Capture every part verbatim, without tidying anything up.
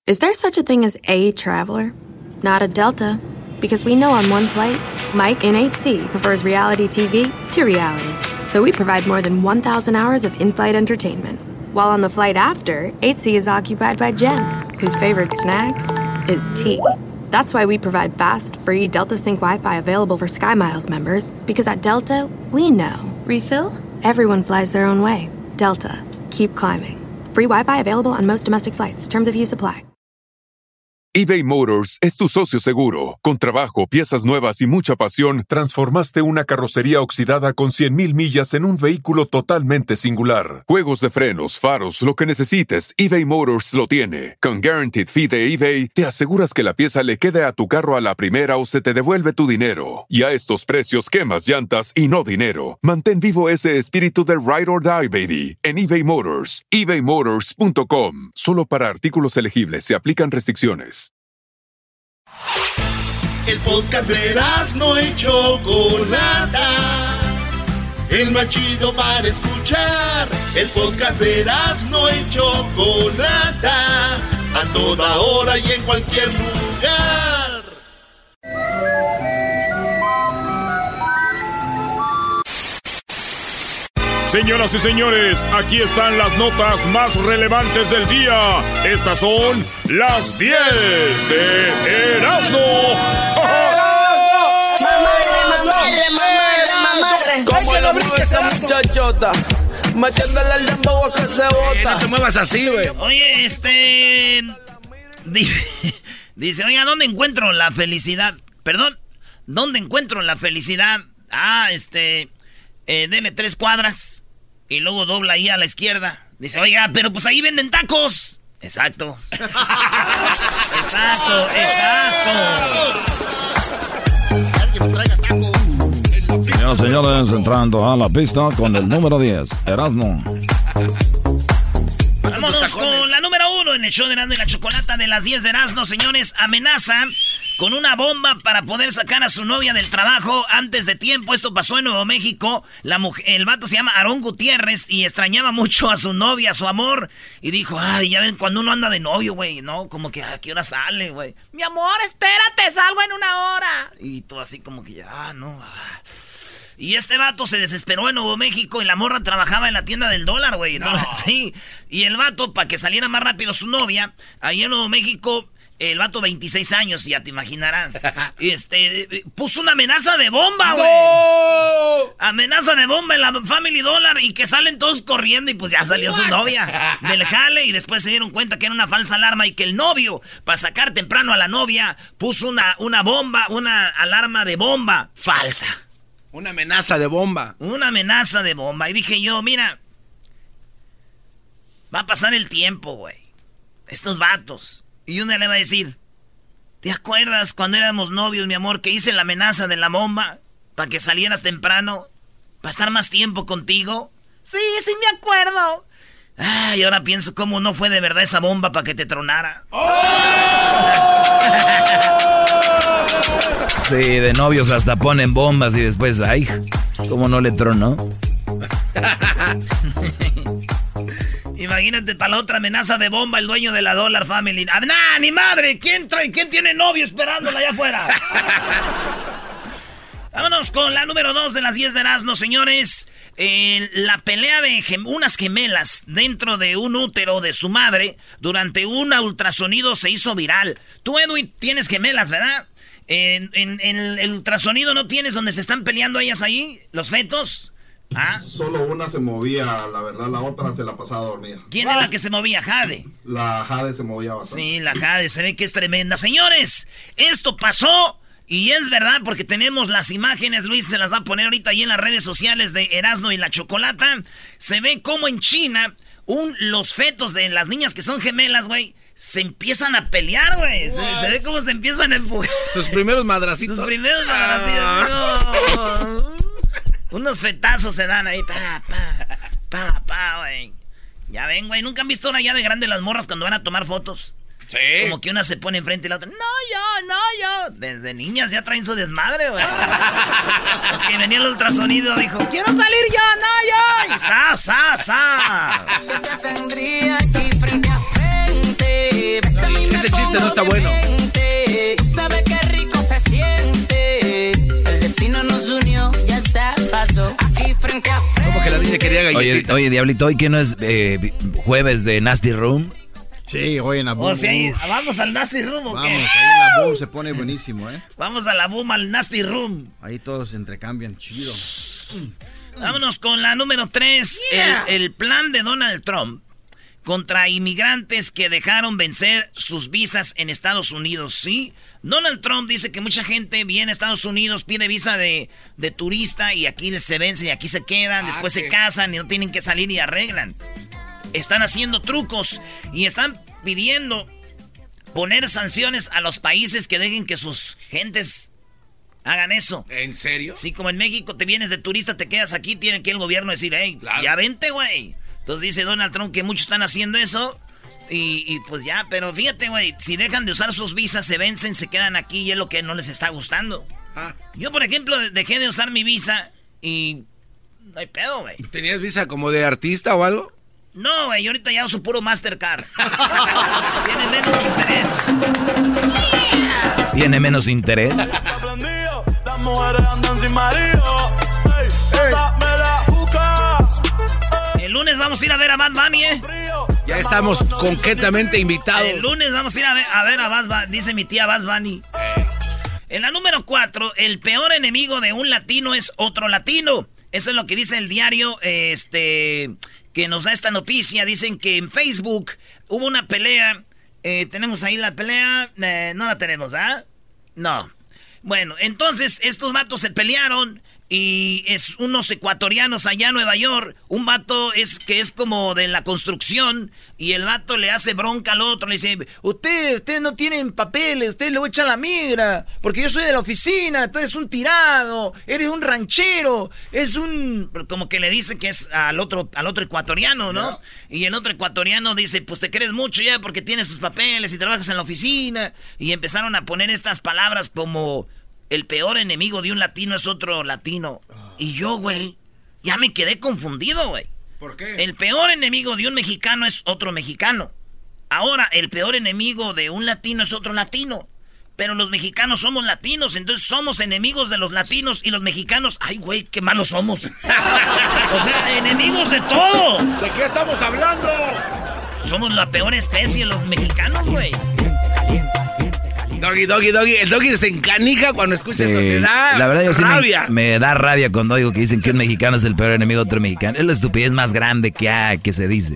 Is there such a thing as a traveler? Not a Delta. Because we know on one flight, Mike in eight C prefers reality T V to reality. So we provide more than one thousand hours of in-flight entertainment. While on the flight after, eight C is occupied by Jen, whose favorite snack is tea. That's why we provide fast, free Delta Sync Wi-Fi available for SkyMiles members. Because at Delta, we know. Refill? Everyone flies their own way. Delta. Keep climbing. Free Wi-Fi available on most domestic flights. Terms of use apply. eBay Motors es tu socio seguro. Con trabajo, piezas nuevas y mucha pasión, transformaste una carrocería oxidada con cien mil millas en un vehículo totalmente singular. Juegos de frenos, faros, lo que necesites, eBay Motors lo tiene. Con Guaranteed Fee de eBay, te aseguras que la pieza le quede a tu carro a la primera o se te devuelve tu dinero. Y a estos precios, quemas llantas y no dinero. Mantén vivo ese espíritu de Ride or Die, baby, en eBay Motors. ebay motors punto com. Solo para artículos elegibles se aplican restricciones. El podcast de Erazno y Chocolata, el más chido para escuchar. El podcast de Erazno y Chocolata, a toda hora y en cualquier lugar. Señoras y señores, aquí están las notas más relevantes del día. Estas son las diez de Erazno. Mamarre, mamarre, mamarre. Como lo vio esa muchachota, metiéndole el dembow a que se bota. No te muevas así, güey. Oye, este... Dice, dice, oiga, ¿dónde encuentro la felicidad? Perdón, ¿dónde encuentro la felicidad? Ah, este... Eh, deme tres cuadras y luego dobla ahí a la izquierda. Dice, oiga, pero pues ahí venden tacos. Exacto. Exacto, exacto. Señoras y señores, entrando a la pista con el número diez, Erazno. Vámonos con la número uno en el show de Erazno y la Chocolata de las diez de Erazno, señores. Amenaza con una bomba para poder sacar a su novia del trabajo antes de tiempo. Esto pasó en Nuevo México. La mujer, el vato se llama Aarón Gutiérrez y extrañaba mucho a su novia, a su amor. Y dijo, ay, ya ven, cuando uno anda de novio, güey, ¿no? Como que, ¿a qué hora sale, güey? Mi amor, espérate, salgo en una hora. Y todo así como que, ah, no, ah. Y este vato se desesperó en Nuevo México y la morra trabajaba en la tienda del dólar, güey. No. Sí. Y el vato, para que saliera más rápido su novia, ahí en Nuevo México... El vato, veintiséis años, ya te imaginarás. Este, puso una amenaza de bomba, güey. ¡No! Amenaza de bomba en la Family Dollar y que salen todos corriendo y pues ya salió su novia del jale y después se dieron cuenta que era una falsa alarma y que el novio, para sacar temprano a la novia, puso una, una bomba, una alarma de bomba falsa. Una amenaza de bomba. Una amenaza de bomba. Y dije yo, mira, va a pasar el tiempo, güey. Estos vatos... Y una le va a decir, ¿te acuerdas cuando éramos novios, mi amor, que hice la amenaza de la bomba para que salieras temprano, para estar más tiempo contigo? Sí, sí me acuerdo. Ay, ahora pienso cómo no fue de verdad esa bomba para que te tronara. ¡Oh! Sí, de novios hasta ponen bombas y después, ay, ¿cómo no le tronó? Imagínate para la otra amenaza de bomba el dueño de la Dollar Family. ¡Ah, nah, ni madre! ¿Quién trae? ¿Quién tiene novio esperándola allá afuera? Vámonos con la número dos de las diez de Erazno, señores. Eh, la pelea de gem- unas gemelas dentro de un útero de su madre durante un ultrasonido se hizo viral. Tú, Edwin, tienes gemelas, ¿verdad? En, en, en el ultrasonido no tienes donde se están peleando ellas ahí, los fetos. ¿Ah? Solo una se movía, la verdad, la otra se la pasaba dormida. ¿Quién es la que se movía? Jade. La Jade se movía bastante. Sí, la Jade, se ve que es tremenda. Señores, esto pasó y es verdad porque tenemos las imágenes. Luis se las va a poner ahorita ahí en las redes sociales de Erazno y la Chocolata. Se ve como en China un, los fetos de las niñas que son gemelas, güey, se empiezan a pelear, güey. Se, se ve cómo se empiezan a empujar. Sus primeros madracitos. Sus primeros madracitos. Ah. No. Unos fetazos se dan ahí, pa, pa, pa, pa, güey. Ya ven, güey, ¿nunca han visto una ya de grande las morras cuando van a tomar fotos? Sí. Como que una se pone enfrente y la otra, no yo, no yo. Desde niñas ya traen su desmadre, güey. Es que venía el ultrasonido, dijo, quiero salir yo, no yo. Y sa, sa, sa. Yo te tendría aquí frente a frente. Bésame y me Ese chiste no está bueno. Sabe qué rico se siente. El destino nos unió, ya está, pasó. Aquí frente a frente. Como que la niña quería galletita. Oye, oye, Diablito, ¿hoy que no es eh, jueves de Nasty Room? Sí, hoy en la Boom. O sea, ¿vamos al Nasty Room o qué? Vamos, ahí en la Boom se pone buenísimo, ¿eh? Vamos a la Boom, al Nasty Room. Ahí todos se intercambian, chido. Vámonos con la número tres. Yeah. El, el plan de Donald Trump contra inmigrantes que dejaron vencer sus visas en Estados Unidos, ¿sí? Donald Trump dice que mucha gente viene a Estados Unidos, pide visa de, de turista y aquí se vencen y aquí se quedan, ah, después que... se casan y no tienen que salir y arreglan. Están haciendo trucos y están pidiendo poner sanciones a los países que dejen que sus gentes hagan eso. ¿En serio? Sí, como en México te vienes de turista, te quedas aquí, tiene que el gobierno decir, hey, claro, ya vente, güey. Entonces dice Donald Trump que muchos están haciendo eso y, y pues ya, pero fíjate, güey, si dejan de usar sus visas, se vencen, se quedan aquí y es lo que no les está gustando. Ah. Yo, por ejemplo, dejé de usar mi visa y no hay pedo, güey. ¿Tenías visa como de artista o algo? No, güey, yo ahorita ya uso puro Mastercard. Tiene menos interés. Yeah. ¿Tiene menos interés? Las mujeres andan sin marido. El lunes vamos a ir a ver a Bad Bunny, ¿eh? Ya estamos conquetamente invitados. El lunes vamos a ir a ver a, ver a Bad Bunny, dice mi tía Bad Bunny. Eh. En la número cuatro, el peor enemigo de un latino es otro latino. Eso es lo que dice el diario, este... que nos da esta noticia. Dicen que en Facebook hubo una pelea. Eh, tenemos ahí la pelea. Eh, no la tenemos, ¿verdad? No. Bueno, entonces estos vatos se pelearon. Y es unos ecuatorianos allá en Nueva York. Un vato es que es como de la construcción. Y el vato le hace bronca al otro. Le dice, usted, ustedes no tienen papeles. Usted le voy a echar la migra. Porque yo soy de la oficina. Tú eres un tirado. Eres un ranchero. Es un... Como que le dice que es al otro, al otro ecuatoriano, ¿no? Yeah. Y el otro ecuatoriano dice, pues te crees mucho ya porque tienes sus papeles y trabajas en la oficina. Y empezaron a poner estas palabras como... El peor enemigo de un latino es otro latino. Oh. Y yo, güey, ya me quedé confundido, güey. ¿Por qué? El peor enemigo de un mexicano es otro mexicano. Ahora, el peor enemigo de un latino es otro latino. Pero los mexicanos somos latinos, entonces somos enemigos de los latinos y los mexicanos... ¡Ay, güey, qué malos somos! O sea, enemigos de todo. ¿De qué estamos hablando? Somos la peor especie, los mexicanos, güey. Doggy, doggy, doggy. El doggy se encanija cuando escucha sí, esto. Me da la verdad, yo rabia. Sí me, me da rabia cuando oigo que dicen que un mexicano es el peor enemigo de otro mexicano. Es la estupidez más grande que, hay, que se dice.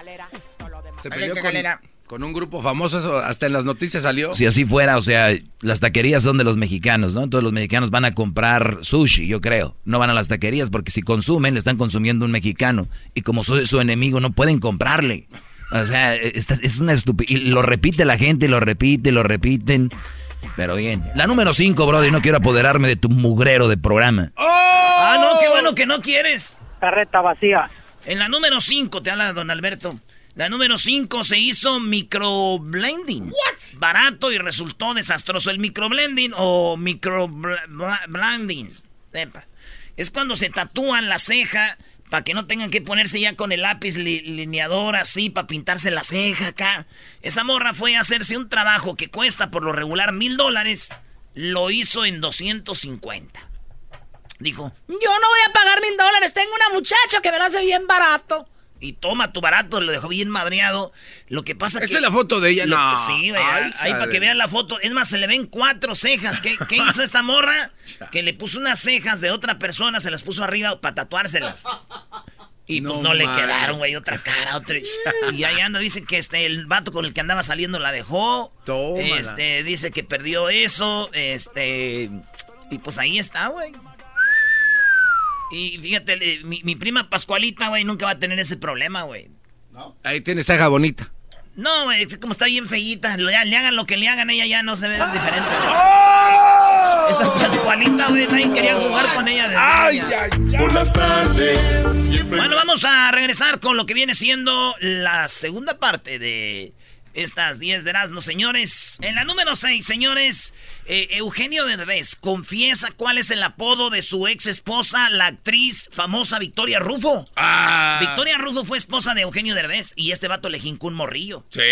Se peleó con, con un grupo famoso, eso hasta en las noticias salió. Si así fuera, o sea, las taquerías son de los mexicanos, ¿no? Entonces los mexicanos van a comprar sushi, yo creo. No van a las taquerías porque si consumen, le están consumiendo un mexicano. Y como soy su enemigo, no pueden comprarle. O sea, es una estupidez. Y lo repite la gente, lo repite, lo repiten. Pero bien. La número cinco, brother, no quiero apoderarme de tu mugrero de programa. ¡Oh! Ah, no, qué bueno que no quieres. Carreta vacía. En la número cinco, te habla don Alberto. La número cinco se hizo microblending. ¿What? Barato y resultó desastroso. El microblending o microblending. Sepa. Es cuando se tatúan la ceja para que no tengan que ponerse ya con el lápiz li lineador así para pintarse la ceja acá. Esa morra fue a hacerse un trabajo que cuesta por lo regular mil dólares. Lo hizo en doscientos cincuenta. Dijo, yo no voy a pagar mil dólares. Tengo una muchacha que me lo hace bien barato. Y toma tu barato, lo dejó bien madreado. Lo que pasa ¿Esa que... es la foto de ella? Lo, no. Sí, güey. Ahí para que vean la foto. Es más, se le ven cuatro cejas. ¿Qué, qué hizo esta morra? Que le puso unas cejas de otra persona, se las puso arriba para tatuárselas. Y pues no, no le quedaron, güey, otra cara, otra... Y ahí anda, dice que este, el vato con el que andaba saliendo la dejó. Tómala. Este, dice que perdió eso, este... Y pues ahí está, güey. Y fíjate, mi, mi prima Pascualita, güey, nunca va a tener ese problema, güey. ¿No? Ahí tiene ceja bonita. No, güey, como está bien feíta, le, le hagan lo que le hagan, ella ya no se ve diferente. ¡Oh! Esa Pascualita, güey, nadie quería jugar con ella. Ay, ay, ay. Por las tardes. Siempre... Bueno, vamos a regresar con lo que viene siendo la segunda parte de estas diez de Erasmo, señores. En la número seis, señores, eh, Eugenio Derbez confiesa cuál es el apodo de su ex esposa, la actriz famosa Victoria Rufo. Ah. Victoria Rufo fue esposa de Eugenio Derbez y este vato le jincó un morrillo. Sí.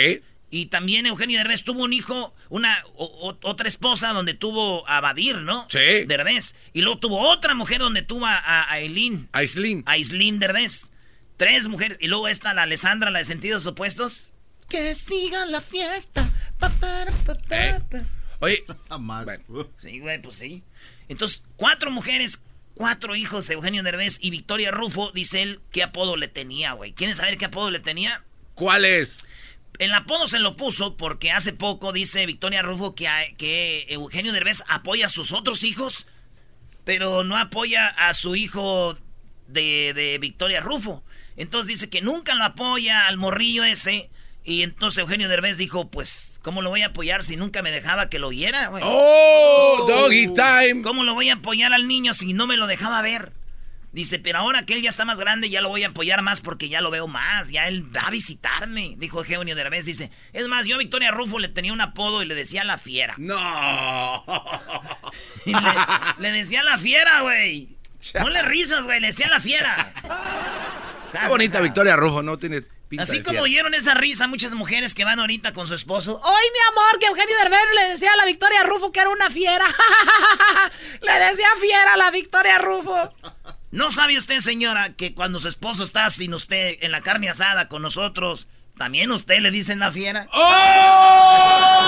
Y también Eugenio Derbez tuvo un hijo, una o, o, otra esposa donde tuvo a Badir, ¿no? Sí. Derbez. Y luego tuvo otra mujer donde tuvo a, a Aislinn. Aislinn. Aislinn Derbez. Tres mujeres. Y luego esta, la Alessandra, la de Sentidos Opuestos. Que siga la fiesta. Pa, pa, pa, pa, eh. pa. Oye. Más. Bueno. Sí, güey, pues sí. Entonces, cuatro mujeres, cuatro hijos de Eugenio Derbez y Victoria Rufo, dice él, ¿qué apodo le tenía, güey? ¿Quieren saber qué apodo le tenía? ¿Cuál es? El apodo se lo puso porque hace poco dice Victoria Rufo que, que Eugenio Derbez apoya a sus otros hijos, pero no apoya a su hijo de, de Victoria Rufo. Entonces dice que nunca lo apoya al morrillo ese. Y entonces Eugenio Derbez dijo, pues, ¿cómo lo voy a apoyar si nunca me dejaba que lo viera, güey? ¡Oh! Doggy time. ¿Cómo lo voy a apoyar al niño si no me lo dejaba ver? Dice, pero ahora que él ya está más grande, ya lo voy a apoyar más porque ya lo veo más. Ya él va a visitarme, dijo Eugenio Derbez. Dice, es más, yo a Victoria Rufo le tenía un apodo y le decía La Fiera. ¡No! le, le decía La Fiera, güey. No le risas, güey, le decía La Fiera. Qué bonita Victoria Rufo, ¿no? Tiene pinta Así de como fiera. oyeron esa risa muchas mujeres que van ahorita con su esposo. ¡Ay, mi amor! Que Eugenio Derbez le decía a la Victoria Rufo que era una fiera. Le decía fiera a la Victoria Rufo. ¿No sabe usted, señora, que cuando su esposo está sin usted en la carne asada con nosotros, también usted le dicen la fiera? ¡Oh!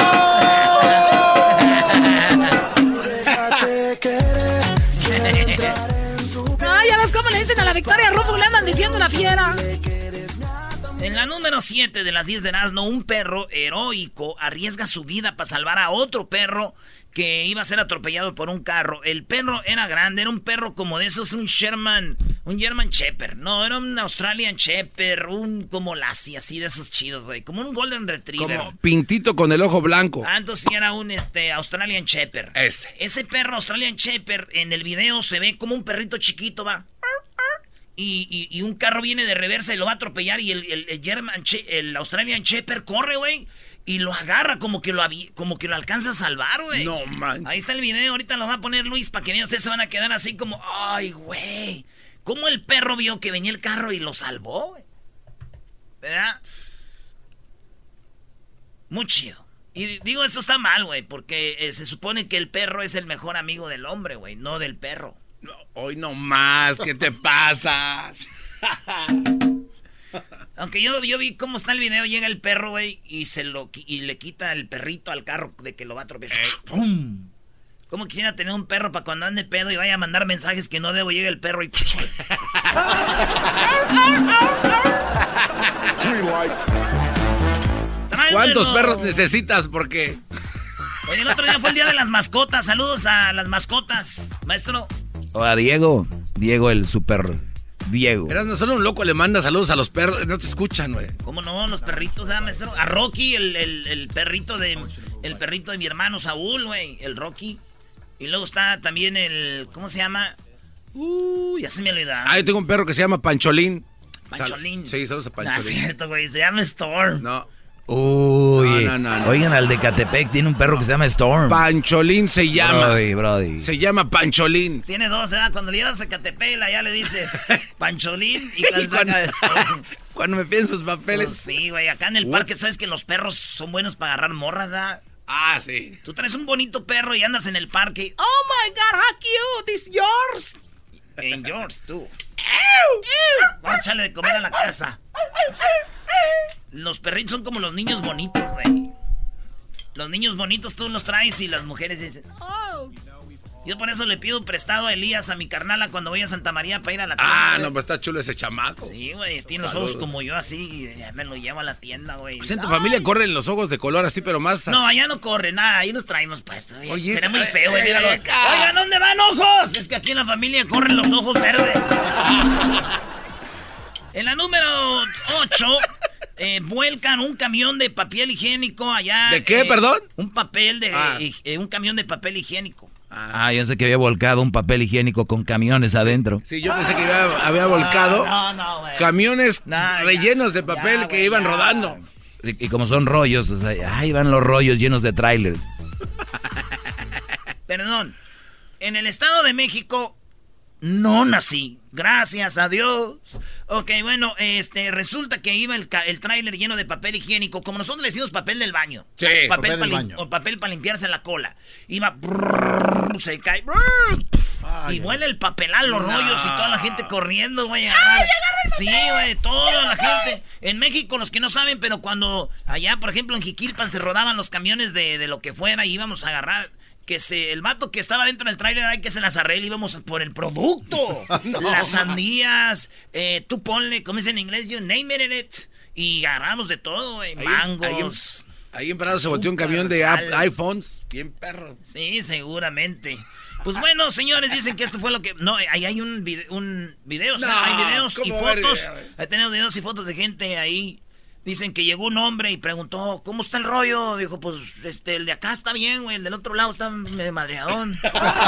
Ay, ya ves cómo le dicen a la Victoria Rufo, le andan diciendo la fiera. En la número siete de las diez de Erasmo, un perro heroico arriesga su vida para salvar a otro perro que iba a ser atropellado por un carro. El perro era grande, era un perro como de esos, un Sherman, un German Shepherd. No, era un Australian Shepherd, un como Lassie, así de esos chidos, güey. Como un Golden Retriever. Como pintito con el ojo blanco. Ah, entonces sí era un este, Australian Shepherd. Ese. Ese perro Australian Shepherd, en el video se ve como un perrito chiquito, va. Y, y, y un carro viene de reversa y lo va a atropellar y el, el, el, German, el Australian Shepherd corre, güey, y lo agarra como que lo, como que lo alcanza a salvar, güey. No manches. Ahí está el video, ahorita lo va a poner Luis para que vean, ustedes se van a quedar así como, ay, güey. ¿Cómo el perro vio que venía el carro y lo salvó, güey? ¿Verdad? Muy chido. Y digo, esto está mal, güey, porque eh, se supone que el perro es el mejor amigo del hombre, güey, no del perro. No, hoy no más, ¿qué te pasa? Aunque yo, yo vi cómo está el video, llega el perro, güey, y se lo y le quita el perrito al carro de que lo va a atropellar. Eh. ¡Pum! ¿Cómo quisiera tener un perro para cuando ande pedo y vaya a mandar mensajes que no debo? Llega el perro y... ¿Cuántos perros necesitas? Porque... Oye, el otro día fue el día de las mascotas. Saludos a las mascotas, maestro. O a Diego. Diego, el super Diego. Eras no solo un loco le manda saludos a los perros. No te escuchan, güey. ¿Cómo no? Los perritos, ¿eh, maestro? A Rocky, el, el, el perrito de el perrito de mi hermano Saúl, güey. El Rocky. Y luego está también el... ¿Cómo se llama? Uh, ya se me olvidó. Ah, yo tengo un perro que se llama Pancholín. Pancholín. Sí, saludos a Pancholín. No es cierto, güey. Se llama Storm. No. Uy, no, no, no, no. Oigan, al de Catepec tiene un perro no. que se llama Storm. Pancholín se llama. Brody, brody. Se llama Pancholín. Tiene dos, ¿verdad? Cuando le llevas a Catepec, ya le dices Pancholín y cuando saca de Storm. Cuando me piden sus papeles. Pues sí, güey. Acá en el What? parque, ¿sabes que los perros son buenos para agarrar morras, ¿verdad? Ah, sí. Tú traes un bonito perro y andas en el parque. Oh my God, how cute, it's yours. En yours, tú. Vamos a echarle de comer a la casa. Los perritos son como los niños bonitos, güey. Los niños bonitos tú los traes y las mujeres dicen, oh. Yo por eso le pido prestado a Elías, a mi carnala, cuando voy a Santa María para ir a la tienda. Ah, güey. no, pues está chulo ese chamaco. Sí, güey, tiene los ojos como yo así, y me lo llevo a la tienda, güey. Pues en tu Ay. familia corren los ojos de color así, pero más... No, allá no corre nada, ahí nos traemos puestos. Oye, Oye, sería muy ay, feo, güey. ay, ay, Oigan, ¿dónde van ojos? Es que aquí en la familia corren los ojos verdes. En la número ocho, eh, vuelcan un camión de papel higiénico allá. ¿De qué, eh, perdón? Un papel de... Ah. Eh, un camión de papel higiénico. Ah, yo pensé que había volcado un papel higiénico con camiones adentro. Sí, yo pensé que había, había volcado no, no, no, camiones no, rellenos ya, de papel ya, que wey, iban ya. rodando. Y, y como son rollos, o sea, ahí van los rollos llenos de tráiler. Perdón. En el Estado de México no nací. Gracias a Dios. Ok, bueno, este, resulta que iba el, el tráiler lleno de papel higiénico, como nosotros le decimos papel del baño. Sí, papel, papel del baño. O papel para limpiarse la cola. Iba, brrr, se cae, brrr, Ay, y huele el papelal, los no. rollos y toda la gente corriendo, güey. Ay, sí, güey, toda la gente. En México, los que no saben, pero cuando allá, por ejemplo, en Jiquilpan se rodaban los camiones de, de lo que fuera y íbamos a agarrar... Que se, el vato que estaba dentro del tráiler hay que se las arregle, íbamos por el producto. No, las sandías, eh, tú ponle, como dice en inglés, you name it in it. Y agarramos de todo, güey, mangos. Ahí, ahí en Prado se volteó un camión de sal. iPhones, bien perro. Sí, seguramente. Pues bueno, señores, dicen que esto fue lo que... No, ahí hay un, video, un video, No, o sea, hay videos y ¿cómo fotos. ver? Hay tenido videos y fotos de gente ahí. Dicen que llegó un hombre y preguntó, ¿cómo está el rollo? Dijo, pues, este, el de acá está bien, güey, el del otro lado está medio madreadón.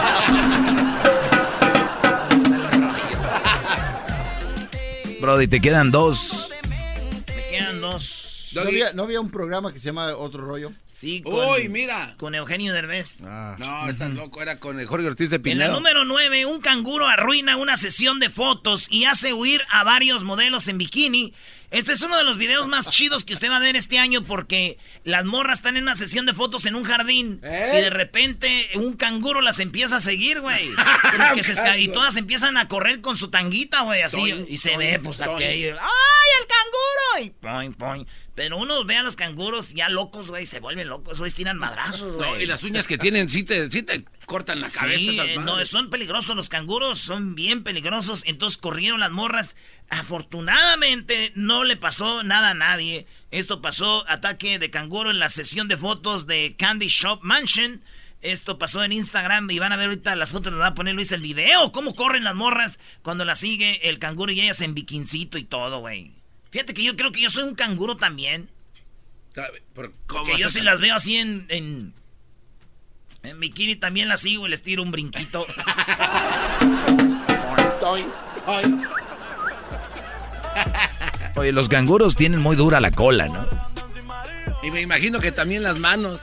Brody, te quedan dos. Me quedan dos. ¿No había, ¿No había un programa que se llama Otro Rollo? Sí, con, Uy, mira. con Eugenio Derbez. Ah. No, estás loco, era con el Jorge Ortiz de Pinedo. En la número nueve, un canguro arruina una sesión de fotos y hace huir a varios modelos en bikini. Este es uno de los videos más chidos que usted va a ver este año porque las morras están en una sesión de fotos en un jardín ¿Eh? y de repente un canguro las empieza a seguir, güey. Que se esca- y todas empiezan a correr con su tanguita, güey, así. Toin, y se toin, ve, pues, toin. aquello. ¡Ay, el canguro! Y poing, poing. Pero uno ve a los canguros ya locos, güey, se vuelven locos, güey, tiran madrazos, güey. No, y las uñas que tienen sí te, sí te cortan la cabeza. Sí, esas eh, no, madres. son peligrosos los canguros, son bien peligrosos. Entonces corrieron las morras. Afortunadamente no le pasó nada a nadie. Esto pasó, ataque de canguro en la sesión de fotos de Candy Shop Mansion. Esto pasó en Instagram y van a ver ahorita las fotos, nos va a poner Luis el video. Cómo corren las morras cuando las sigue el canguro y ellas en bikincito y todo, güey. Fíjate que yo creo que yo soy un canguro también. Pero, ¿cómo Que yo haces sí tan- las veo así en... en En bikini también las sigo y les tiro un brinquito. Oye, los canguros tienen muy dura la cola, ¿no? Y me imagino que también las manos.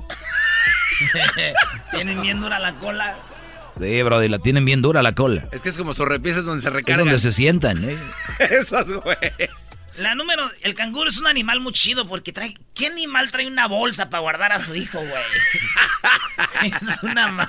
Tienen bien dura la cola. Sí, brody, la tienen bien dura la cola. Es que es como sorrepiezas donde se Es recargan. donde se sientan, ¿eh? Esas, güey. La número... El canguro es un animal muy chido porque trae... ¿Qué animal trae una bolsa para guardar a su hijo, güey? Es una... ma-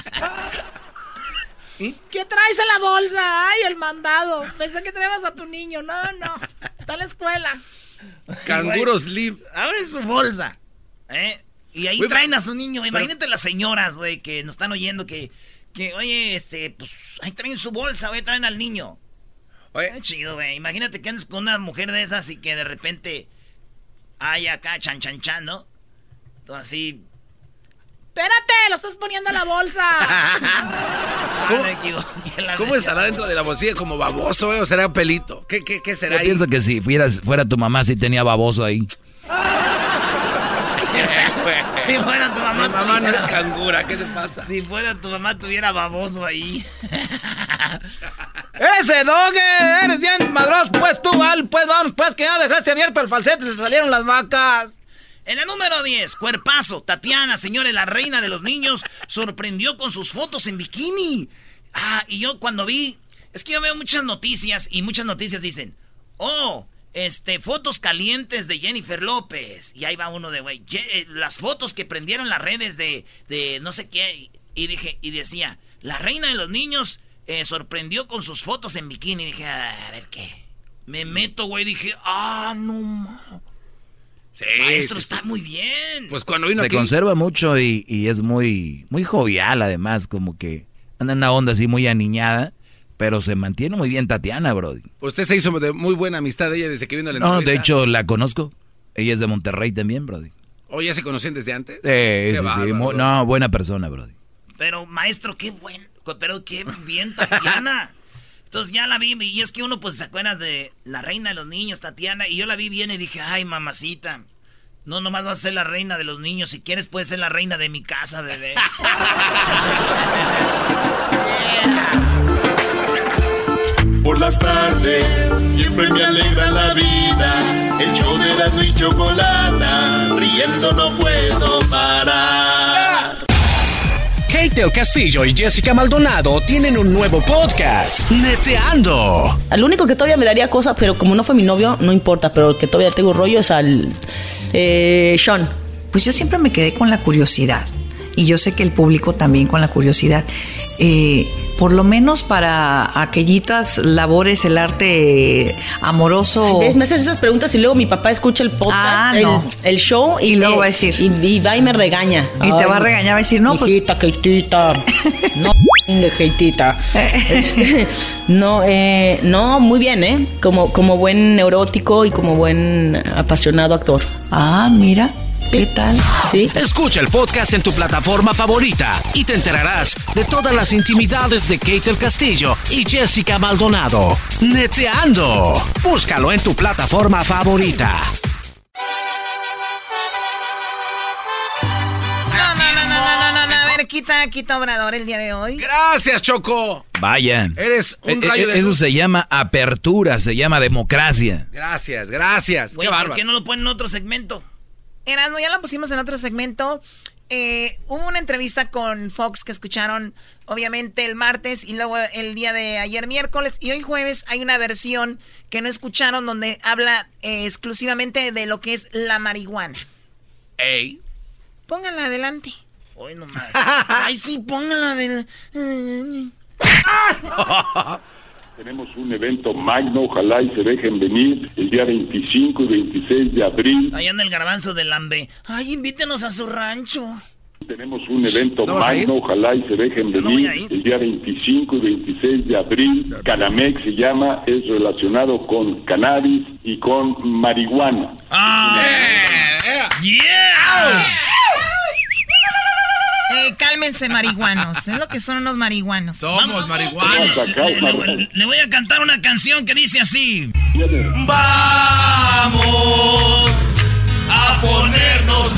¿Qué traes en la bolsa? Ay, el mandado. Pensé que traebas a tu niño. No, no. Está en la escuela. Canguros live. Abren su bolsa, ¿eh? Y ahí Güey, traen a su niño. Imagínate pero- las señoras, güey, que nos están oyendo que... Que, oye, este, pues... Ahí traen su bolsa, güey, traen al niño. Oye, Qué chido, güey. Imagínate que andes con una mujer de esas y que de repente... Hay acá chan, chan, chan, ¿no? Todo así... Espérate, lo estás poniendo en la bolsa. ¿Cómo, me equivoqué, la ¿Cómo estará dentro de la bolsilla? ¿Como baboso, güey? ¿O será pelito? ¿Qué, qué, qué será Yo ahí? pienso que si fueras, fuera tu mamá, sí tenía baboso ahí. Si fuera tu mamá... Mi mamá no tuviera- es cangura, ¿qué te pasa? Si fuera tu mamá tuviera baboso ahí. ¡Ese doge! ¡Eres bien madroso! Pues tú, Val, pues vamos, pues que ya dejaste abierto el falsete, se salieron las vacas. En la número diez, cuerpazo. Tatiana, señores, la reina de los niños, sorprendió con sus fotos en bikini. Ah, y yo cuando vi... Es que yo veo muchas noticias y muchas noticias dicen... Oh, este, fotos calientes de Jennifer López. Y ahí va uno de, güey, Ye- eh, las fotos que prendieron las redes de, de no sé qué. Y dije, y decía, la reina de los niños eh, sorprendió con sus fotos en bikini. Y dije, a ver qué. Me meto, güey, dije, ah, no, ma. Sí, Maestro, sí, está sí. muy bien. Pues cuando vino Se aquí... conserva mucho y, y es muy, muy jovial, además, como que anda en una onda así muy aniñada, pero se mantiene muy bien Tatiana, brody. Usted se hizo de muy buena amistad de ella desde que vino a la No, entrevista. de hecho, la conozco. Ella es de Monterrey también, brody. ¿O ya se conocían desde antes? Eh, Qué sí, sí, bárbaro. mu- no, buena persona, brody. Pero, maestro, qué buen... Pero qué bien, Tatiana. Entonces ya la vi, y es que uno pues se acuerda de la reina de los niños, Tatiana, y yo la vi bien y dije, ay, mamacita, no nomás vas a ser la reina de los niños, si quieres puedes ser la reina de mi casa, bebé. Por las tardes siempre me alegra la vida. El show de Erasmo y Chocolata, riendo no puedo parar. ¡Qué Kate del Castillo y Jessica Maldonado tienen un nuevo podcast, Neteando. Al único que todavía me daría cosas, pero como no fue mi novio, no importa, pero el que todavía tengo rollo es al eh, Sean. Pues yo siempre me quedé con la curiosidad, y yo sé que el público también con la curiosidad. Eh, por lo menos para aquellitas labores, el arte amoroso. ¿Ves? Me haces esas preguntas y luego mi papá escucha el podcast, ah, el, no. el show, y, y luego me, va a decir. Y, y va y me regaña. Y Ay, te va a regañar, va a decir, no, hijita, pues. Keitita. No, Keitita. Este, no, eh, no, muy bien, ¿eh? Como, como buen neurótico y como buen apasionado actor. Ah, mira. ¿Qué tal? ¿Sí? Escucha el podcast en tu plataforma favorita y te enterarás de todas las intimidades de Kate del Castillo y Jessica Maldonado. Neteando. Búscalo en tu plataforma favorita. No, no, no, no, no, no, no. A ver, quita, quita Obrador el día de hoy. Gracias, Choco. Vaya. Eres un rayo eh, de Eso luz. se llama apertura, se llama democracia. Gracias, gracias. Güey, Qué ¿por bárbaro. qué no lo ponen en otro segmento? Erasmo, ya lo pusimos en otro segmento. Eh, hubo una entrevista con Fox que escucharon, obviamente, el martes y luego el día de ayer miércoles. Y hoy jueves hay una versión que no escucharon donde habla eh, exclusivamente de lo que es la marihuana. Ey. Pónganla adelante. Hoy nomás. Ay, sí, pónganla del... Tenemos un evento magno, ojalá y se dejen venir el día veinticinco y veintiséis de abril. Ahí anda el garbanzo del Lambe. Ay, invítenos a su rancho. Tenemos un evento ¿No vas a ir? magno, ojalá y se dejen Yo no voy venir a ir. el día veinticinco y veintiséis de abril. Canamex se llama, es relacionado con cannabis y con marihuana. ¡Ah! ¡Yeah! Eh, cálmense, marihuanos. Es lo que son unos marihuanos. Somos marihuanos. Le, le- le voy a cantar una canción que dice así. Vamos a ponernos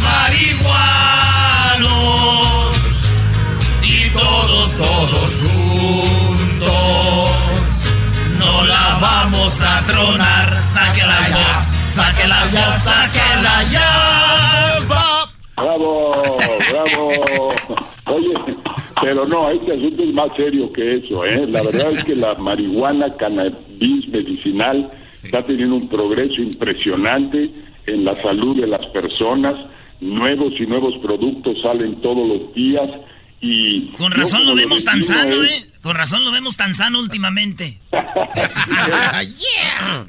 marihuanos y todos, todos juntos no la vamos a tronar. Sáquela ya, sáquela ya, sáquela ya. ¡Bravo! ¡Bravo! Oye, pero no, este asunto es más serio que eso, ¿eh? La verdad es que la marihuana cannabis medicinal está teniendo un progreso impresionante en la salud de las personas. Nuevos y nuevos productos salen todos los días y... Con razón yo lo como vemos tan defino sano, es- ¿eh? Con razón lo vemos tan sano últimamente. Yeah.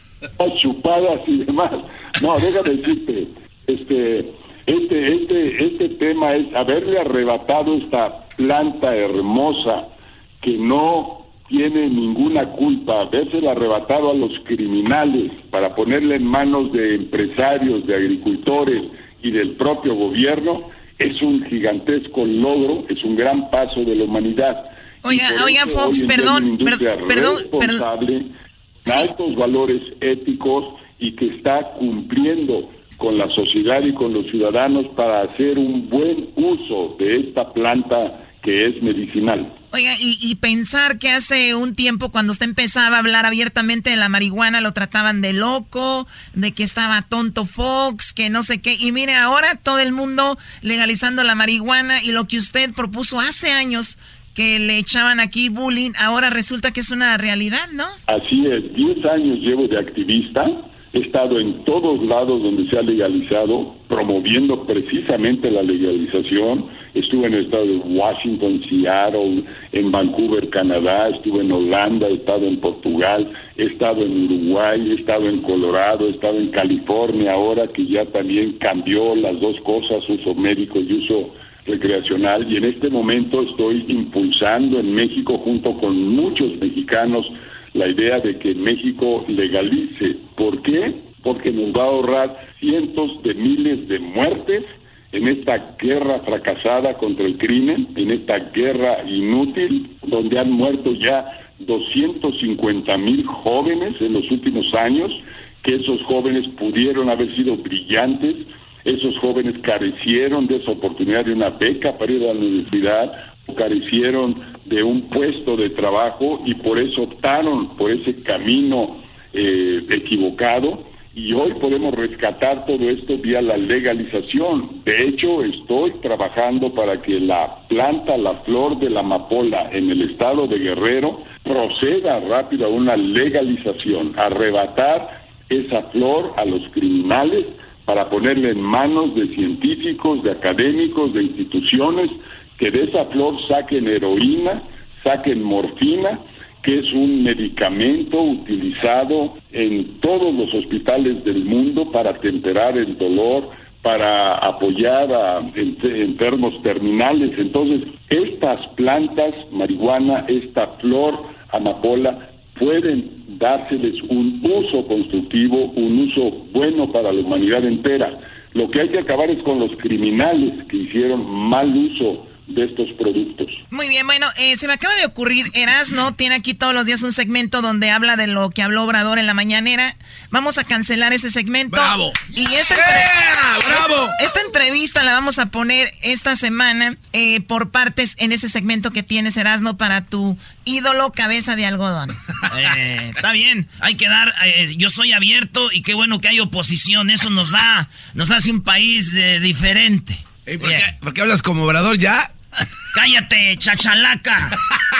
chupadas y demás. No, déjame decirte, este, este, este, este tema es haberle arrebatado esta planta hermosa que no tiene ninguna culpa, habérsela arrebatado a los criminales para ponerle en manos de empresarios, de agricultores y del propio gobierno, es un gigantesco logro, es un gran paso de la humanidad. Oiga, Y por oiga, eso Fox, hoy en día perdón, hay una industria per- perdón, responsable, con altos valores éticos y que está cumpliendo con la sociedad y con los ciudadanos para hacer un buen uso de esta planta que es medicinal. Oiga, y, y pensar que hace un tiempo cuando usted empezaba a hablar abiertamente de la marihuana lo trataban de loco, de que estaba tonto Fox, que no sé qué, y mire ahora todo el mundo legalizando la marihuana y lo que usted propuso hace años que le echaban aquí bullying, ahora resulta que es una realidad, ¿no? Así es, diez años llevo de activista, he estado en todos lados donde se ha legalizado, promoviendo precisamente la legalización. Estuve en el estado de Washington, Seattle, en Vancouver, Canadá, estuve en Holanda, he estado en Portugal, he estado en Uruguay, he estado en Colorado, he estado en California, ahora que ya también cambió las dos cosas, uso médico y uso recreacional, y en este momento estoy impulsando en México junto con muchos mexicanos la idea de que México legalice. ¿Por qué? Porque nos va a ahorrar cientos de miles de muertes en esta guerra fracasada contra el crimen, en esta guerra inútil, donde han muerto ya doscientos cincuenta mil jóvenes en los últimos años, que esos jóvenes pudieron haber sido brillantes, esos jóvenes carecieron de esa oportunidad de una beca para ir a la universidad, carecieron de un puesto de trabajo y por eso optaron por ese camino eh, equivocado, y hoy podemos rescatar todo esto vía la legalización. De hecho, estoy trabajando para que la planta, la flor de la amapola en el estado de Guerrero proceda rápido a una legalización, arrebatar esa flor a los criminales para ponerla en manos de científicos, de académicos, de instituciones, que de esa flor saquen heroína, saquen morfina, que es un medicamento utilizado en todos los hospitales del mundo para temperar el dolor, para apoyar a enfermos terminales. Entonces, estas plantas, marihuana, esta flor, amapola, pueden dárseles un uso constructivo, un uso bueno para la humanidad entera. Lo que hay que acabar es con los criminales que hicieron mal uso de estos productos. Muy bien, bueno, eh, se me acaba de ocurrir, Erasmo tiene aquí todos los días un segmento donde habla de lo que habló Obrador en la mañanera. Vamos a cancelar ese segmento. ¡Bravo! Y esta, entre... ¡Yeah! ¡Bravo! esta, esta entrevista la vamos a poner esta semana eh, por partes en ese segmento que tienes, Erasmo, para tu ídolo cabeza de algodón. Eh, está bien, hay que dar, eh, yo soy abierto y qué bueno que hay oposición, eso nos da, nos hace un país eh, diferente. Ey, ¿por, qué, ¿Por qué hablas como Obrador ya? ¡Cállate, chachalaca!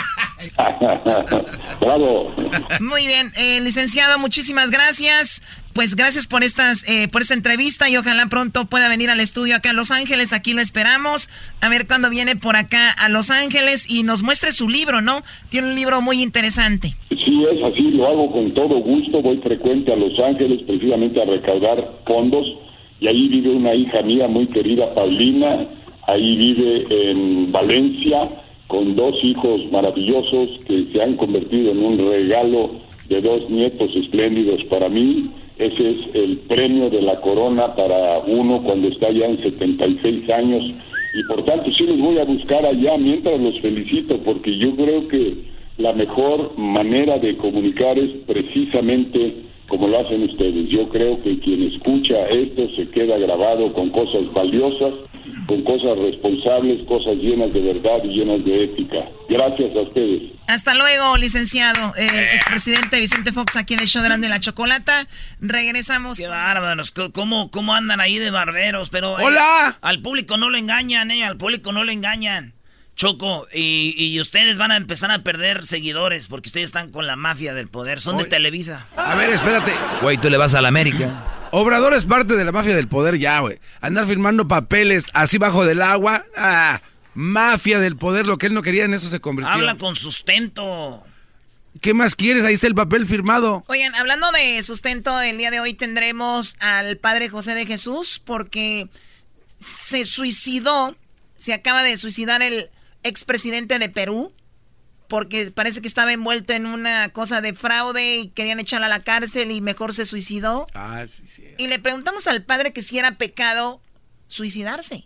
¡Bravo! Muy bien, eh, licenciado, muchísimas gracias. Pues gracias por estas, eh, por esta entrevista y ojalá pronto pueda venir al estudio acá a Los Ángeles. Aquí lo esperamos. A ver cuándo viene por acá a Los Ángeles y nos muestre su libro, ¿no? Tiene un libro muy interesante. Sí, es así, lo hago con todo gusto. Voy frecuente a Los Ángeles precisamente a recaudar fondos y ahí vive una hija mía muy querida, Paulina. Ahí vive en Valencia con dos hijos maravillosos que se han convertido en un regalo de dos nietos espléndidos para mí. Ese es el premio de la corona para uno cuando está ya en setenta y seis años. Y por tanto sí los voy a buscar allá mientras los felicito, porque yo creo que la mejor manera de comunicar es precisamente como lo hacen ustedes. Yo creo que quien escucha esto se queda grabado con cosas valiosas, con cosas responsables, cosas llenas de verdad y llenas de ética. Gracias a ustedes. Hasta luego, licenciado. El expresidente Vicente Fox aquí en el show de Erasmo y la Chocolata. Regresamos. Qué bárbaros. ¿Cómo, cómo andan ahí de barberos? Pero ¡hola! Eh, al público no lo engañan, eh. Al público no lo engañan. Choco, y, y ustedes van a empezar a perder seguidores porque ustedes están con la mafia del poder. Son Oye, de Televisa. A ver, espérate. Güey, tú le vas a la América. Obrador es parte de la mafia del poder ya, güey. Andar firmando papeles así bajo del agua. Ah, mafia del poder, lo que él no quería, en eso se convirtió. Habla con sustento. ¿Qué más quieres? Ahí está el papel firmado. Oigan, hablando de sustento, el día de hoy tendremos al Padre José de Jesús porque se suicidó, se acaba de suicidar el expresidente de Perú, porque parece que estaba envuelto en una cosa de fraude y querían echarlo a la cárcel y mejor se suicidó. Ah, sí, sí. Y le preguntamos al padre que si era pecado suicidarse.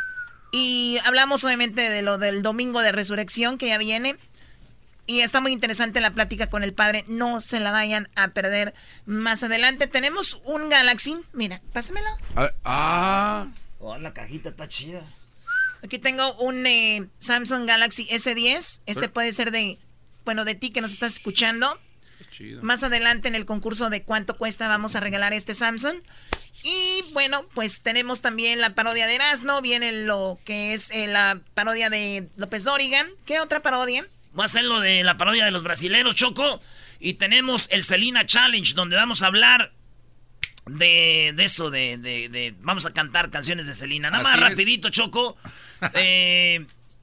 Y hablamos obviamente de lo del domingo de resurrección que ya viene. Y está muy interesante la plática con el padre. No se la vayan a perder más adelante. Tenemos un Galaxy. Mira, pásamelo. A ver, ah. Oh, la cajita está chida. Aquí tengo un eh, Samsung Galaxy ese diez. Este puede ser de, bueno, de ti que nos estás escuchando. Chido. Más adelante en el concurso de cuánto cuesta vamos a regalar este Samsung. Y bueno, pues tenemos también la parodia de Erasmo. Viene lo que es eh, la parodia de López Dóriga. ¿Qué otra parodia? Va a ser lo de la parodia de los brasileros, Choco. Y tenemos el Selena Challenge, donde vamos a hablar de, de eso, de, de, de... Vamos a cantar canciones de Selena. Nada Así más es. rapidito, Choco. Eh,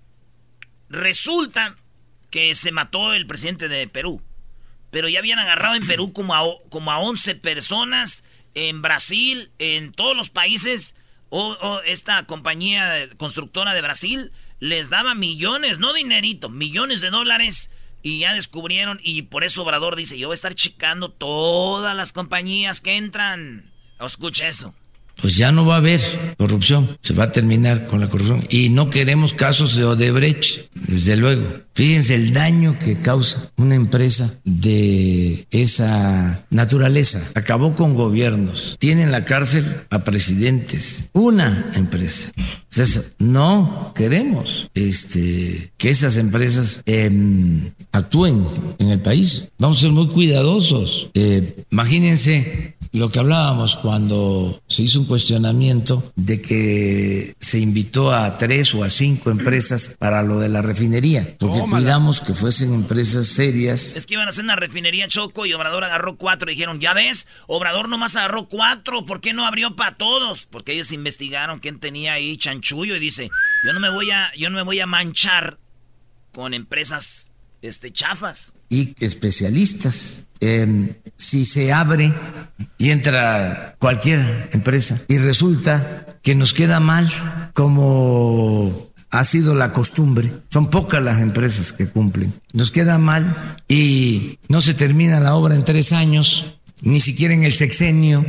resulta que se mató el presidente de Perú, pero ya habían agarrado en Perú como a, como a once personas, en Brasil, en todos los países. O, o esta compañía constructora de Brasil les daba millones, no dinerito, millones de dólares, y ya descubrieron, y por eso Obrador dice, yo voy a estar checando todas las compañías que entran. Escucha eso. Pues ya no va a haber corrupción, se va a terminar con la corrupción. Y no queremos casos de Odebrecht, desde luego. Fíjense el daño que causa una empresa de esa naturaleza. Acabó con gobiernos. Tiene en la cárcel a presidentes. Una empresa. Entonces, no queremos este, que esas empresas eh, actúen en el país. Vamos a ser muy cuidadosos. Eh, imagínense lo que hablábamos cuando se hizo un cuestionamiento de que se invitó a tres o a cinco empresas para lo de la refinería, porque Tómala. cuidamos que fuesen empresas serias. Es que iban a hacer una refinería, Choco, y Obrador agarró cuatro. Dijeron, ya ves, Obrador nomás agarró cuatro, ¿por qué no abrió para todos? Porque ellos investigaron quién tenía ahí chanchullo y dice, yo no me voy a, yo no me voy a manchar con empresas este, chafas. Y especialistas. Eh, si se abre y entra cualquier empresa y resulta que nos queda mal como ha sido la costumbre, son pocas las empresas que cumplen, nos queda mal y no se termina la obra en tres años, ni siquiera en el sexenio,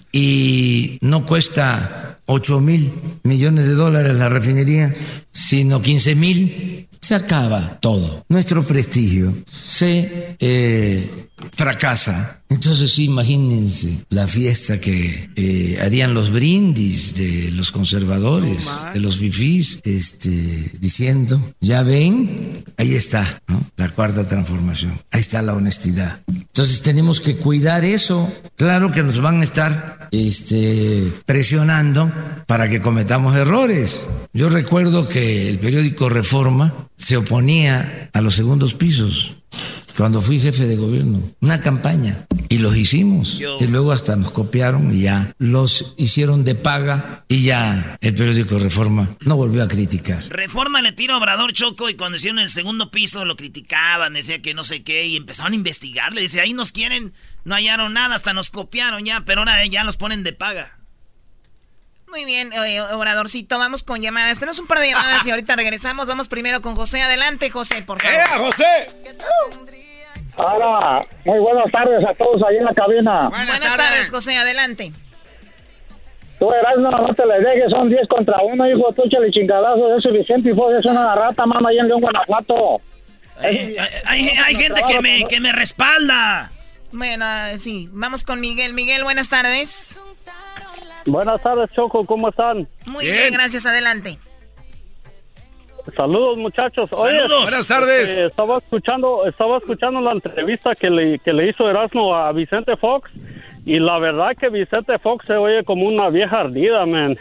y no cuesta ocho mil millones de dólares la refinería, sino quince mil, se acaba todo. Nuestro prestigio se eh, fracasa. Entonces imagínense la fiesta que eh, harían los brindis de los conservadores, de los fifís, este, diciendo, ya ven, ahí está, ¿no? La cuarta transformación, ahí está la honestidad. Entonces tenemos que cuidar eso. Claro que nos van a estar este, presionando para que cometamos errores. Yo recuerdo que el periódico Reforma se oponía a los segundos pisos cuando fui jefe de gobierno, una campaña, y los hicimos. Yo. Y luego hasta nos copiaron y ya los hicieron de paga y ya el periódico Reforma no volvió a criticar. Reforma le tira a Obrador, Choco, y cuando hicieron el segundo piso lo criticaban, decía que no sé qué, y empezaron a investigarle, dice, ahí nos quieren, no hallaron nada, hasta nos copiaron ya, pero ahora ya los ponen de paga. Muy bien, eh, Obradorcito, vamos con llamadas. Tenemos un par de llamadas y ahorita regresamos. Vamos primero con José. Adelante, José, por favor. ¡Eh, José! Hola, muy buenas tardes a todos ahí en la cabina. Buenas, buenas tardes. tardes, José, adelante. Tú verás, no, no te le dejes, son diez contra uno, hijo, tú échale chingadazo, eso Vicente y Fox es una rata, mano, ahí en León, Guanajuato. Hay, hay, hay, hay gente que me, que me respalda. Bueno, sí, vamos con Miguel. Miguel, buenas tardes. Buenas tardes, Choco, ¿cómo están? Muy bien, bien gracias, adelante. Saludos, muchachos. Oye, Saludos. Buenas tardes. Eh, estaba escuchando, estaba escuchando la entrevista que le, que le hizo Erasmo a Vicente Fox, y la verdad que Vicente Fox se oye como una vieja ardida, man.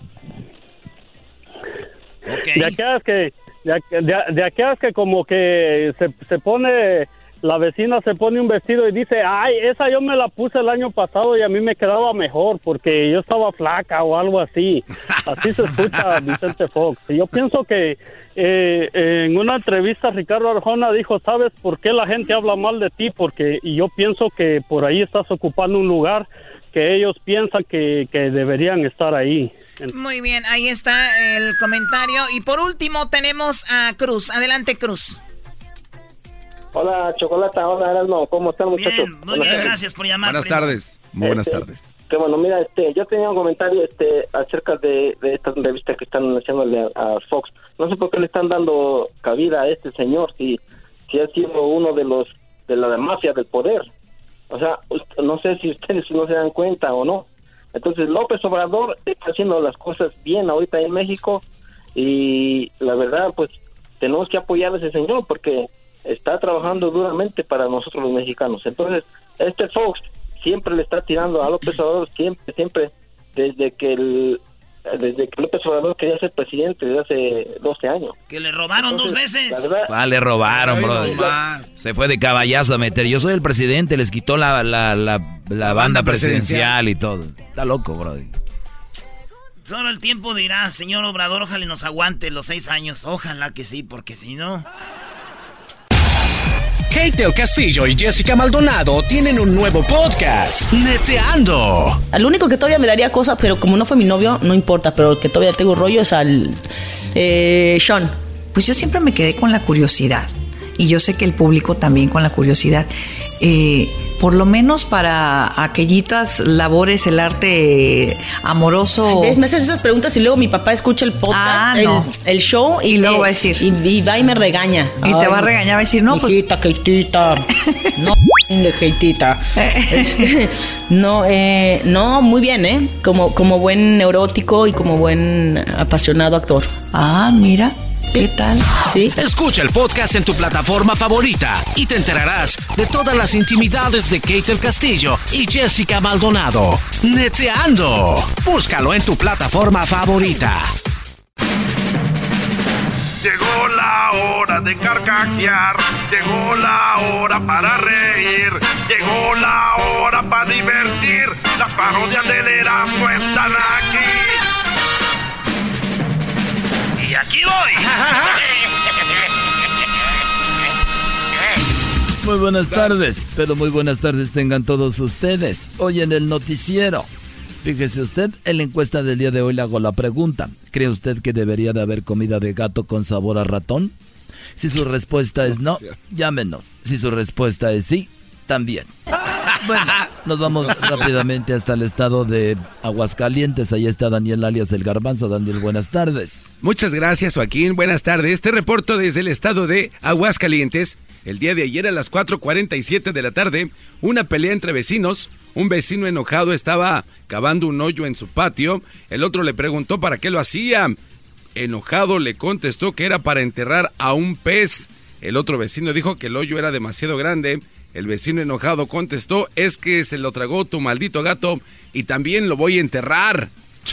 Okay. De aquellas que, de, de, de aquellas que como que se, se pone, la vecina se pone un vestido y dice, ay, esa yo me la puse el año pasado y a mí me quedaba mejor porque yo estaba flaca o algo así. Así se escucha Vicente Fox. Y yo pienso que eh, en una entrevista Ricardo Arjona dijo, ¿sabes por qué la gente habla mal de ti? Porque y yo pienso que por ahí estás ocupando un lugar que ellos piensan que, que deberían estar ahí. Muy bien, ahí está el comentario. Y por último tenemos a Cruz. Adelante, Cruz. Hola, Chocolata, hola, Erasmo, ¿cómo están, muchachos? Bien, muy bien, gracias por llamar. Buenas tardes, muy buenas este, tardes. Que bueno, mira, este, yo tenía un comentario este, acerca de, de esta entrevista que están haciéndole a, a Fox. No sé por qué le están dando cabida a este señor, si, si ha sido uno de los, de la mafia del poder. O sea, no sé si ustedes no se dan cuenta o no. Entonces, López Obrador está haciendo las cosas bien ahorita en México, y la verdad, pues, tenemos que apoyar a ese señor porque está trabajando duramente para nosotros los mexicanos. Entonces, este Fox siempre le está tirando a López Obrador, siempre, siempre, desde que el, desde que López Obrador quería ser presidente desde hace doce años. Que le robaron Entonces, dos veces. Verdad, ah, le robaron, bro. Se fue de caballazo a meter. Yo soy el presidente, les quitó la, la, la, la, la banda presidencial, presidencial y todo. Está loco, bro. Solo el tiempo dirá, señor Obrador, ojalá nos aguante los seis años. Ojalá que sí, porque si no... Kate del Castillo y Jessica Maldonado tienen un nuevo podcast, Neteando. Al único que todavía me daría cosas, pero como no fue mi novio, no importa, pero el que todavía tengo rollo es al eh, Sean. Pues yo siempre me quedé con la curiosidad, y yo sé que el público también con la curiosidad. Eh, por lo menos para aquellitas labores, el arte amoroso. ¿Ves? Me haces esas preguntas y luego mi papá escucha el podcast, ah, el, no. el show y, y luego eh, va a decir. Y, y va y me regaña. Y Ay, te va a regañar, va a decir, no, pues. Hijita, Keitita. No, de Keitita. Este, no, eh, no, muy bien, ¿eh? Como, como buen neurótico y como buen apasionado actor. Ah, mira. ¿Qué tal? Sí. Escucha el podcast en tu plataforma favorita y te enterarás de todas las intimidades de Kate el Castillo y Jessica Maldonado. Neteando. Búscalo en tu plataforma favorita. Llegó la hora de carcajear, llegó la hora para reír, llegó la hora para divertir. Las parodias del Erasmo están aquí. Y aquí voy. Muy buenas tardes, pero muy buenas tardes tengan todos ustedes. Hoy en el noticiero, fíjese usted, en la encuesta del día de hoy le hago la pregunta. ¿Cree usted que debería de haber comida de gato con sabor a ratón? Si su respuesta es no, llámenos. Si su respuesta es sí, también. Bueno, nos vamos rápidamente hasta el estado de Aguascalientes. Ahí está Daniel alias El Garbanzo. Daniel, buenas tardes. Muchas gracias, Joaquín. Buenas tardes. Te reporto desde el estado de Aguascalientes. El día de ayer a las cuatro cuarenta y siete de la tarde, una pelea entre vecinos. Un vecino enojado estaba cavando un hoyo en su patio. El otro le preguntó para qué lo hacía. Enojado le contestó que era para enterrar a un pez. El otro vecino dijo que el hoyo era demasiado grande. El vecino enojado contestó, es que se lo tragó tu maldito gato y también lo voy a enterrar.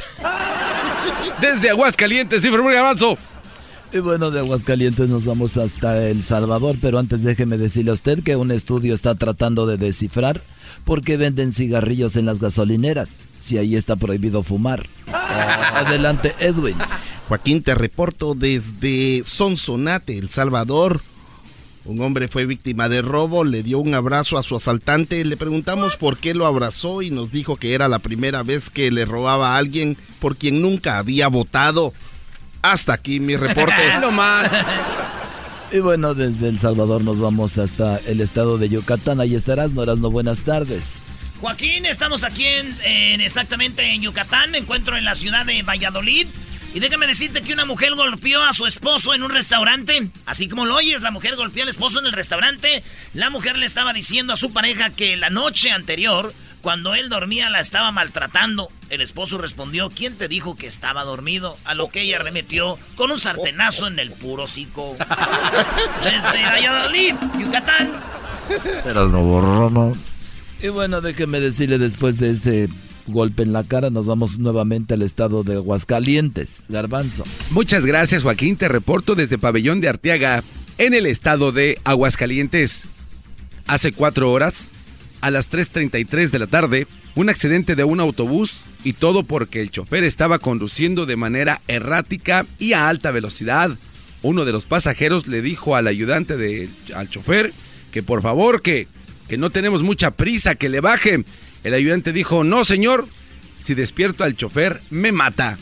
Desde Aguascalientes, informó el Garbanzo. Y bueno, de Aguascalientes nos vamos hasta El Salvador, pero antes déjeme decirle a usted que un estudio está tratando de descifrar por qué venden cigarrillos en las gasolineras, si ahí está prohibido fumar. Adelante, Edwin. Joaquín, te reporto desde Sonsonate, El Salvador. Un hombre fue víctima de robo, le dio un abrazo a su asaltante, le preguntamos por qué lo abrazó y nos dijo que era la primera vez que le robaba a alguien por quien nunca había votado. Hasta aquí mi reporte. No más. Y bueno, desde El Salvador nos vamos hasta el estado de Yucatán. Ahí estarás, no Erasmo, buenas tardes. Joaquín, estamos aquí en, en exactamente en Yucatán, me encuentro en la ciudad de Valladolid. Y déjame decirte que una mujer golpeó a su esposo en un restaurante. Así como lo oyes, la mujer golpeó al esposo en el restaurante. La mujer le estaba diciendo a su pareja que la noche anterior, cuando él dormía, la estaba maltratando. El esposo respondió, ¿quién te dijo que estaba dormido? A lo que ella remetió con un sartenazo en el puro hocico. Desde Valladolid, Yucatán. Pero no borró, no. Y bueno, déjeme decirle, después de este golpe en la cara, nos vamos nuevamente al estado de Aguascalientes. Garbanzo. Muchas gracias, Joaquín. Te reporto desde Pabellón de Arteaga, en el estado de Aguascalientes. Hace cuatro horas, a las tres treinta y tres de la tarde, un accidente de un autobús, y todo porque el chofer estaba conduciendo de manera errática y a alta velocidad. Uno de los pasajeros le dijo al ayudante de, al chofer que por favor, que, que no tenemos mucha prisa, que le baje. El ayudante dijo, no señor, si despierto al chofer, me mata.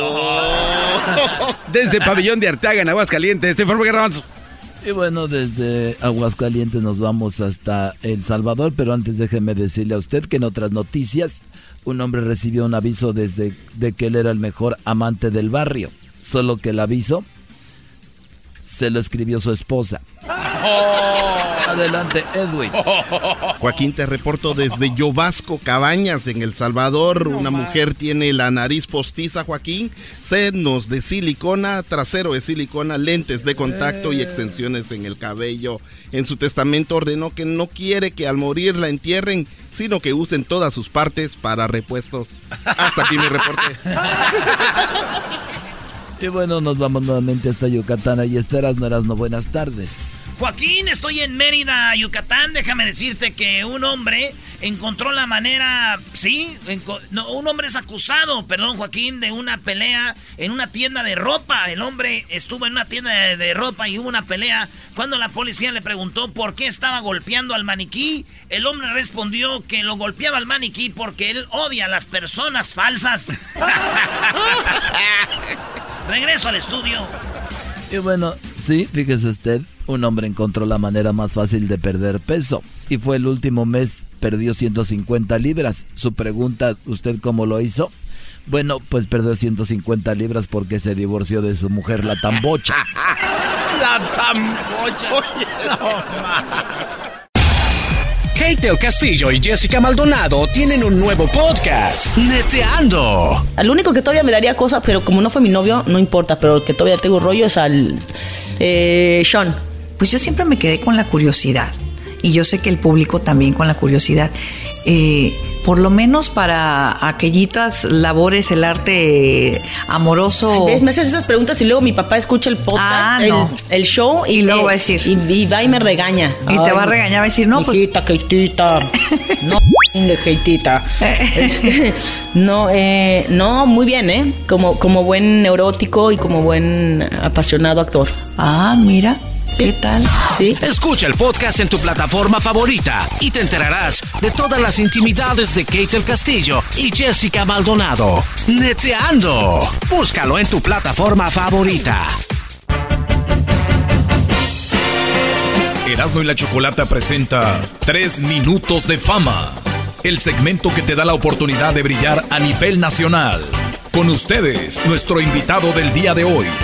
Oh. Desde Pabellón de Arteaga, en Aguascalientes, este informe Garbanzo. Y bueno, desde Aguascalientes nos vamos hasta El Salvador, pero antes déjeme decirle a usted que en otras noticias, un hombre recibió un aviso desde de que él era el mejor amante del barrio, solo que el aviso se lo escribió su esposa. Oh. Adelante, Edwin. Joaquín, te reporto desde Yobasco, Cabañas, en El Salvador. No Una más. mujer tiene la nariz postiza, Joaquín, senos de silicona, trasero de silicona, lentes de contacto y extensiones en el cabello. En su testamento ordenó que no quiere que al morir la entierren, sino que usen todas sus partes para repuestos. Hasta aquí mi reporte. Y bueno, nos vamos nuevamente hasta Yucatán. Ahí estarás, no Erasmo, buenas tardes. Joaquín, estoy en Mérida, Yucatán. Déjame decirte que un hombre encontró la manera, sí, enco- no, un hombre es acusado, perdón, Joaquín, de una pelea en una tienda de ropa. El hombre estuvo en una tienda de, de ropa y hubo una pelea. Cuando la policía le preguntó por qué estaba golpeando al maniquí, el hombre respondió que lo golpeaba al maniquí porque él odia a las personas falsas. Regreso al estudio. Y bueno, sí, fíjese usted, un hombre encontró la manera más fácil de perder peso. Y fue el último mes perdió ciento cincuenta libras. Su pregunta, ¿usted cómo lo hizo? Bueno, pues perdió ciento cincuenta libras porque se divorció de su mujer, la tambocha. La tambocha. Oye, no, Kate del Castillo y Jessica Maldonado tienen un nuevo podcast, Neteando. Al único que todavía me daría cosas, pero como no fue mi novio, no importa, pero el que todavía tengo rollo es al eh, Sean. Pues yo siempre me quedé con la curiosidad. Y yo sé que el público también con la curiosidad. Eh, por lo menos para aquellitas labores, el arte amoroso. Ay, me haces esas preguntas y luego mi papá escucha el podcast, ah, el, no. el show y, y luego me, va a decir y, y va y me regaña y Ay, te va a regañar, va a decir no, hijita, pues Keitita, no de Keitita. Este, no, eh, no, muy bien, eh, como como buen neurótico y como buen apasionado actor. Ah, mira. ¿Qué tal? Sí. Escucha el podcast en tu plataforma favorita y te enterarás de todas las intimidades de Kate del Castillo y Jessica Maldonado. Neteando. Búscalo en tu plataforma favorita. Erasmo y la Chocolata presenta Tres Minutos de Fama, el segmento que te da la oportunidad de brillar a nivel nacional. Con ustedes, nuestro invitado del día de hoy.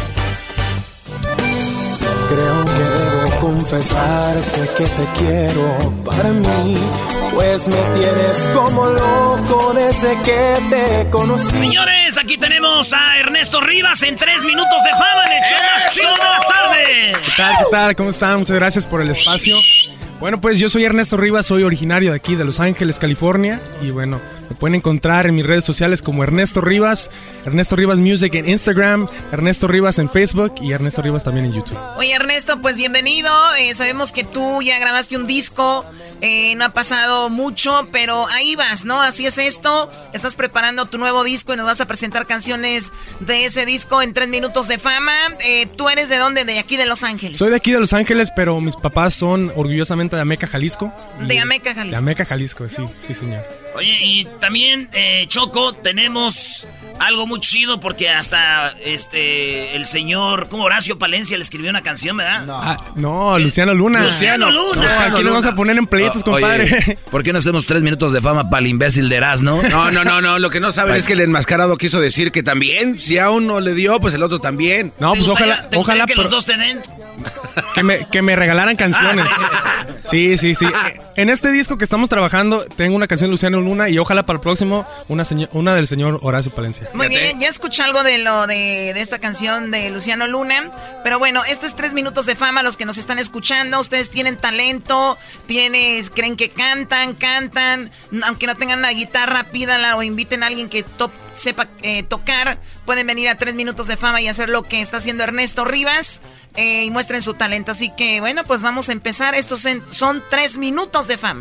Creo que debo confesarte que te quiero para mí, pues me tienes como loco desde que te conocí. Señores, aquí tenemos a Ernesto Rivas en Tres Minutos de Fama en el show más chido de las tardes. ¿Qué tal? ¿Qué tal? ¿Cómo están? Muchas gracias por el espacio. Bueno, pues yo soy Ernesto Rivas, soy originario de aquí, de Los Ángeles, California. Y bueno, me pueden encontrar en mis redes sociales como Ernesto Rivas, Ernesto Rivas Music en Instagram, Ernesto Rivas en Facebook y Ernesto Rivas también en YouTube. Oye, Ernesto, pues bienvenido. Eh, sabemos que tú ya grabaste un disco, eh, no ha pasado mucho, pero ahí vas, ¿no? Así es esto. Estás preparando tu nuevo disco y nos vas a presentar canciones de ese disco en Tres Minutos de Fama. Eh, ¿Tú eres de dónde? De aquí de Los Ángeles. Soy de aquí de Los Ángeles, pero mis papás son orgullosamente de Ameca, Jalisco. De Ameca, Jalisco. De Ameca, Jalisco, sí, sí, señor. Oye, y también, eh, Choco, tenemos algo muy chido porque hasta este el señor, como Horacio Palencia, le escribió una canción, ¿verdad? No, ah, no Luciano Luna. Luciano Luna. No, aquí nos vamos a poner en pleitos, oh, compadre. Oye, ¿por qué no hacemos Tres Minutos de Fama para el imbécil de Erasmo? No, no, no, no. Lo que no saben es que el enmascarado quiso decir que también, si a uno le dio, pues el otro también. No, pues ojalá, ¿te ojalá que pero... los dos te den? Que me, que me regalaran canciones. Ah, sí, sí, sí. sí. En este disco que estamos trabajando, tengo una canción de Luciano Luna y ojalá para el próximo una, señor, una del señor Horacio Palencia. Muy bien, ya escuché algo de lo de, de esta canción de Luciano Luna. Pero bueno, esto es Tres Minutos de Fama. Los que nos están escuchando, ustedes tienen talento, tienes, creen que cantan, cantan. Aunque no tengan una guitarra, pídanla o inviten a alguien que top, sepa eh, tocar. Pueden venir a Tres Minutos de Fama y hacer lo que está haciendo Ernesto Rivas. Eh, y muestren su talento. Así que bueno, pues vamos a empezar. Estos son Tres Minutos de Fama.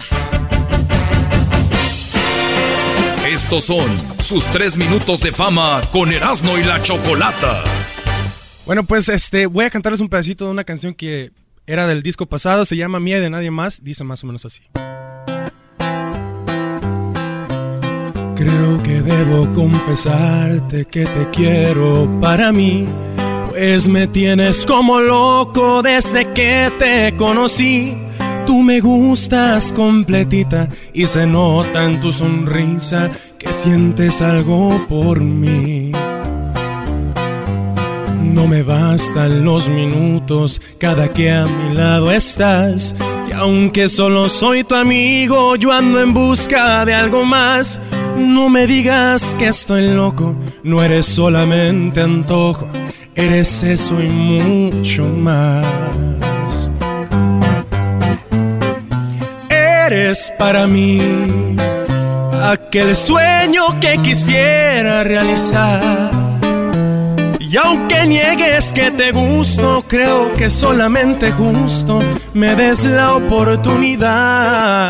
Estos son sus Tres Minutos de Fama con Erasmo y la Chocolata. Bueno, pues este voy a cantarles un pedacito de una canción que era del disco pasado. Se llama Mía y de Nadie Más. Dice más o menos así. Creo que debo confesarte que te quiero para mí, pues me tienes como loco desde que te conocí. Tú me gustas completita y se nota en tu sonrisa que sientes algo por mí. No me bastan los minutos cada que a mi lado estás, y aunque solo soy tu amigo, yo ando en busca de algo más. No me digas que estoy loco, no eres solamente antojo, eres eso y mucho más. Eres para mí aquel sueño que quisiera realizar, y aunque niegues que te gusto, creo que solamente justo me des la oportunidad.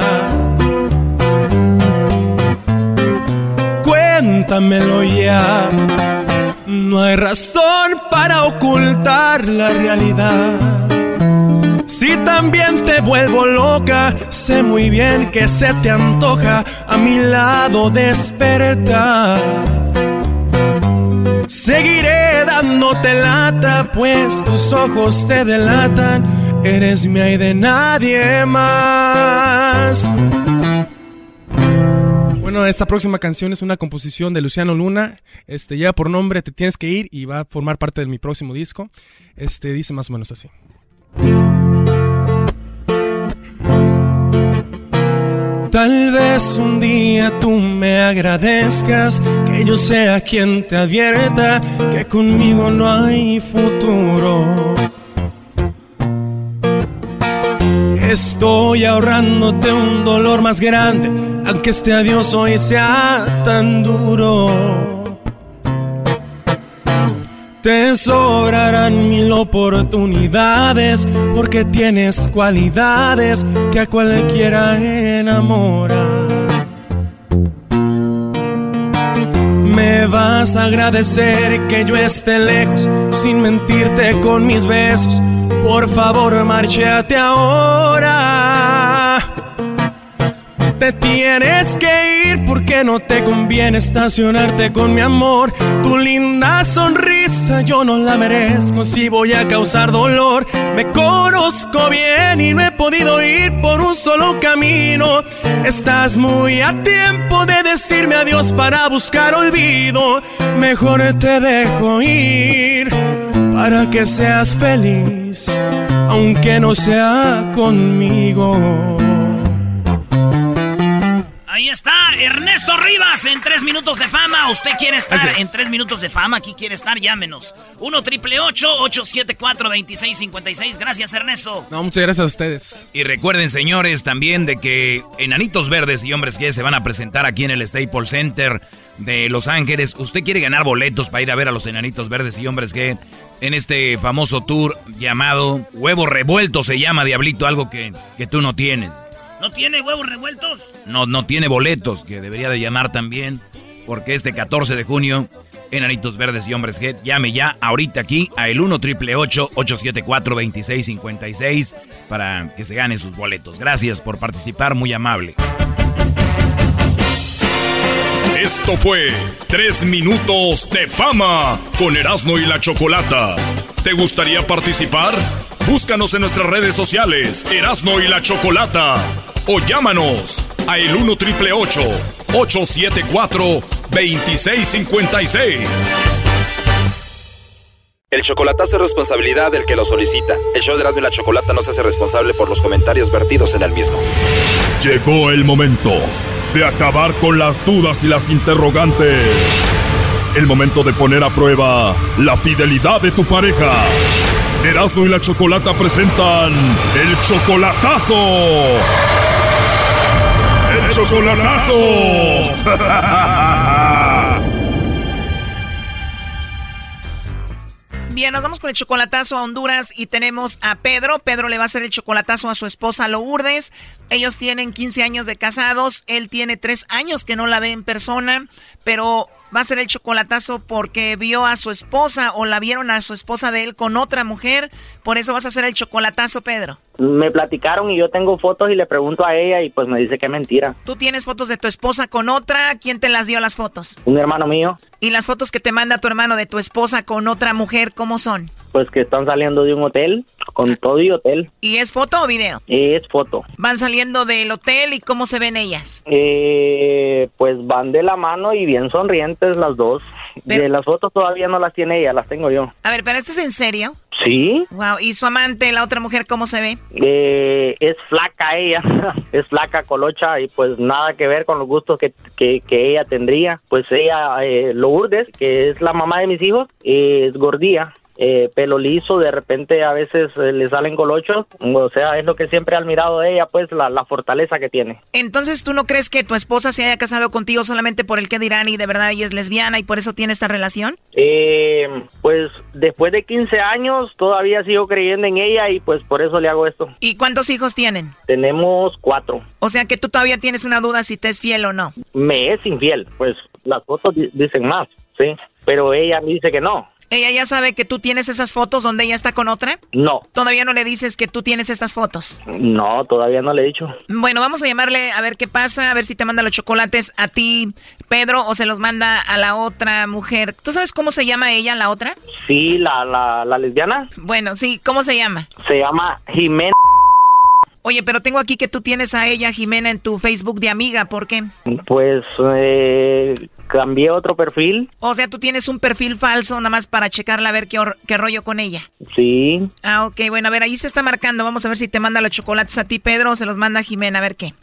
Cuéntamelo ya, no hay razón para ocultar la realidad. Si también te vuelvo loca, sé muy bien que se te antoja a mi lado despertar. Seguiré dándote lata, pues tus ojos te delatan. Eres mía y de nadie más. Bueno, esta próxima canción es una composición de Luciano Luna. Este, lleva por nombre Te Tienes que Ir y va a formar parte de mi próximo disco. Este, dice más o menos así. Tal vez un día tú me agradezcas que yo sea quien te advierta que conmigo no hay futuro. Estoy ahorrándote un dolor más grande, aunque este adiós hoy sea tan duro. Te sobrarán mil oportunidades, porque tienes cualidades que a cualquiera enamoran. Me vas a agradecer que yo esté lejos, sin mentirte con mis besos. Por favor, márchate ahora. Te tienes que ir porque no te conviene estacionarte con mi amor. Tu linda sonrisa yo no la merezco si voy a causar dolor. Me conozco bien y no he podido ir por un solo camino. Estás muy a tiempo de decirme adiós para buscar olvido. Mejor te dejo ir para que seas feliz, aunque no sea conmigo. Ahí está, Ernesto Rivas en tres minutos de fama. ¿Usted quiere estar en tres minutos de fama? Aquí quiere estar, llámenos. uno triple ocho, ocho siete cuatro, dos seis cinco seis. Gracias, Ernesto. No, muchas gracias a ustedes. Y recuerden, señores, también de que Enanitos Verdes y Hombres G se van a presentar aquí en el Staples Center de Los Ángeles. ¿Usted quiere ganar boletos para ir a ver a los Enanitos Verdes y Hombres G en este famoso tour llamado Huevo Revuelto? Se llama, Diablito, algo que, que tú no tienes. ¿No tiene huevos revueltos? No, no tiene boletos, que debería de llamar también, porque este catorce de junio, Enanitos Verdes y Hombres G, llame ya ahorita aquí a el uno triple ocho, ocho siete cuatro, dos seis cinco seis para que se gane sus boletos. Gracias por participar, muy amable. Esto fue Tres Minutos de Fama con Erasmo y la Chocolata. ¿Te gustaría participar? Búscanos en nuestras redes sociales, Erasmo y la Chocolata. O llámanos a el uno triple ocho, ocho siete cuatro, dos seis cinco seis. El chocolatazo es responsabilidad del que lo solicita. El show de Erasmo y la Chocolata no se hace responsable por los comentarios vertidos en el mismo. Llegó el momento de acabar con las dudas y las interrogantes. El momento de poner a prueba la fidelidad de tu pareja. Erasmo y la Chocolata presentan el chocolatazo. ¡El chocolatazo! Bien, nos vamos con el chocolatazo a Honduras y tenemos a Pedro. Pedro le va a hacer el chocolatazo a su esposa Lourdes. Ellos tienen quince años de casados. Él tiene tres años que no la ve en persona, pero va a hacer el chocolatazo porque vio a su esposa o la vieron a su esposa de él con otra mujer. Por eso vas a hacer el chocolatazo, Pedro. Me platicaron y yo tengo fotos y le pregunto a ella y pues me dice que es mentira. ¿Tú tienes fotos de tu esposa con otra? ¿Quién te las dio las fotos? Un hermano mío. ¿Y las fotos que te manda tu hermano de tu esposa con otra mujer, cómo son? Pues que están saliendo de un hotel, con todo y hotel. ¿Y es foto o video? Es foto. ¿Van saliendo del hotel y cómo se ven ellas? Eh, pues van de la mano y bien sonrientes las dos. Pero... de las fotos todavía no las tiene ella, las tengo yo. A ver, ¿pero esto es en serio? Sí. Wow, ¿y su amante, la otra mujer, cómo se ve? Eh, es flaca ella, es flaca, colocha y pues nada que ver con los gustos que, que, que ella tendría. Pues ella, eh, Lourdes, que es la mamá de mis hijos, es gordía. Eh, pelo liso, de repente a veces eh, le salen colochos, o sea, es lo que siempre he admirado de ella, pues la, la fortaleza que tiene. Entonces, ¿tú no crees que tu esposa se haya casado contigo solamente por el que dirán y de verdad ella es lesbiana y por eso tiene esta relación? Eh, pues después de quince años todavía sigo creyendo en ella y pues por eso le hago esto. ¿Y cuántos hijos tienen? Tenemos cuatro. O sea que tú todavía tienes una duda si te es fiel o no. Me es infiel, pues las fotos di- dicen más, sí, pero ella me dice que no. ¿Ella ya sabe que tú tienes esas fotos donde ella está con otra? No. ¿Todavía no le dices que tú tienes estas fotos? No, todavía no le he dicho. Bueno, vamos a llamarle a ver qué pasa, a ver si te manda los chocolates a ti, Pedro, o se los manda a la otra mujer. ¿Tú sabes cómo se llama ella, la otra? Sí, la, la, la lesbiana. Bueno, sí, ¿cómo se llama? Se llama Jimena. Oye, pero tengo aquí que tú tienes a ella, Jimena, en tu Facebook de amiga, ¿por qué? Pues eh, cambié otro perfil. O sea, tú tienes un perfil falso nada más para checarla a ver qué, or- qué rollo con ella. Sí. Ah, ok, bueno, a ver, ahí se está marcando. Vamos a ver si te manda los chocolates a ti, Pedro, o se los manda a Jimena, a ver qué.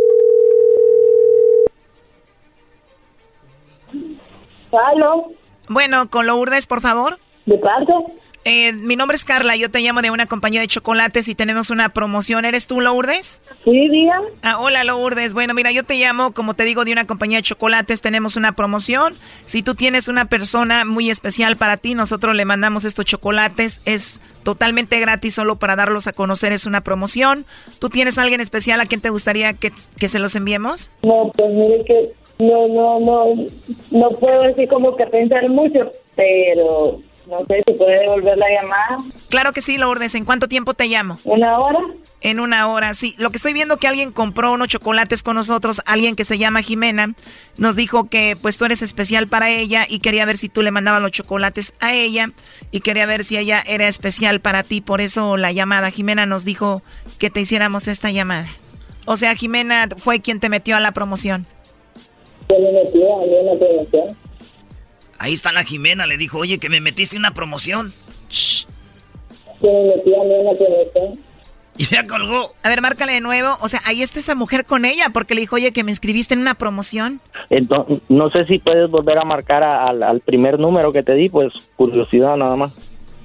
¿Aló? Bueno, con Lourdes, por favor. ¿De parte? Eh, mi nombre es Carla, yo te llamo de una compañía de chocolates y tenemos una promoción. ¿Eres tú, Lourdes? Sí, diga. Ah, hola, Lourdes. Bueno, mira, yo te llamo, como te digo, de una compañía de chocolates. Tenemos una promoción. Si tú tienes una persona muy especial para ti, nosotros le mandamos estos chocolates. Es totalmente gratis, solo para darlos a conocer. Es una promoción. ¿Tú tienes a alguien especial a quien te gustaría que, que se los enviemos? No, pues mire que no, no, no, no puedo decir como que pensar mucho, pero no sé si puede devolver la llamada. Claro que sí, Lourdes. ¿En cuánto tiempo te llamo? ¿Una hora? En una hora, sí. Lo que estoy viendo que alguien compró unos chocolates con nosotros, alguien que se llama Jimena, nos dijo que pues tú eres especial para ella y quería ver si tú le mandabas los chocolates a ella y quería ver si ella era especial para ti, por eso la llamada. Jimena nos dijo que te hiciéramos esta llamada. O sea, Jimena fue quien te metió a la promoción. ¿Quién me metió a mí en la promoción? Ahí está la Jimena, le dijo, oye, que me metiste en una promoción. Shh. ¿Quién me metió a mí en la promoción? Y ya colgó. A ver, márcale de nuevo. O sea, ahí está esa mujer con ella porque le dijo, oye, que me inscribiste en una promoción. Entonces, no sé si puedes volver a marcar a, al, al primer número que te di, pues curiosidad nada más.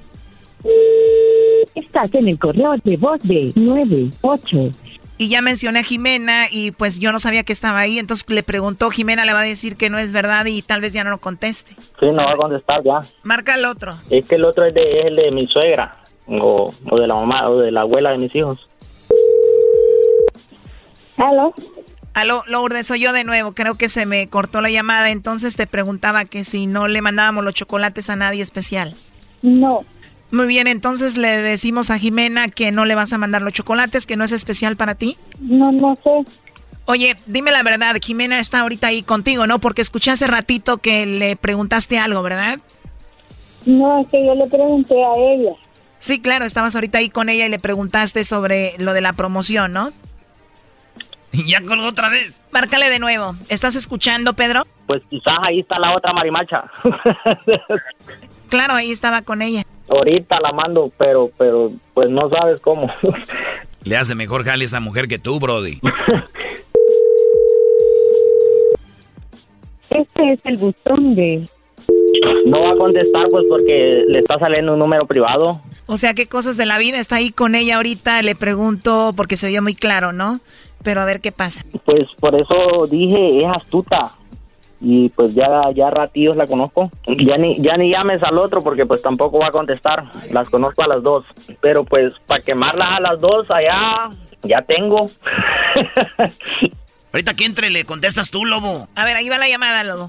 Estás en el correo de voz de nueve ocho. Y ya mencioné a Jimena y pues yo no sabía que estaba ahí, entonces le preguntó, Jimena le va a decir que no es verdad y tal vez ya no lo conteste. Sí, no va a contestar ya. Marca el otro. Es que el otro es, de, es el de mi suegra, o, o de la mamá, o de la abuela de mis hijos. ¿Aló? Aló, Lourdes, soy yo de nuevo, creo que se me cortó la llamada, entonces te preguntaba que si no le mandábamos los chocolates a nadie especial. No. Muy bien, entonces le decimos a Jimena que no le vas a mandar los chocolates, que no es especial para ti. No, no sé. Oye, dime la verdad, Jimena está ahorita ahí contigo, ¿no? Porque escuché hace ratito que le preguntaste algo, ¿verdad? No, es que yo le pregunté a ella. Sí, claro, estabas ahorita ahí con ella y le preguntaste sobre lo de la promoción, ¿no? Y ya colgó otra vez. Márcale de nuevo. ¿Estás escuchando, Pedro? Pues quizás ahí está la otra marimacha. Claro, ahí estaba con ella. Ahorita la mando, pero, pero, pues no sabes cómo. Le hace mejor jale a esa mujer que tú, Brody. Este es el buzón de... No va a contestar, pues, porque le está saliendo un número privado. O sea, ¿qué cosas de la vida? Está ahí con ella ahorita, le pregunto, porque se vio muy claro, ¿no? Pero a ver qué pasa. Pues por eso dije, es astuta. Y pues ya, ya ratillos la conozco. Ya ni, ya ni llames al otro porque pues tampoco va a contestar. Las conozco a las dos. Pero pues para quemarlas a las dos allá, ya tengo. Ahorita que entre le contestas tú, Lobo. A ver, ahí va la llamada, Lobo.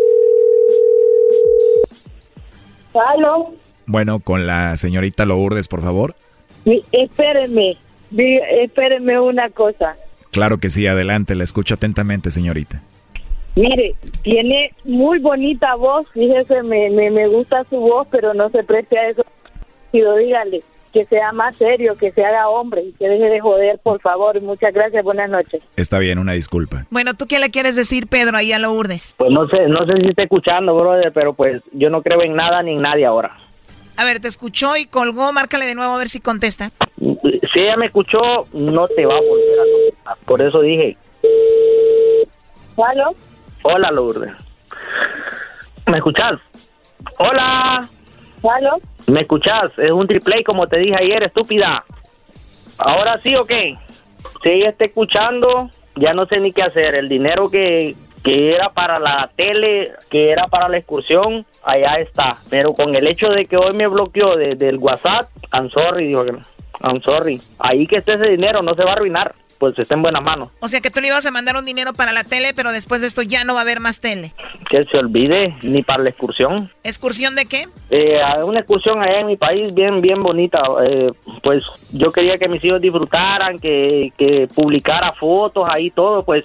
¿Aló? Bueno, con la señorita Lourdes, por favor. Sí, espérenme, Dí- espérenme una cosa. Claro que sí, adelante, la escucho atentamente, señorita. Mire, tiene muy bonita voz, fíjese, me, me, me gusta su voz, pero no se preste a eso. Pido, díganle que sea más serio, que se haga hombre y que deje de joder, por favor. Muchas gracias, buenas noches. Está bien, una disculpa. Bueno, ¿tú qué le quieres decir, Pedro, ahí a Lourdes? Pues no sé, no sé si está escuchando, brother, pero pues yo no creo en nada ni en nadie ahora. A ver, te escuchó y colgó, márcale de nuevo a ver si contesta. Si ella me escuchó, no te va a volver a contestar. Por eso dije. ¿Aló? Hola, Lourdes. ¿Me escuchás? Hola. ¿Aló? ¿Me escuchás? Es un triple como te dije ayer, estúpida. ¿Ahora sí o qué? Si ella está escuchando, ya no sé ni qué hacer. El dinero que, que era para la tele, que era para la excursión, allá está. Pero con el hecho de que hoy me bloqueó de, del WhatsApp, I'm sorry, digo que no. I'm sorry. Ahí que esté ese dinero no se va a arruinar, pues está en buenas manos. O sea que tú le ibas a mandar un dinero para la tele, pero después de esto ya no va a haber más tele. Que se olvide, ni para la excursión. ¿Excursión de qué? Eh, una excursión allá en mi país bien, bien bonita. Eh, pues yo quería que mis hijos disfrutaran, que, que publicara fotos ahí todo, pues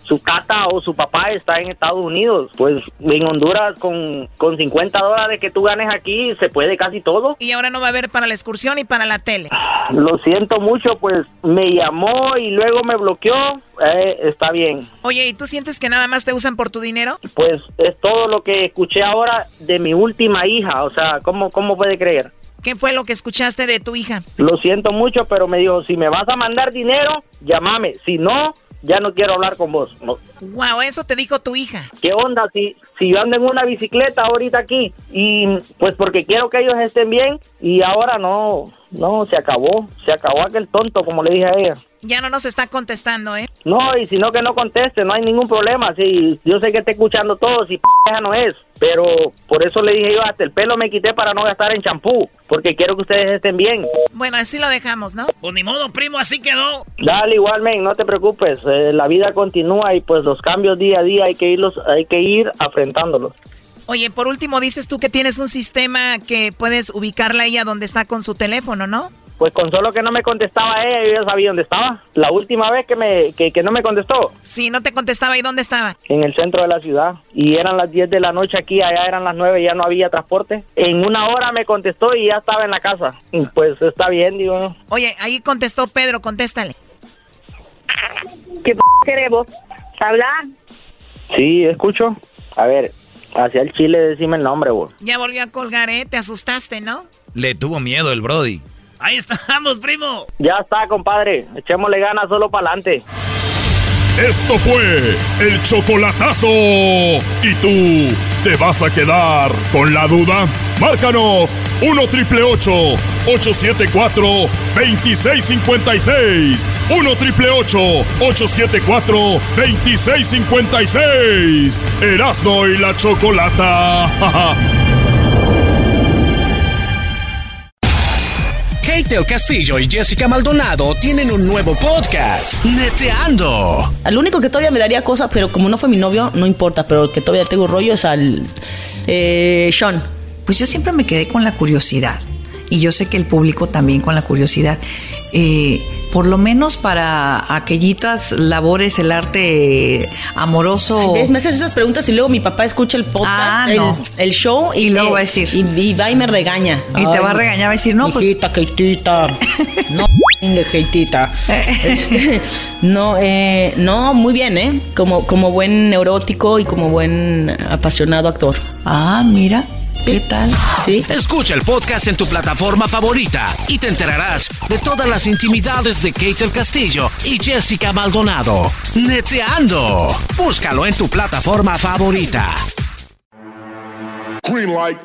su tata o su papá está en Estados Unidos. Pues en Honduras con, con cincuenta dólares que tú ganes aquí se puede casi todo. Y ahora no va a haber para la excursión y para la tele. Lo siento mucho, pues me llamó y luego me bloqueó. Eh, está bien. Oye, ¿y tú sientes que nada más te usan por tu dinero? Pues es todo lo que escuché ahora de mi última hija. O sea, ¿cómo, cómo puede creer? ¿Qué fue lo que escuchaste de tu hija? Lo siento mucho, pero me dijo, si me vas a mandar dinero, llámame. Si no, ya no quiero hablar con vos. No. Wow, eso te dijo tu hija. ¿Qué onda? Si, si yo ando en una bicicleta ahorita aquí, y pues porque quiero que ellos estén bien, y ahora no, no, se acabó. Se acabó aquel tonto, como le dije a ella. Ya no nos está contestando, ¿eh? No, y si no que no conteste, no hay ningún problema. Sí, yo sé que está escuchando todo, si p*** no es. Pero por eso le dije yo, hasta el pelo me quité para no gastar en champú, porque quiero que ustedes estén bien. Bueno, así lo dejamos, ¿no? Pues ni modo, primo, así quedó. Dale, igual, men, no te preocupes. Eh, la vida continúa y pues los cambios día a día hay que irlos, hay que ir afrontándolos. Oye, por último, dices tú que tienes un sistema que puedes ubicarla a ella donde está con su teléfono, ¿no? Pues con solo que no me contestaba ella, yo ya sabía dónde estaba. La última vez que me que, que no me contestó. Sí, no te contestaba. ¿Y dónde estaba? En el centro de la ciudad. Y eran las diez de la noche aquí, allá eran las nueve, ya no había transporte. En una hora me contestó y ya estaba en la casa. Pues está bien, digo. Oye, ahí contestó Pedro, contéstale. ¿Qué p*** queremos? ¿Hablar? Sí, escucho. A ver, hacia el chile decime el nombre, vos. Ya volvió a colgar, ¿eh? Te asustaste, ¿no? Le tuvo miedo el Brody. Ahí estamos, primo. Ya está, compadre. Echémosle ganas solo para adelante. Esto fue el chocolatazo. ¿Y tú te vas a quedar con la duda? Márcanos uno triple ocho, ocho siete cuatro, dos seis cinco seis. uno triple ocho, ocho siete cuatro, dos seis cinco seis. Erasno y la Chocolata. Kate del Castillo y Jessica Maldonado tienen un nuevo podcast, Neteando. Al único que todavía me daría cosas, pero como no fue mi novio, no importa, pero el que todavía tengo rollo es al eh, Sean. Pues yo siempre me quedé con la curiosidad, y yo sé que el público también con la curiosidad. Eh, por lo menos para aquellitas labores, el arte amoroso. ¿Ves? Me haces esas preguntas y luego mi papá escucha el podcast, ah, el, no. el show, y, y luego eh, va a decir. Y, y va y me regaña. Y Ay, te va a regañar, va a decir, no, hijita, pues. Keitita. No, de Keitita. Este, no, eh, no, muy bien, ¿eh? Como, como buen neurótico y como buen apasionado actor. Ah, mira. ¿Qué tal? ¿Sí? Escucha el podcast en tu plataforma favorita y te enterarás de todas las intimidades de Kate del Castillo y Jessica Maldonado. Neteando. Búscalo en tu plataforma favorita. Green light.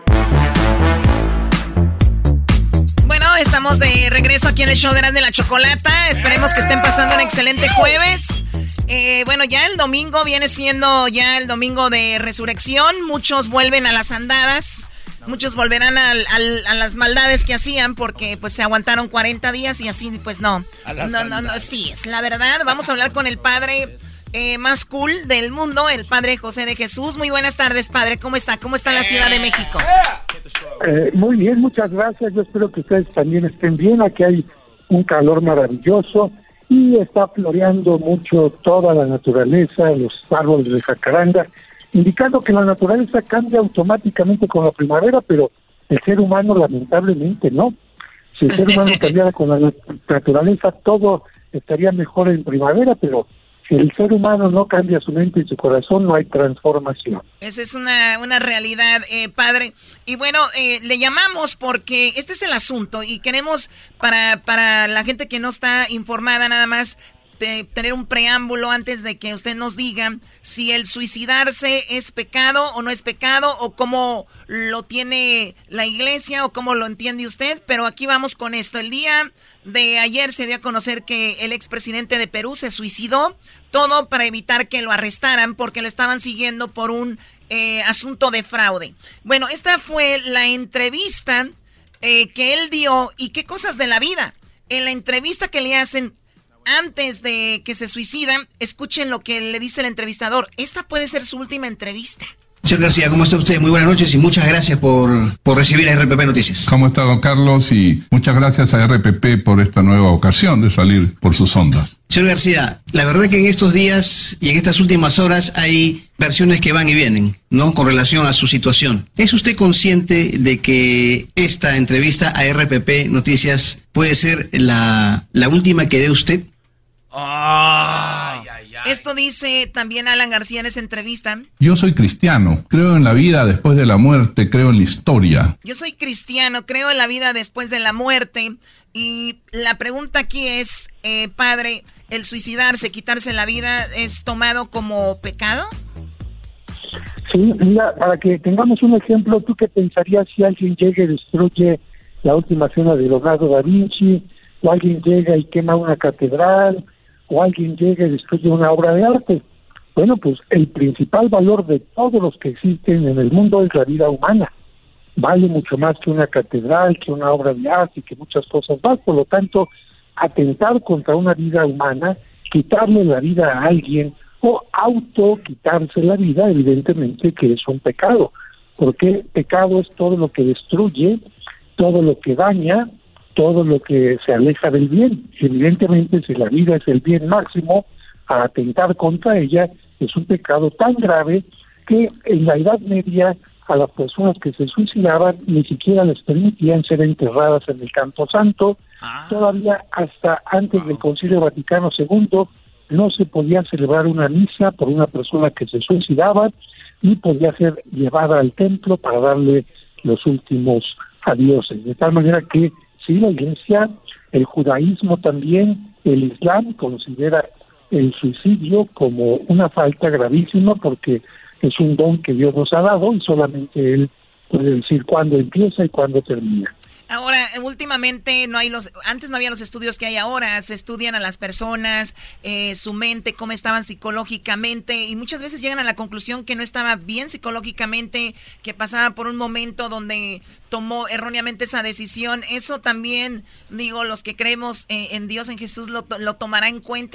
Bueno, estamos de regreso aquí en el show de Erasmo y la Chocolata. Esperemos que estén pasando un excelente jueves. Eh, bueno, ya el domingo viene siendo ya el domingo de resurrección. Muchos vuelven a las andadas. Muchos volverán al, al, a las maldades que hacían porque pues se aguantaron cuarenta días y así pues no. No, no, no, sí, es la verdad. Vamos a hablar con el padre eh, más cool del mundo, el padre José de Jesús. Muy buenas tardes, padre. ¿Cómo está? ¿Cómo está la Ciudad de México? Eh, muy bien, muchas gracias. Yo espero que ustedes también estén bien. Aquí hay un calor maravilloso y está floreando mucho toda la naturaleza, los árboles de jacaranda, indicando que la naturaleza cambia automáticamente con la primavera, pero el ser humano lamentablemente no. Si el ser humano cambiara con la naturaleza, todo estaría mejor en primavera, pero si el ser humano no cambia su mente y su corazón, no hay transformación. Esa es una, una realidad, eh, padre. Y bueno, eh, le llamamos porque este es el asunto y queremos, para, para la gente que no está informada nada más, de tener un preámbulo antes de que usted nos diga si el suicidarse es pecado o no es pecado, o cómo lo tiene la iglesia o cómo lo entiende usted. Pero aquí vamos con esto. El día de ayer se dio a conocer que el expresidente de Perú se suicidó, todo para evitar que lo arrestaran porque lo estaban siguiendo por un eh, asunto de fraude. Bueno, esta fue la entrevista eh, que él dio. ¿Y qué cosas de la vida? En la entrevista que le hacen antes de que se suicida, escuchen lo que le dice el entrevistador. Esta puede ser su última entrevista. Señor García, ¿cómo está usted? Muy buenas noches y muchas gracias por, por recibir a R P P Noticias. ¿Cómo está, don Carlos? Y muchas gracias a R P P por esta nueva ocasión de salir por sus ondas. Señor García, la verdad que en estos días y en estas últimas horas hay versiones que van y vienen, ¿no? Con relación a su situación. ¿Es usted consciente de que esta entrevista a R P P Noticias puede ser la, la última que dé usted? Ay, ay, ay. Esto dice también Alan García en esa entrevista. Yo soy cristiano, creo en la vida después de la muerte, creo en la historia. Yo soy cristiano, creo en la vida después de la muerte. Y la pregunta aquí es, eh, padre, ¿el suicidarse, quitarse la vida es tomado como pecado? Sí, mira, para que tengamos un ejemplo, ¿tú qué pensarías si alguien llega y destruye la última cena de Leonardo da Vinci, o alguien llega y quema una catedral, o alguien llega y destruye una obra de arte? Bueno, pues el principal valor de todos los que existen en el mundo es la vida humana. Vale mucho más que una catedral, que una obra de arte y que muchas cosas más. Por lo tanto, atentar contra una vida humana, quitarle la vida a alguien o auto quitarse la vida, evidentemente que es un pecado, porque pecado es todo lo que destruye, todo lo que daña, todo lo que se aleja del bien. Evidentemente, si la vida es el bien máximo, a atentar contra ella es un pecado tan grave que en la Edad Media a las personas que se suicidaban ni siquiera les permitían ser enterradas en el Camposanto. Ah. Todavía hasta antes del Concilio Vaticano segundo no se podía celebrar una misa por una persona que se suicidaba, ni podía ser llevada al templo para darle los últimos adioses. De tal manera que sí, la Iglesia, el judaísmo también, el Islam considera el suicidio como una falta gravísima porque es un don que Dios nos ha dado y solamente Él puede decir cuándo empieza y cuándo termina. Ahora, últimamente no hay los, antes no había los estudios que hay ahora, se estudian a las personas, eh, su mente, cómo estaban psicológicamente, y muchas veces llegan a la conclusión que no estaba bien psicológicamente, que pasaba por un momento donde tomó erróneamente esa decisión. ¿Eso también, digo, los que creemos eh, en Dios, en Jesús, lo, lo tomará en cuenta?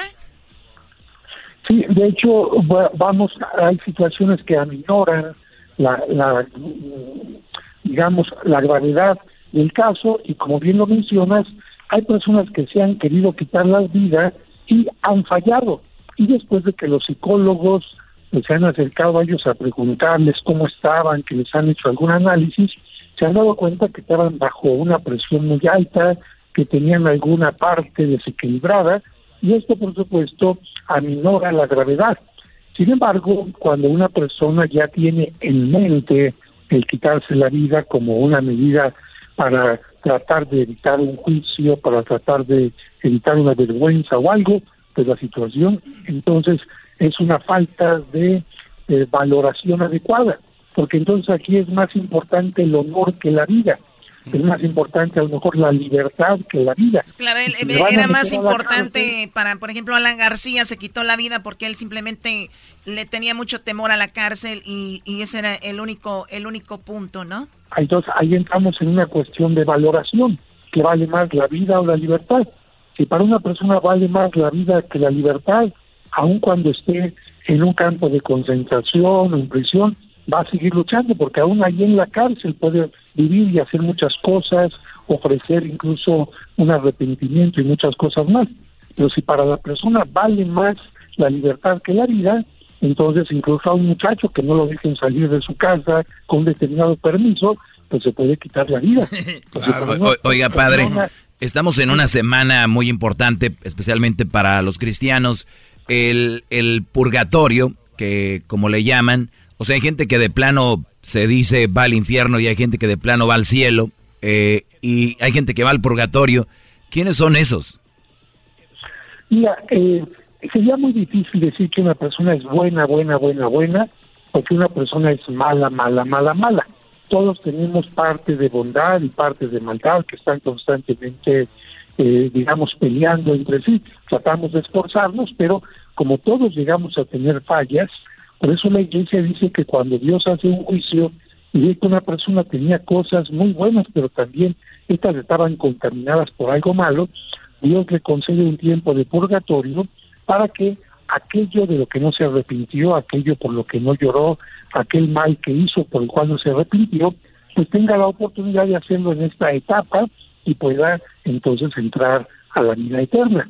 Sí, de hecho, vamos, hay situaciones que aminoran la, la digamos, la gravedad del caso, y como bien lo mencionas, hay personas que se han querido quitar las vidas y han fallado, y después de que los psicólogos se han acercado a ellos a preguntarles cómo estaban, que les han hecho algún análisis, se han dado cuenta que estaban bajo una presión muy alta, que tenían alguna parte desequilibrada, y esto por supuesto aminora la gravedad. Sin embargo, cuando una persona ya tiene en mente el quitarse la vida como una medida para tratar de evitar un juicio, para tratar de evitar una vergüenza o algo, pues la situación entonces es una falta de eh, valoración adecuada, porque entonces aquí es más importante el honor que la vida. Es más importante a lo mejor la libertad que la vida. Claro, él, si era más importante cárcel, para, por ejemplo, Alan García se quitó la vida porque él simplemente le tenía mucho temor a la cárcel y, y ese era el único el único punto, ¿no? Entonces ahí entramos en una cuestión de valoración, que vale más la vida o la libertad. Si para una persona vale más la vida que la libertad, aun cuando esté en un campo de concentración o en prisión, va a seguir luchando, porque aún ahí en la cárcel puede vivir y hacer muchas cosas, ofrecer incluso un arrepentimiento y muchas cosas más. Pero si para la persona vale más la libertad que la vida, entonces incluso a un muchacho que no lo dejen salir de su casa con determinado permiso, pues se puede quitar la vida. Claro. O, oiga, padre, estamos en una semana muy importante, especialmente para los cristianos, el, el purgatorio, que como le llaman. O sea, hay gente que de plano se dice va al infierno y hay gente que de plano va al cielo, eh, y hay gente que va al purgatorio. ¿Quiénes son esos? Mira, eh, sería muy difícil decir que una persona es buena, buena, buena, buena, o que una persona es mala, mala, mala, mala. Todos tenemos parte de bondad y parte de maldad que están constantemente, eh, digamos, peleando entre sí. Tratamos de esforzarnos, pero como todos llegamos a tener fallas, por eso la Iglesia dice que cuando Dios hace un juicio y ve que una persona tenía cosas muy buenas, pero también estas estaban contaminadas por algo malo, Dios le concede un tiempo de purgatorio para que aquello de lo que no se arrepintió, aquello por lo que no lloró, aquel mal que hizo por el cual no se arrepintió, pues tenga la oportunidad de hacerlo en esta etapa y pueda entonces entrar a la vida eterna.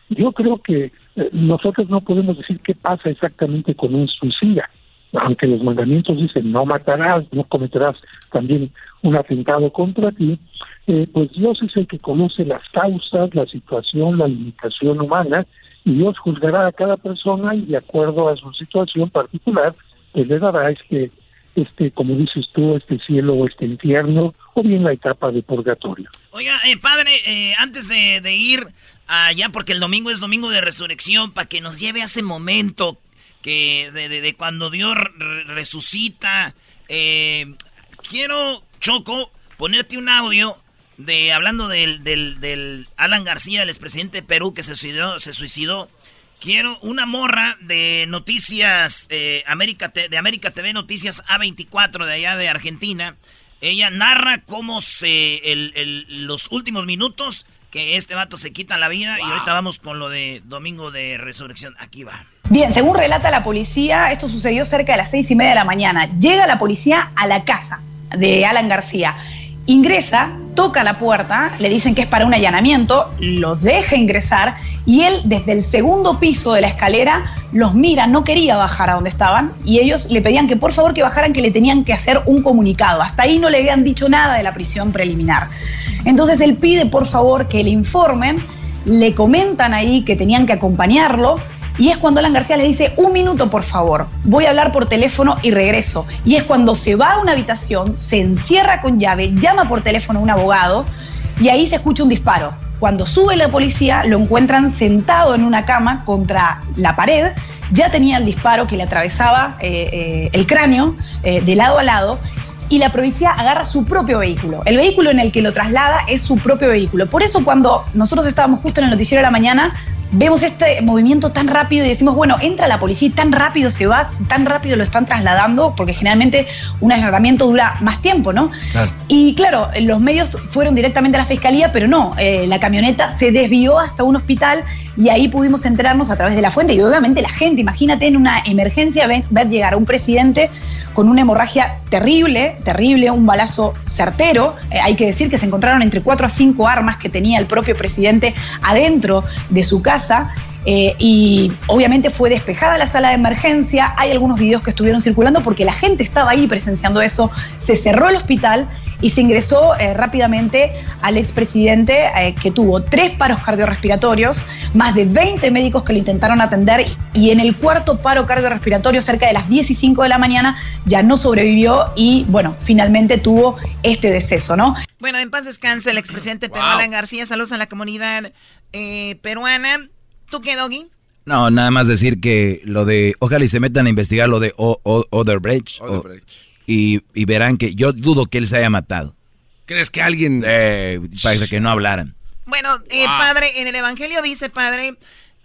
Yo creo que eh, nosotros no podemos decir qué pasa exactamente con un suicida, aunque los mandamientos dicen no matarás, no cometerás también un atentado contra ti, eh, pues Dios es el que conoce las causas, la situación, la limitación humana, y Dios juzgará a cada persona y de acuerdo a su situación particular, pues le dará este, este, como dices tú, este cielo o este infierno, o bien la etapa de purgatorio. Oiga, eh, padre, eh, antes de, de ir allá, porque el domingo es domingo de resurrección, para que nos lleve a ese momento que de, de, de cuando Dios re resucita, eh, quiero, Choco, ponerte un audio de hablando del, del, del Alan García, el expresidente de Perú que se suicidó, se suicidó. Quiero una morra de Noticias eh, América de América T V, Noticias A veinticuatro de allá de Argentina. Ella narra cómo se el, el, los últimos minutos que este vato se quita la vida. Wow. Y ahorita vamos con lo de Domingo de Resurrección. Aquí va. Bien, según relata la policía, esto sucedió cerca de las seis y media de la mañana. Llega la policía a la casa de Alan García. Ingresa, toca la puerta, le dicen que es para un allanamiento, los deja ingresar y él desde el segundo piso de la escalera los mira, no quería bajar a donde estaban y ellos le pedían que por favor que bajaran, que le tenían que hacer un comunicado. Hasta ahí no le habían dicho nada de la prisión preliminar. Entonces él pide por favor que le informen, le comentan ahí que tenían que acompañarlo. Y es cuando Alan García le dice, un minuto por favor, voy a hablar por teléfono y regreso. Y es cuando se va a una habitación, se encierra con llave, llama por teléfono a un abogado y ahí se escucha un disparo. Cuando sube la policía, lo encuentran sentado en una cama contra la pared. Ya tenía el disparo que le atravesaba eh, eh, el cráneo eh, de lado a lado. Y la policía agarra su propio vehículo. El vehículo en el que lo traslada es su propio vehículo. Por eso cuando nosotros estábamos justo en el noticiero de la mañana, vemos este movimiento tan rápido y decimos, bueno, entra la policía y tan rápido se va, tan rápido lo están trasladando, porque generalmente un allanamiento dura más tiempo, ¿no? Claro. Y claro, los medios fueron directamente a la fiscalía, pero no, eh, la camioneta se desvió hasta un hospital y ahí pudimos enterarnos a través de la fuente. Y obviamente la gente, imagínate en una emergencia ver, ver llegar a un presidente con una hemorragia terrible, terrible, un balazo certero. Eh, hay que decir que se encontraron entre cuatro a cinco armas que tenía el propio presidente adentro de su casa. Eh, y obviamente fue despejada la sala de emergencia. Hay algunos videos que estuvieron circulando porque la gente estaba ahí presenciando eso. Se cerró el hospital y se ingresó eh, rápidamente al expresidente eh, que tuvo tres paros cardiorrespiratorios, más de veinte médicos que lo intentaron atender y en el cuarto paro cardiorrespiratorio cerca de las diez y cinco de la mañana ya no sobrevivió y bueno, finalmente tuvo este deceso, ¿no? Bueno, en paz descanse el expresidente wow. Pedro Alan García. Saludos a la comunidad eh, peruana. ¿Tú qué, Doggy? No, nada más decir que lo de, ojalá y se metan a investigar lo de o, o, Odebrecht. Odebrecht. O, y, y verán que yo dudo que él se haya matado. ¿Crees que alguien...? Eh, para que no hablaran. Bueno, eh, wow. padre, en el Evangelio dice, padre,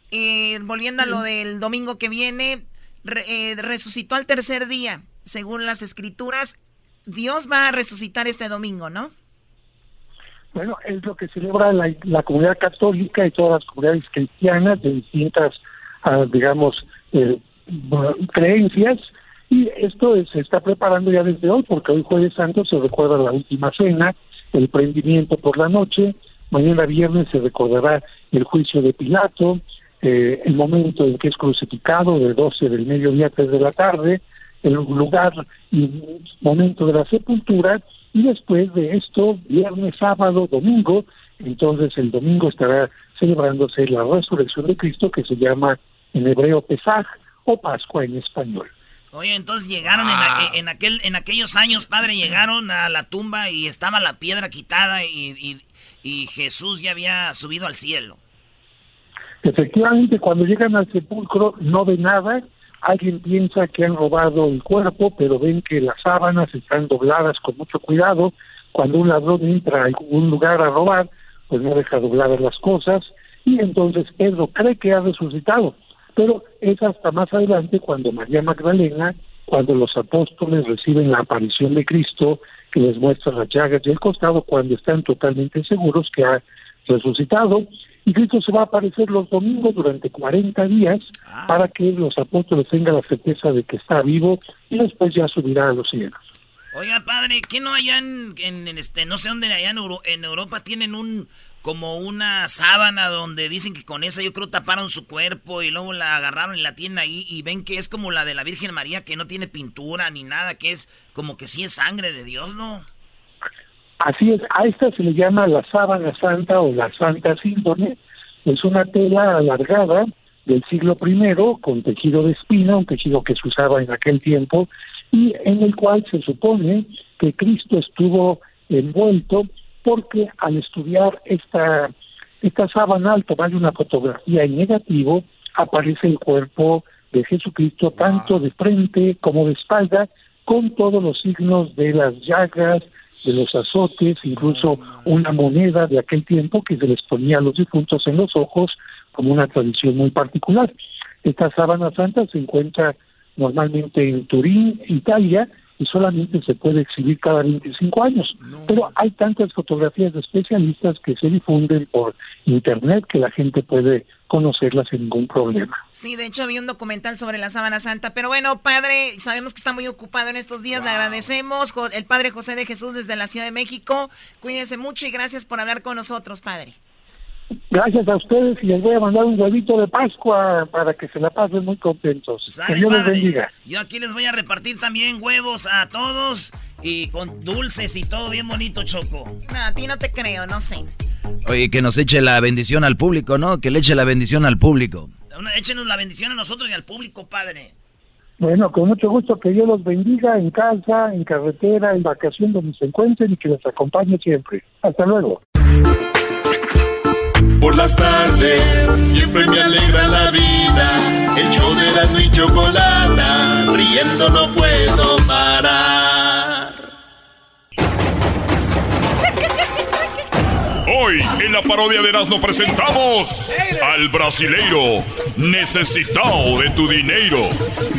eh, volviendo a lo del domingo que viene, re, eh, resucitó al tercer día. Según las escrituras, Dios va a resucitar este domingo, ¿no? Bueno, es lo que celebra la, la comunidad católica y todas las comunidades cristianas de distintas, uh, digamos, eh, creencias. Y esto es, se está preparando ya desde hoy, porque hoy Jueves Santo se recuerda la última cena, el prendimiento por la noche, mañana viernes se recordará el juicio de Pilato, eh, el momento en que es crucificado, de doce del mediodía a tres de la tarde, el lugar y momento de la sepultura, y después de esto, viernes, sábado, domingo, entonces el domingo estará celebrándose la resurrección de Cristo, que se llama en hebreo Pesaj o Pascua en español. Oye, entonces llegaron wow. en, en aquel en aquellos años, padre, llegaron a la tumba y estaba la piedra quitada y, y, y Jesús ya había subido al cielo. Efectivamente, cuando llegan al sepulcro no ven nada, alguien piensa que han robado el cuerpo, pero ven que las sábanas están dobladas con mucho cuidado. Cuando un ladrón entra a algún lugar a robar, pues no deja dobladas las cosas, y entonces Pedro cree que ha resucitado. Pero es hasta más adelante cuando María Magdalena, cuando los apóstoles reciben la aparición de Cristo, que les muestra las llagas del costado, cuando están totalmente seguros que ha resucitado. Y Cristo se va a aparecer los domingos durante cuarenta días ah. para que los apóstoles tengan la certeza de que está vivo y después ya subirá a los cielos. Oiga, padre, ¿qué no allá en, en, en este, no sé dónde allá en, Euro, en Europa tienen un, como una sábana donde dicen que con esa yo creo taparon su cuerpo y luego la agarraron y la tienen ahí y ven que es como la de la Virgen María, que no tiene pintura ni nada, que es como que sí es sangre de Dios, ¿no? Así es, a esta se le llama la sábana santa o la santa síndone. Es una tela alargada del siglo primero con tejido de espina, un tejido que se usaba en aquel tiempo, y en el cual se supone que Cristo estuvo envuelto, porque al estudiar esta, esta sábana, al tomar una fotografía en negativo, aparece el cuerpo de Jesucristo tanto de frente como de espalda, con todos los signos de las llagas, de los azotes, incluso una moneda de aquel tiempo que se les ponía a los difuntos en los ojos, como una tradición muy particular. Esta sábana santa se encuentra normalmente en Turín, Italia, y solamente se puede exhibir cada veinticinco años. No. Pero hay tantas fotografías de especialistas que se difunden por internet que la gente puede conocerlas sin ningún problema. Sí, de hecho vi un documental sobre la sábana santa, pero bueno, padre, sabemos que está muy ocupado en estos días, wow. Le agradecemos, el padre José de Jesús desde la Ciudad de México, cuídense mucho y gracias por hablar con nosotros, padre. Gracias a ustedes y les voy a mandar un huevito de Pascua para que se la pasen muy contentos. Sale, que Dios padre. les bendiga. Yo aquí les voy a repartir también huevos a todos y con dulces y todo bien bonito, Choco. No, a ti no te creo, no sé. Oye, que nos eche la bendición al público, ¿no? Que le eche la bendición al público. Échenos la bendición a nosotros y al público, padre. Bueno, con mucho gusto, que Dios los bendiga en casa, en carretera, en vacación, donde se encuentren y que les acompañe siempre. Hasta luego. Por las tardes siempre me alegra la vida. El show de Erasmo y Chocolata, riendo no puedo parar. Hoy en la parodia de Erasmo presentamos al brasileiro necesitado de tu dinero.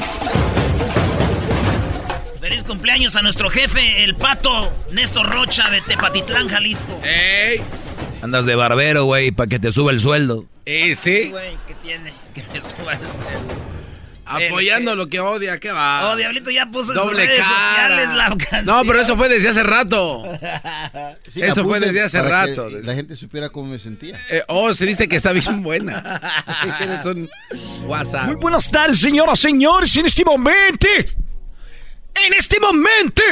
Feliz cumpleaños a nuestro jefe, el Pato Néstor Rocha de Tepatitlán, Jalisco. ¡Ey! Andas de barbero, güey, para que te suba el sueldo. Eh, sí. Güey, ¿qué tiene? Que me suba el sueldo. Apoyando eh, lo que odia, ¿qué va? Oh, Diablito ya puso Doble en sus redes cara. sociales la canción. No, pero eso fue desde hace rato. Sí, eso fue desde hace rato. Que la gente supiera cómo me sentía. Eh, oh, se dice que está bien buena. Eres un WhatsApp. Muy buenas tardes, señoras, señores. En este momento. En este momento.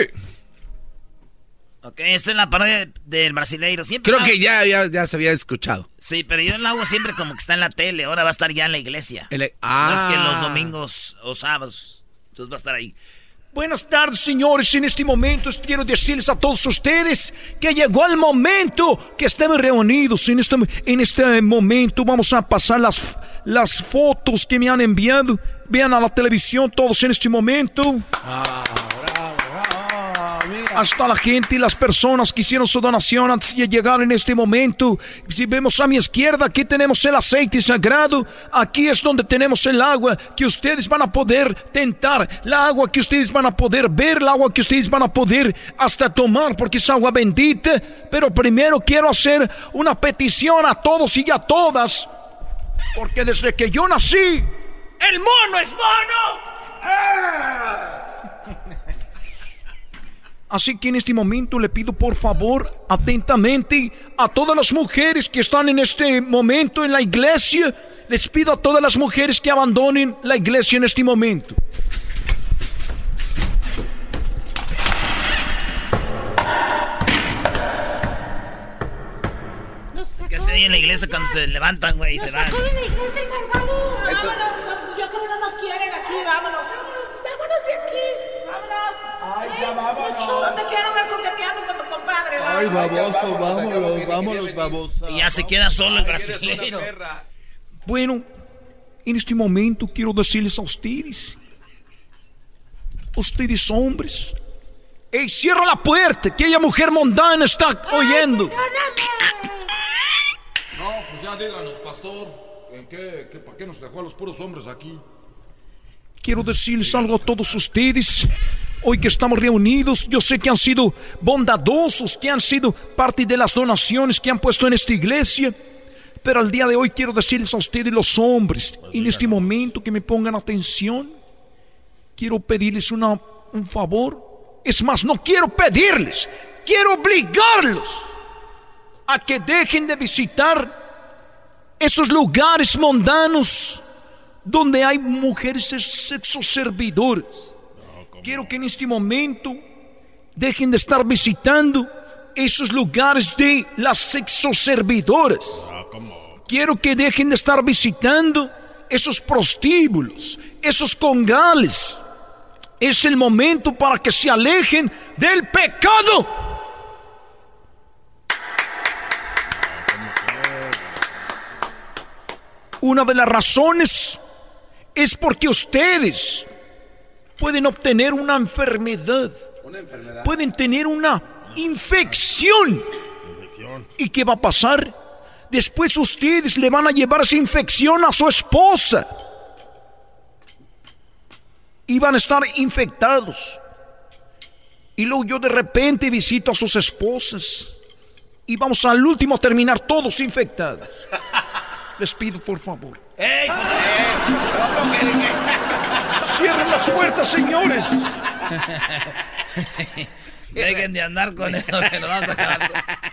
Ok, esta es la parodia del brasileiro. Siempre Creo la... que ya, ya, ya se había escuchado. Sí, pero yo la hago siempre como que está en la tele. Ahora va a estar ya en la iglesia. El... Ah. No es que los domingos o sábados. Entonces va a estar ahí. Buenas tardes, señores. En este momento quiero decirles a todos ustedes que llegó el momento que estemos reunidos. En este, en este momento vamos a pasar las, las fotos que me han enviado. Vean a la televisión todos en este momento. Ah, bravo, bravo, mira. Hasta la gente y las personas que hicieron su donación antes de llegar en este momento. Si vemos a mi izquierda, aquí tenemos el aceite sagrado. Aquí es donde tenemos el agua que ustedes van a poder tentar. La agua que ustedes van a poder ver. El agua que ustedes van a poder hasta tomar, porque es agua bendita. Pero primero quiero hacer una petición a todos y a todas. Porque desde que yo nací, ¡el mono es mono! ¡Ah! Así que en este momento le pido por favor, atentamente, a todas las mujeres que están en este momento en la iglesia, les pido a todas las mujeres que abandonen la iglesia en este momento. Es que así ahí en la iglesia cuando se levantan, güey, y se van. ¡Sacó de la iglesia el malvado! ¡Vámonos! Yo creo que no nos quieren aquí, vámonos. ¡Vámonos de aquí! ¡Vámonos! ¡Ay, ya vámonos! No te quiero ver coqueteando con tu compadre. ¡Ay, baboso, vámonos, vámonos, baboso! Y ya se queda solo el brasileño. Bueno, en este momento quiero decirles a ustedes, ustedes hombres, ¡ey, cierra la puerta! Que ella mujer mundana está oyendo. No, pues ya díganos, pastor, ¿en qué, qué, ¿para qué nos dejó a los puros hombres aquí? Quiero decirles algo a todos ustedes. Hoy que estamos reunidos, yo sé que han sido bondadosos, que han sido parte de las donaciones que han puesto en esta iglesia. Pero al día de hoy quiero decirles a ustedes, los hombres, en este momento que me pongan atención, quiero pedirles una, un favor. Es más, no quiero pedirles, quiero obligarlos a que dejen de visitar esos lugares mundanos donde hay mujeres sexoservidoras. Quiero que en este momento dejen de estar visitando esos lugares de las sexoservidoras. Quiero que dejen de estar visitando esos prostíbulos, esos congales. Es el momento para que se alejen del pecado. Una de las razones es porque ustedes pueden obtener una enfermedad. ¿Una enfermedad? Pueden tener una infección. ¿Infección? ¿Y qué va a pasar? Después ustedes le van a llevar esa infección a su esposa. Y van a estar infectados. Y luego yo de repente visito a sus esposas. Y vamos al último a terminar todos infectados. Les pido por favor. ¡Ey! ¡Cierren las puertas, señores! Dejen de andar con eso, que nos vamos a acabar.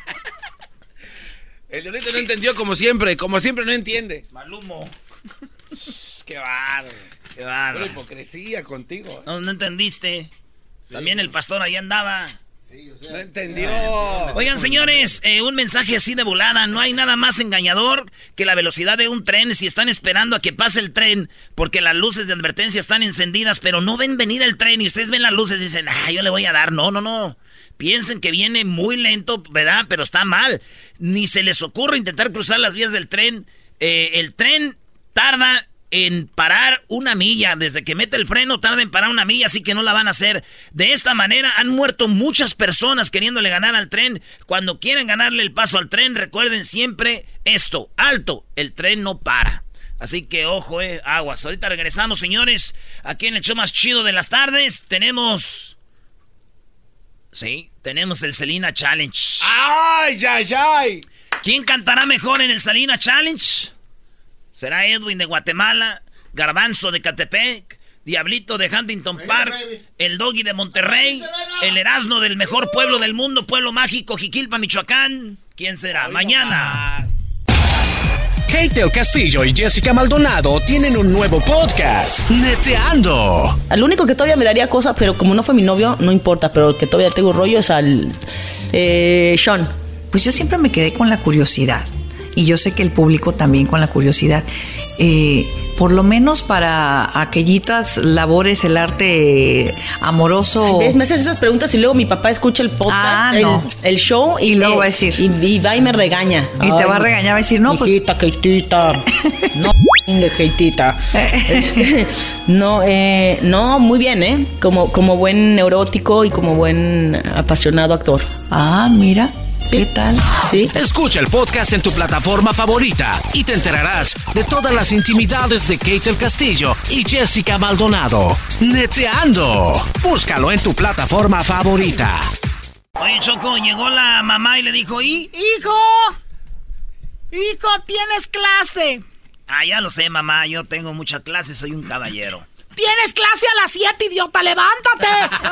El Diablito no entendió como siempre, como siempre no entiende. Malhumo. Qué bárbaro. Qué bárbaro. Una hipocresía contigo. No, no entendiste. Sí. También el pastor ahí andaba. Sí, o sea, no entendió. Oigan, señores, eh, un mensaje así de volada. No hay nada más engañador que la velocidad de un tren. Si están esperando a que pase el tren, porque las luces de advertencia están encendidas, pero no ven venir el tren y ustedes ven las luces y dicen, ah, yo le voy a dar. No, no, no. Piensen que viene muy lento, ¿verdad? Pero está mal. Ni se les ocurre intentar cruzar las vías del tren. Eh, el tren tarda en parar una milla. Desde que mete el freno tarda en parar una milla, así que no la van a hacer. De esta manera han muerto muchas personas queriéndole ganar al tren. Cuando quieren ganarle el paso al tren, recuerden siempre esto. Alto, el tren no para. Así que ojo, eh, aguas. Ahorita regresamos, señores. Aquí en el show más chido de las tardes tenemos... Sí, tenemos el Selena Challenge. ¡Ay, ay, ay! ¿Quién cantará mejor en el Selena Challenge? ¿Será Edwin de Guatemala, Garbanzo de Catepec, Diablito de Huntington Park, el Doggy de Monterrey, el Erasmo del mejor pueblo del mundo, pueblo mágico, Jiquilpa, Michoacán? ¿Quién será? Mañana. Kate el Castillo y Jessica Maldonado tienen un nuevo podcast, Neteando. Al único que todavía me daría cosas, pero como no fue mi novio, no importa, pero el que todavía tengo rollo es al eh, Sean. Pues yo siempre me quedé con la curiosidad. Y yo sé que el público también con la curiosidad. Eh, por lo menos para aquellitas labores, el arte amoroso. Ay, me haces esas preguntas y luego mi papá escucha el podcast, ah, el, no. el show y, y luego me, va a decir. Y, y va y me regaña. Y Ay, te va a regañar, va a decir, no, hijita, pues. Keitita. No, de Keitita. Este, no, eh, no, muy bien, ¿eh? Como, como buen neurótico y como buen apasionado actor. Ah, mira. ¿Qué tal? Sí. Escucha el podcast en tu plataforma favorita y te enterarás de todas las intimidades de Kate el Castillo y Jessica Maldonado. Neteando. Búscalo en tu plataforma favorita. Oye, Choco, llegó la mamá y le dijo, ¿y? ¡Hijo! ¡Hijo, tienes clase! Ah, ya lo sé, mamá, yo tengo mucha clase, soy un caballero. ¡Tienes clase a las siete, idiota! ¡Levántate!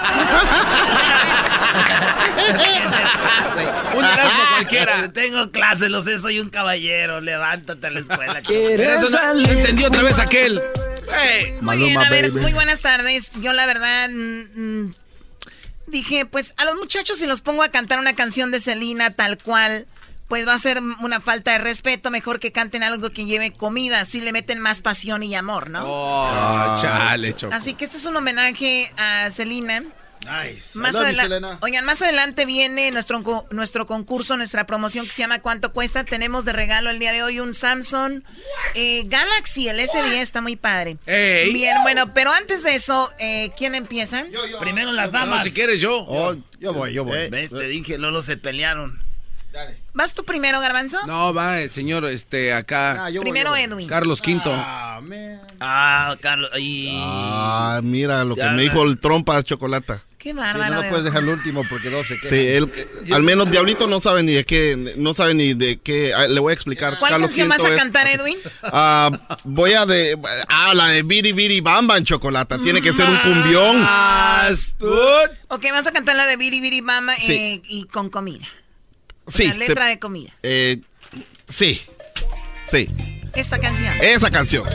Un Erasmo cualquiera. Tengo clase, lo sé, soy un caballero. Levántate a la escuela. No, no entendió otra vez aquel. Hey, muy bien, a ver, muy buenas tardes. Yo la verdad mmm, dije, pues a los muchachos si los pongo a cantar una canción de Selena tal cual, pues va a ser una falta de respeto. Mejor que canten algo que lleve comida, así le meten más pasión y amor, ¿no? Oh, chale, Choco. Así que este es un homenaje a Selena. Nice. Más adela- Oigan, más adelante viene nuestro, nuestro concurso, nuestra promoción que se llama ¿Cuánto cuesta? Tenemos de regalo el día de hoy un Samsung eh, Galaxy, el S diez, está muy padre. Hey. Bien, bueno, pero antes de eso, eh, ¿quién empieza? Yo, yo. Primero las damas. No, si quieres yo. Oh, yo voy, yo voy. Eh, ¿Ves? Te dije, Lolo, se pelearon. Dale. ¿Vas tú primero, Garbanzo? No, va el señor, este, acá. Ah, primero voy, Edwin. Carlos Quinto. Ah, man. Ah, Carlos. Y... Ah, mira lo que ya, me dijo el trompa chocolata. Qué bárbaro. Sí, no lo puedes dejar el último porque no sé qué. Sí, él, al menos Diablito no sabe ni de qué, no sabe ni de qué. Le voy a explicar. ¿Cuál Carlos canción vas a es, cantar, Edwin? Uh, voy a de, ah, la de Biri Biri Bamba en Chocolata. Tiene que ser un cumbión. Ok, vas a cantar la de Biri Biri Bamba sí. eh, y con comida. Sí. La letra se, de comida. Eh, sí. Sí. Esta canción. Esa canción.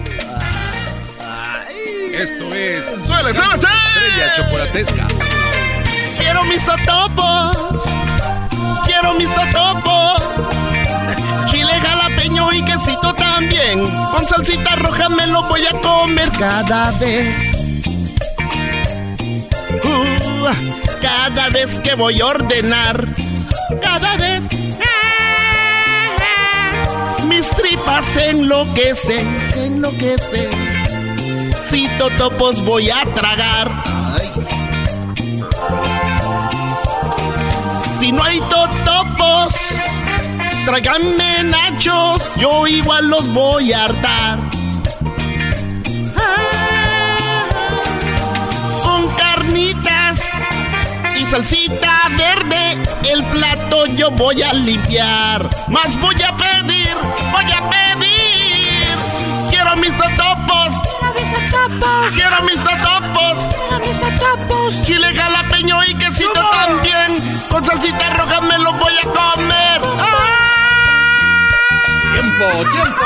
Esto es... ¡Suele, suele, suele! Estrella chocolatesca. Quiero mis totopos. Quiero mis totopos. Chile jalapeño y quesito también. Con salsita roja me lo voy a comer cada vez. Uh, cada vez que voy a ordenar. Cada vez. Mis tripas enloquecen, enloquecen. Si totopos voy a tragar. Ay. Si no hay totopos, tráiganme nachos, yo igual los voy a hartar. Ah, con carnitas y salsita verde, el plato yo voy a limpiar. Más voy a pedir, voy a pedir. Quiero mis totopos. Quiero mis totopos. Quiero mis totopos. Chile jalapeño y quesito ¿Cómo? También. Con salsita roja me lo voy a comer. ¡Ah! Tiempo, tiempo.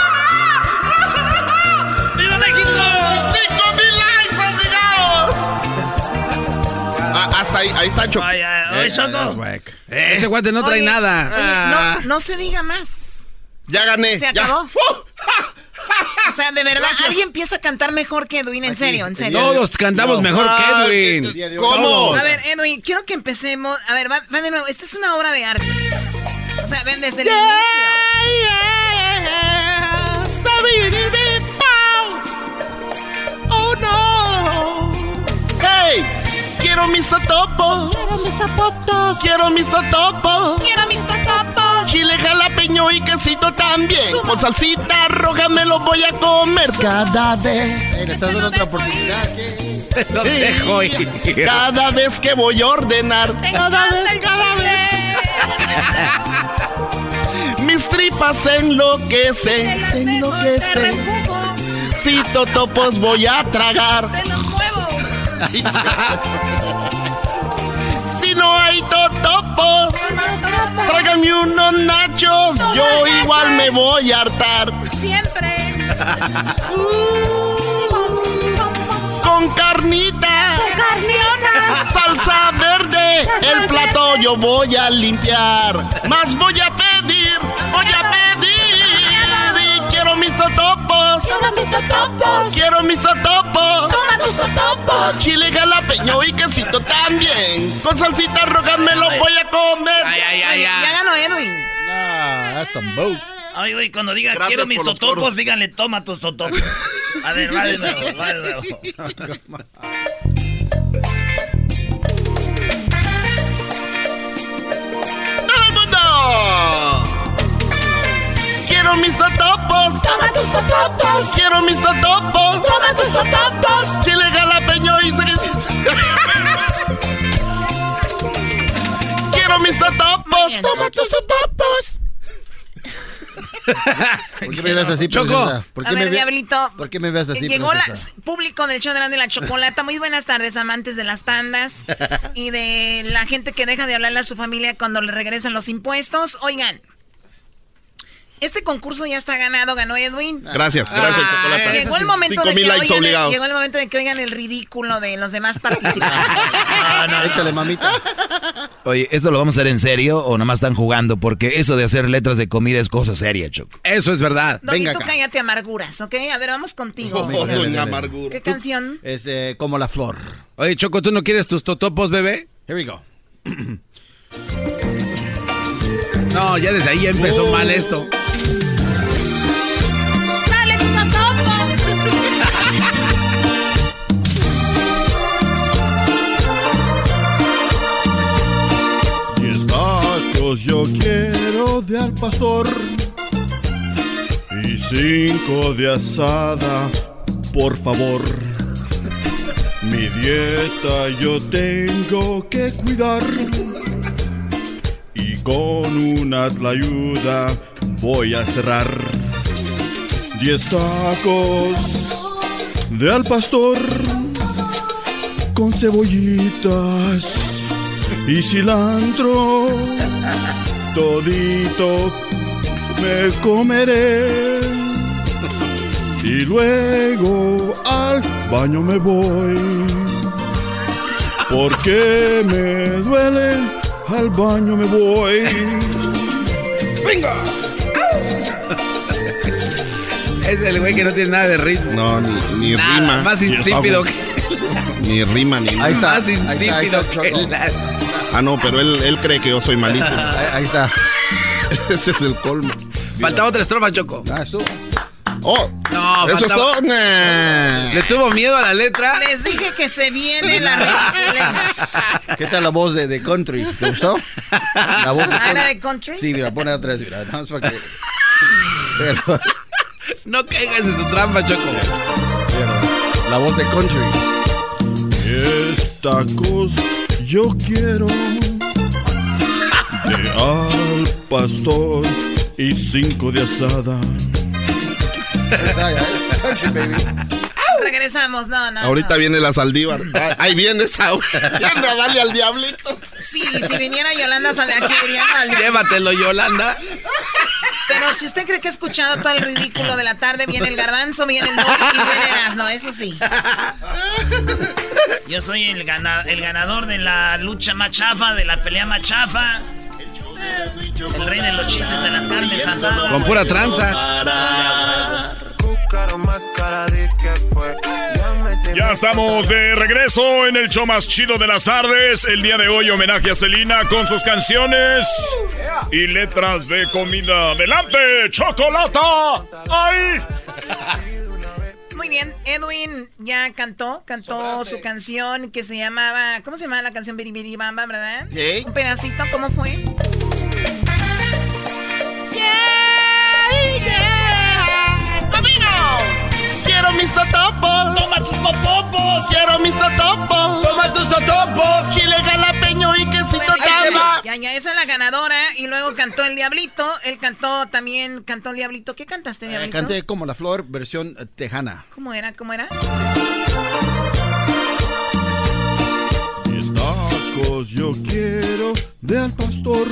¡Viva México! ¡Cinco mil likes, obligados! Ah, hasta ahí, ahí está Choco. Ay, ay, ay, Choco. Eh, Ese guante no trae Oye, nada. Oye, Ah. no, no se diga más. Ya gané. Se ya. acabó. ¡Uh! O sea, de verdad, Gracias. alguien empieza a cantar mejor que Edwin, en Aquí, serio, en serio. Todos cantamos No. mejor Ah, que Edwin. ¿qué- ¿Cómo? A ver, Edwin, quiero que empecemos. A ver, va, va de nuevo. Esta es una obra de arte. O sea, ven desde el Yeah, inicio. yeah. Oh no. Hey, quiero mis totopos. Quiero mis totopos. Quiero mis totopos. Quiero mis totopos. Chile jalapeño y quesito también. Con salsita roja me lo voy a comer cada vez. Le estás dando otra oportunidad. ¿Qué? Lo dejo ir. Cada vez que voy a ordenar. Cada vez, cada vez. Mis tripas se enloquecen. Se enloquecen. Si totopos voy a tragar. Te los muevo. Si no hay totopos, tráiganme unos nachos. Yo igual me voy a hartar. Siempre. Con carnita, salsa verde, el plato yo voy a limpiar. Más voy a pedir, voy a pedir. Y quiero mis totopos. Quiero mis totopos. Quiero mis totopos. Toma tus totopos. Chile jalapeño y quesito también. Con salsita roja me lo voy a comer. Ay, ay, ay, Oye, ay. ya ganó Edwin. Nah, that's some boat. Ay, güey, cuando diga Gracias quiero mis por los totopos, coros. díganle toma tus totopos. A ver, va de nuevo, va de nuevo. ¡Todo el mundo! Quiero mis totopos. Toma tus totopos. Quiero mis totopos. Toma tus totopos. Chile jalapeño y se... Quiero mis totopos. Toma tus totopos. ¿Por qué me ves así, Choco. princesa? ¿Por A qué ver, me ve- Diablito. ¿Por qué me ves así, Llegó el princesa? público del show de Erasmo y la Chocolata. Muy buenas tardes, amantes de las tandas y de la gente que deja de hablarle a su familia cuando le regresan los impuestos. Oigan, este concurso ya está ganado, ganó Edwin. Gracias, gracias, Ah, Chocolata. llegó el momento Cinco de mil que likes oigan el, obligados. llegó el momento de que oigan el ridículo de los demás participantes. No, no, no. Échale, mamita. Oye, ¿esto lo vamos a hacer en serio o nomás están jugando? Porque eso de hacer letras de comida es cosa seria, Choco. Eso es verdad. Doggy, Venga tú acá. cállate amarguras, ¿ok? A ver, vamos contigo. Oh, Dale, dale, doña dale. Amargura. ¿Qué canción? Es eh, como la flor. Oye, Choco, ¿tú no quieres tus totopos, bebé? Here we go. No, ya desde ahí ya empezó Oh. mal esto. Dale tus totopos. Diez tacos yo quiero de al pastor y cinco de asada, por favor. Mi dieta yo tengo que cuidar y con una tlayuda voy a cerrar. Diez tacos de al pastor con cebollitas y cilantro todito me comeré y luego al baño me voy, porque me duele, al baño me voy. ¡Venga! Es el güey que no tiene nada de ritmo. No, ni, ni Nada, rima. más insípido que... Ni rima, ni Ahí está. Más insípido ahí está, ahí está, que Choco. la... Ah, no, pero él, él cree que yo soy malísimo. Ahí, ahí está. Ese es el colmo. Faltaba otra estrofa, Choco. Ah, estuvo. Oh, No, eso faltaba- es todo. Nah. Le tuvo miedo a la letra. Les dije que se viene la ridiculez. ¿Qué tal la voz de, de country? ¿Te gustó? La voz de ¿Ah, country. era de country? Sí, mira, pone otra vez, mira. Nada más para que... Pero, No caigas en su trampa, Choco. pero, la voz de country. Esta cosa yo quiero de al pastor y cinco de asada. Ahí está, ya es country, baby. Regresamos, no, no. Ahorita no. viene la Saldívar. Ahí viene esa. Viene a darle al diablito. Sí, si viniera Yolanda sale aquí diría al- Llévatelo, Yolanda. Pero si usted cree que ha escuchado todo el ridículo de la tarde, viene el garbanzo, viene el Doggy y viene Erasmo, eso sí. Yo soy el, gana- el ganador de la lucha más chafa, de la pelea más chafa. El rey de los chistes de las carnes asadas. Con pura tranza. Ya estamos de regreso en el show más chido de las tardes. El día de hoy homenaje a Selena con sus canciones y letras de comida. ¡Adelante, Chocolata! ¡Ay! Muy bien, Edwin ya cantó, cantó su canción que se llamaba, ¿cómo se llamaba la canción? Biri Biri Bamba, ¿verdad? Sí. Un pedacito, ¿cómo fue? Quiero mis totopos. ¡Toma tus popopos! Quiero mis totopos. ¡Toma tus totopos! Chile jalapeño y quesito Bueno, ya, tama. ya, ya, esa es la ganadora. Y luego cantó El Diablito. Él cantó también, cantó El Diablito. ¿Qué cantaste, Eh, Diablito? canté como la flor, versión eh, tejana. ¿Cómo era? ¿Cómo era? Mis tacos yo quiero de al pastor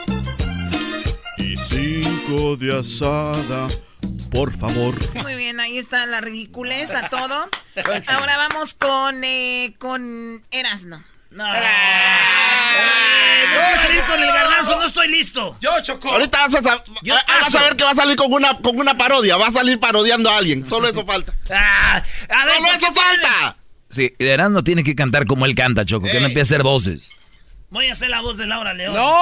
y cinco de asada, por favor. Muy bien, ahí está la ridiculez a todo. Ahora vamos con, eh, con Erasno. No. Voy a salir con el garbanzo, no estoy listo. Yo, Choco. Ahorita vas a, sa- Yo ah, vas paso. a ver que va a salir con una, con una parodia. Va a salir parodiando a alguien. Solo eso falta. Ah, a ver, Solo ¿por qué eso tienen- falta. Sí, Erasmo tiene que cantar como él canta, Choco, que no empiece a hacer voces. Voy a hacer la voz de Laura León. ¡No!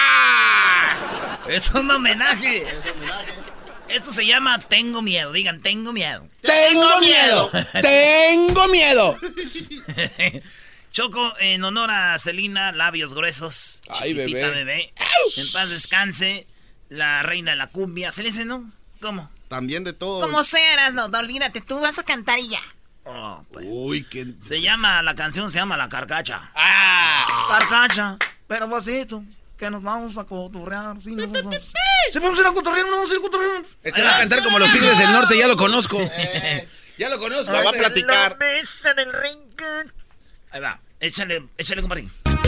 Es un homenaje. Esto se llama Tengo Miedo. Digan, tengo miedo. ¡Tengo miedo! ¡Tengo miedo! Choco, en honor a Selena, labios gruesos. Ay, chiquitita bebé. bebé. En paz descanse, la reina de la cumbia. ¿Se le dice, no? ¿Cómo? También de todo. Como sea, Erasno, no, olvídate, tú vas a cantar y ya. Oh, pues. Uy, qué. Se llama, la canción se llama La Carcacha. ¡Ah! Carcacha, pero vasito, que nos vamos a cotorrear. Sí, nos vamos a... ¿Se vamos a ir a cotorrear? No vamos a ir a cotorrear. Ese va a cantar como los Tigres del Norte, ya lo conozco. Ya lo conozco. Me va a este. platicar. La mesa del rincón. Ahí va, échale, échale, compadre.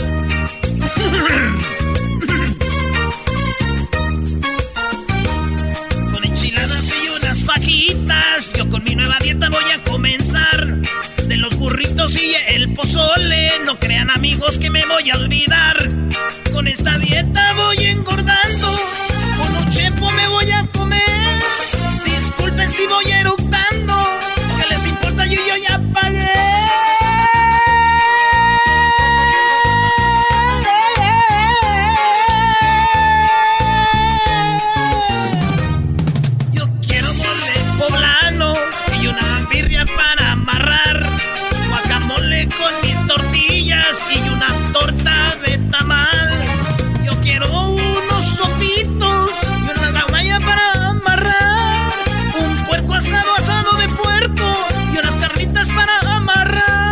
Con enchiladas y unas fajitas, yo con mi nueva dieta voy a comenzar. De los burritos y el pozole, no crean amigos que me voy a olvidar. Con esta dieta voy engordando, con un chepo me voy a comer. Disculpen si voy eructando, ¿qué les importa? Yo, yo ya pagué. Yo quiero mole poblano y una birria para amarrar. Guacamole con mis tortillas y una torta de tamal. Yo quiero unos sopitos y una guamaya para amarrar. Un puerco asado, asado de puerco y unas carnitas para amarrar.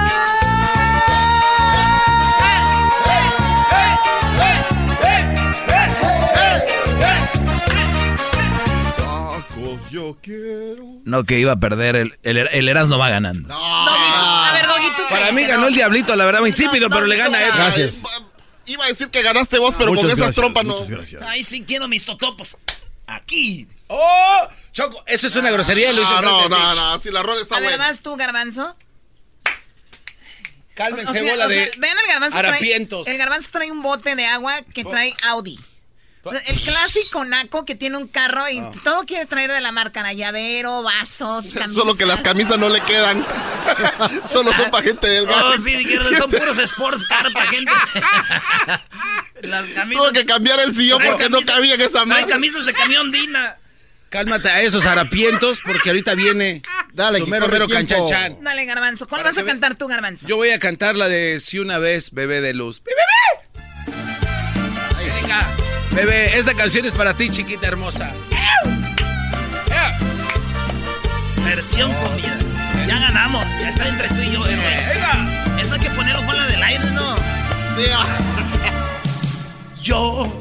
Tacos yo quiero. No, que iba a perder, el, el, el Erasmo va ganando. Doggy, a ver, Doggy, tú Para cállate, mí ganó no. el Diablito, la verdad, insípido, No, pero no, le gana a no, él. Gracias. Iba a decir que ganaste vos, pero muchas con esas gracias, trompas no. Muchas gracias. Ay, sí quiero mis totopos. Aquí. ¡Oh! Choco, eso es una grosería. Lo hizo No, no, no, no, si la rola está A ver, buena. vas tú, Garbanzo. Cálmense, O sea, bola o sea, de vean el Garbanzo. harapientos. Trae, el Garbanzo trae un bote de agua que trae Audi. O sea, el clásico naco que tiene un carro y Ah. todo quiere traer de la marca, llavero, vasos, camisas. Solo que las camisas no le quedan. Solo son para gente delgada. Oh, sí, dijeron, son puros sports car para gente. Las camisas. Tuvo que cambiar el sillón Trae porque camisa- no cabía en esa Trae mano. camisas de camión Dina. Cálmate a esos harapientos porque ahorita viene Dale, tu que mero corre mero tiempo. canchanchan. Dale, Garbanzo. ¿Cuál Para vas a que ve- cantar tú, Garbanzo? Yo voy a cantar la de Si una vez, bebé de luz. ¡Bebé! Venga, bebé, esa canción es para ti, chiquita hermosa. Versión comida. Ya ganamos. Ya está entre tú y yo, héroe. Venga. Esto hay que ponerlo fuera del aire, ¿no? Yo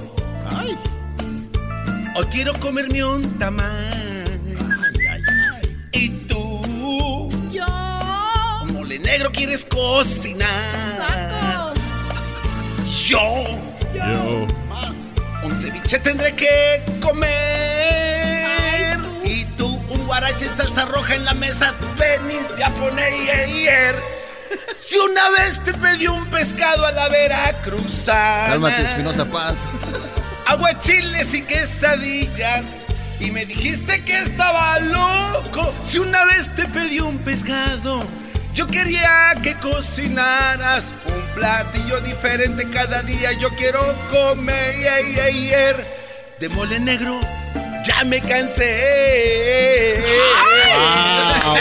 hoy quiero comerme un tamal. Y tú, yo, mole negro quieres cocinar. Yo, Yo. un ceviche tendré que comer. Y tú, un guarache en salsa roja en la mesa veniste a poner ayer. Si una vez te pedí un pescado a la veracruzana. Cálmate, Espinosa Paz. Aguachiles y quesadillas. Y me dijiste que estaba loco. Si una vez te pedí un pescado, yo quería que cocinaras un platillo diferente cada día. Yo quiero comer de mole negro. Ya me cansé. Ah,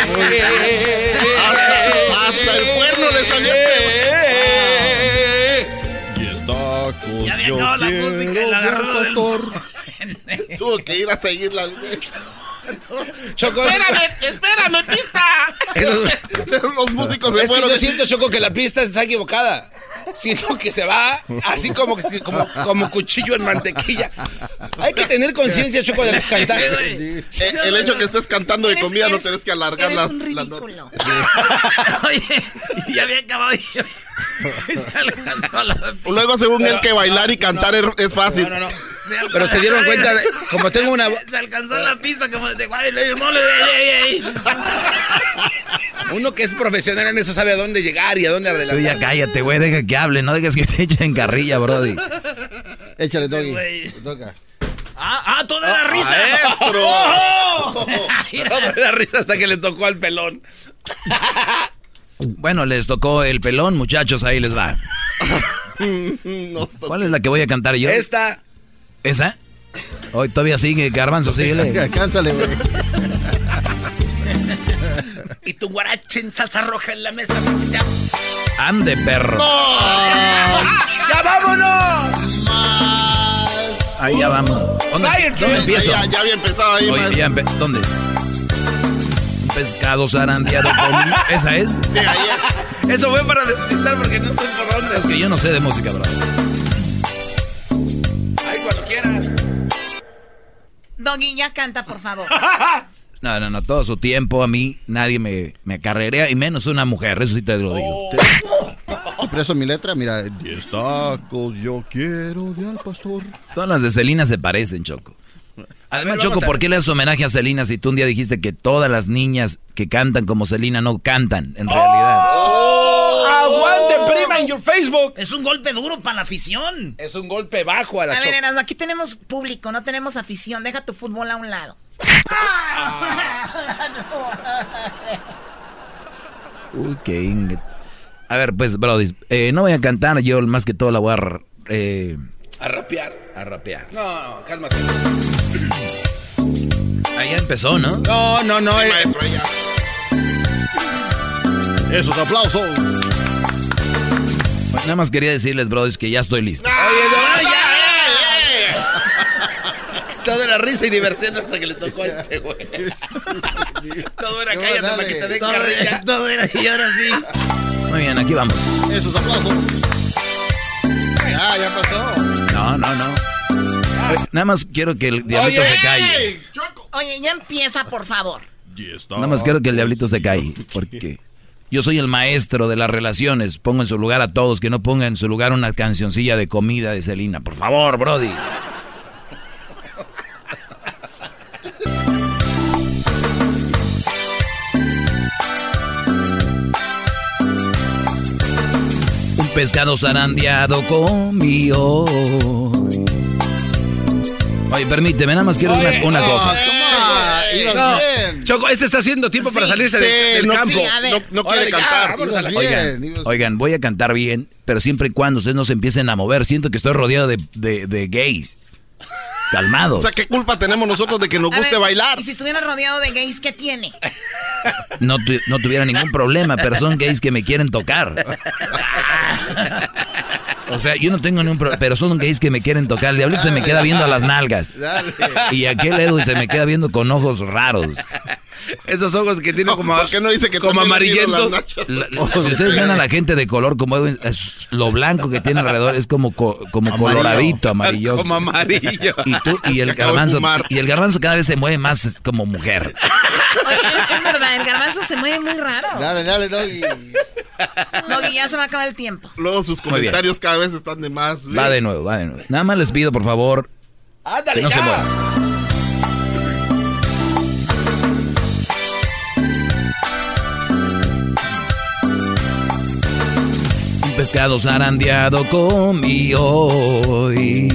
hasta, hasta el cuerno le salió. Diez tacos. Ya había yo acabado la quiero música y la de agarró del- pastor. Tuvo que ir a seguirla. Choco, Espérame, espérame, pista. Esos- Los músicos se es que fueron. yo siento, Choco, que la pista está equivocada. Siento que se va así como, que- como, como cuchillo en mantequilla. Hay que tener conciencia, Choco, de los cantantes. Eh, el hecho que estés cantando de Eres- comida no eres- tenés que alargar eres las, un las ridículo. notas. Oye, ya había acabado. Y se alcanzó la... Luego, según Pero- él, que bailar y no, cantar no, es fácil. No, no, no. Se alcanzó- Pero se dieron cuenta, de- como tengo una... Se alcanzó la pista como de guay, el mole de ey, ey, ey. Uno que es profesional en eso sabe a dónde llegar y a dónde Tú adelantar. ya cállate, güey, deja que hable, no dejes que te echen carrilla, brody. Échale, Doggy. güey. Te toca. Ah, ah, toda la risa. ¡Maestro! ¡Oh! Toda la risa hasta que le tocó al pelón. Bueno, les tocó el pelón, muchachos, ahí les va. No estoy- ¿Cuál es la que voy a cantar yo? Esta. ¿Esa? Hoy todavía sigue, Garbanzo, síguele. Alcánzale, güey. Y tu guarache en salsa roja en la mesa. Ya, Ande, perro. ¡Ya vámonos! Ahí ya vamos. ¿Dónde, Fire, ¿dónde ya, empiezo? Ya, ya había empezado ahí. Oye, más. ya empe- ¿Dónde? Un pescado zarandeado con... ¿Esa es? Sí, ahí es. Eso fue para despistar porque no sé por dónde. Es que yo no sé de música, bro. Ay, cuando quieras. Doggy, ya canta, por favor. No, no, no, todo su tiempo a mí nadie me, me acarrerea y menos una mujer, eso sí te lo digo. Por eso mi letra, mira. Diez tacos yo quiero de al pastor. Todas las de Selena se parecen, Choco. Además, ver, Choco, vamos a ¿por ver. qué le das homenaje a Selena si tú un día dijiste que todas las niñas que cantan como Selena no cantan en realidad? ¡Oh! ¡Aguante, prima, en your Facebook! Es un golpe duro para la afición. Es un golpe bajo a la A ver, Choco. Erasmo, aquí tenemos público, no tenemos afición. Deja tu fútbol a un lado. Uy, qué inget. A ver, pues, brody, eh, no voy a cantar, yo más que todo la voy a... Eh, A rapear. a rapear. No, no, cálmate. Ahí ya empezó, ¿no? No, no, no. Sí, eh, maestro, ya. Esos aplausos. Nada más quería decirles, brody, que ya estoy listo. Oye, no, ya, Todo era risa y diversión hasta que le tocó a este güey. Todo era No, cállate dale. para que te den Todo, carrilla. todo era y ahora sí. Muy bien, aquí vamos. Esos aplausos. Ya, ya pasó. No, no, no. Nada más quiero que el diablito Oye, se calle. Oye, ya empieza, por favor. Diez Nada más quiero que el diablito se calle. Porque Yo soy el maestro de las relaciones. Pongo en su lugar a todos, que no ponga en su lugar una cancioncilla de comida de Selena. Por favor, brody. Un pescado zarandeado comió. Oye, permíteme, nada más quiero Oye, una, una no, cosa. No, no. Choco, ese está haciendo tiempo sí, para salirse sí, de, del no, campo. Sí, no, no quiere Oye, cantar. Ya, la... oigan, oigan, voy a cantar bien, pero siempre y cuando ustedes no se empiecen a mover. Siento que estoy rodeado de, de, de gays. Calmados. O sea, ¿qué culpa tenemos nosotros de que nos a guste ver, bailar? Y si estuviera rodeado de gays, ¿qué tiene? No, tu, no tuviera ningún problema, pero son gays que me quieren tocar. O sea, yo no tengo ningún problema, pero son gays que me quieren tocar. El diablito se me queda viendo a las nalgas. Dale. Y aquel Edwin se me queda viendo con ojos raros. Esos ojos que tiene como... ¿Por qué no dice que como amarillentos? La, la, si ustedes ven a la gente de color como Edwin, es, lo blanco que tiene alrededor es como, co, como coloradito, amarilloso. Como amarillo. Y tú, y el garbanzo, y el garbanzo cada vez se mueve más como mujer. Oye, es, es verdad, el garbanzo se mueve muy raro. Dale, dale, Doggy. Doggy, ya se va a acabar el tiempo. Luego sus comentarios cada vez están de más. ¿Sí? Va de nuevo, va de nuevo. Nada más les pido, por favor, Ándale, que no ya. se muevan. Pescado zarandeado comí hoy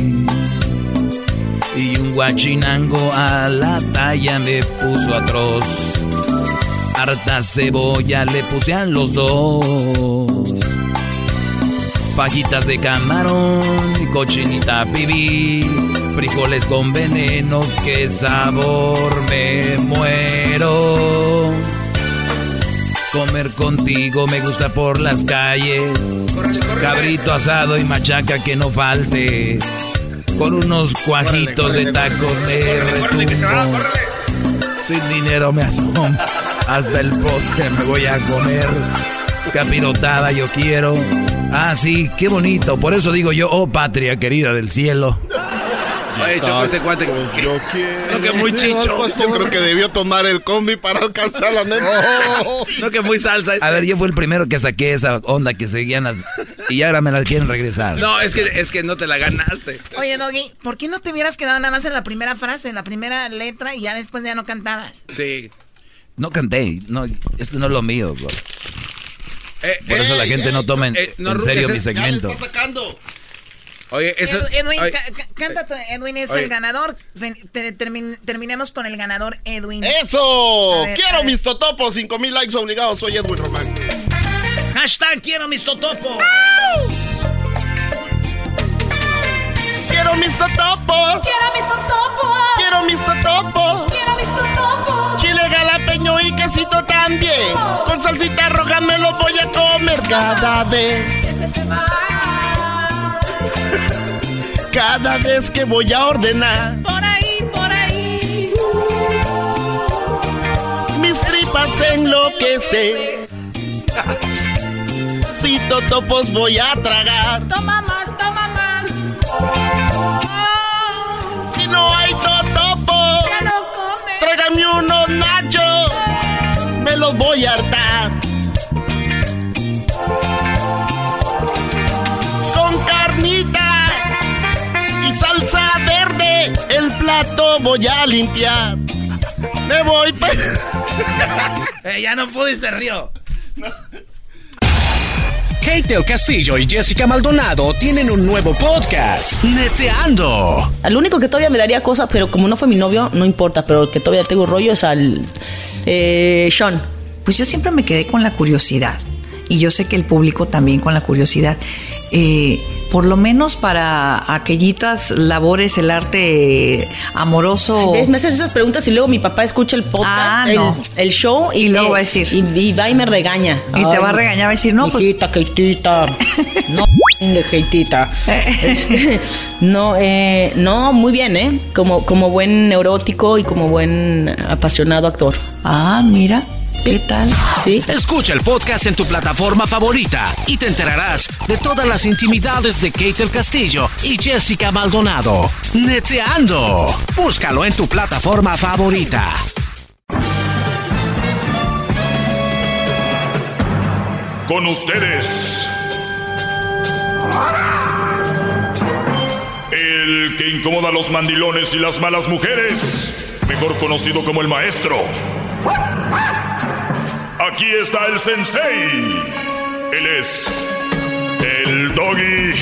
y un guachinango a la talla me puso atroz. Harta cebolla le puse a los dos, fajitas de camarón y cochinita pibil, frijoles con veneno, qué sabor, me muero. Comer contigo me gusta por las calles. Córrele, córrele. Cabrito asado y machaca que no falte. Con unos cuajitos córrele, de tacos de retumbo. Sin dinero me asomo. Hasta el postre me voy a comer. Capirotada yo quiero. Ah, sí, qué bonito. Por eso digo yo, oh patria querida del cielo. Oye, Choco, este cuate que, yo creo que muy chicho. Yo creo que debió tomar el combi para alcanzar la neta. Oh, no, que muy salsa. Este. A ver, yo fui el primero que saqué esa onda que seguían las... Y ahora me las quieren regresar. No, es que, es que no te la ganaste. Oye, Doggy, ¿por qué no te hubieras quedado nada más en la primera frase, en la primera letra y ya después ya no cantabas? Sí. No canté. No, esto no es lo mío, bro. Eh, Por eh, eso la gente eh, no toma en, eh, no, en serio mi segmento. Ya le está sacando. Oye, eso... Edwin, oye, cántate, Edwin es oye. el ganador. Termin, terminemos con el ganador, Edwin. ¡Eso! Ver, ¡quiero mis totopos! Cinco mil likes obligados. Soy Edwin Román. Hashtag quiero mis totopos. Quiero mis totopos. Quiero mis totopos. Quiero mis totopos. Quiero mis totopos. Chile jalapeño y quesito también. Con salsita roja me lo voy a comer cada vez. Cada vez que voy a ordenar. Por ahí, por ahí. Mis tripas enloquecen. Si totopos voy a tragar. Toma más, toma más. Oh. Si no hay totopos, ya no come. Tráigame unos nachos. Me los voy a hartar. Con carnita y salsa verde, el plato voy a limpiar. Me voy pa... eh, ya no pude y se rió. No. Kate del Castillo y Jessica Maldonado tienen un nuevo podcast, Neteando. Al único que todavía me daría cosas, pero como no fue mi novio, no importa, pero el que todavía tengo rollo es al eh, Sean. Pues yo siempre me quedé con la curiosidad. Y yo sé que el público también con la curiosidad. Eh, por lo menos para aquellitas labores, el arte amoroso. ¿Ves? Me haces esas preguntas y luego mi papá escucha el podcast, ah, el, no. el show y, y luego eh, va a decir. Y, y va y me regaña. Y Ay, te va a regañar, va a decir, no, hijita, pues. Keitita. No, de Keitita. Este, no, eh, no, muy bien, ¿eh? Como, como buen neurótico y como buen apasionado actor. Ah, mira. ¿Qué tal? ¿Sí? Escucha el podcast en tu plataforma favorita y te enterarás de todas las intimidades de Kate del Castillo y Jessica Maldonado. Neteando. Búscalo en tu plataforma favorita. Con ustedes. El que incomoda a los mandilones y las malas mujeres, mejor conocido como el maestro. Aquí está el sensei. Él es el Doggy.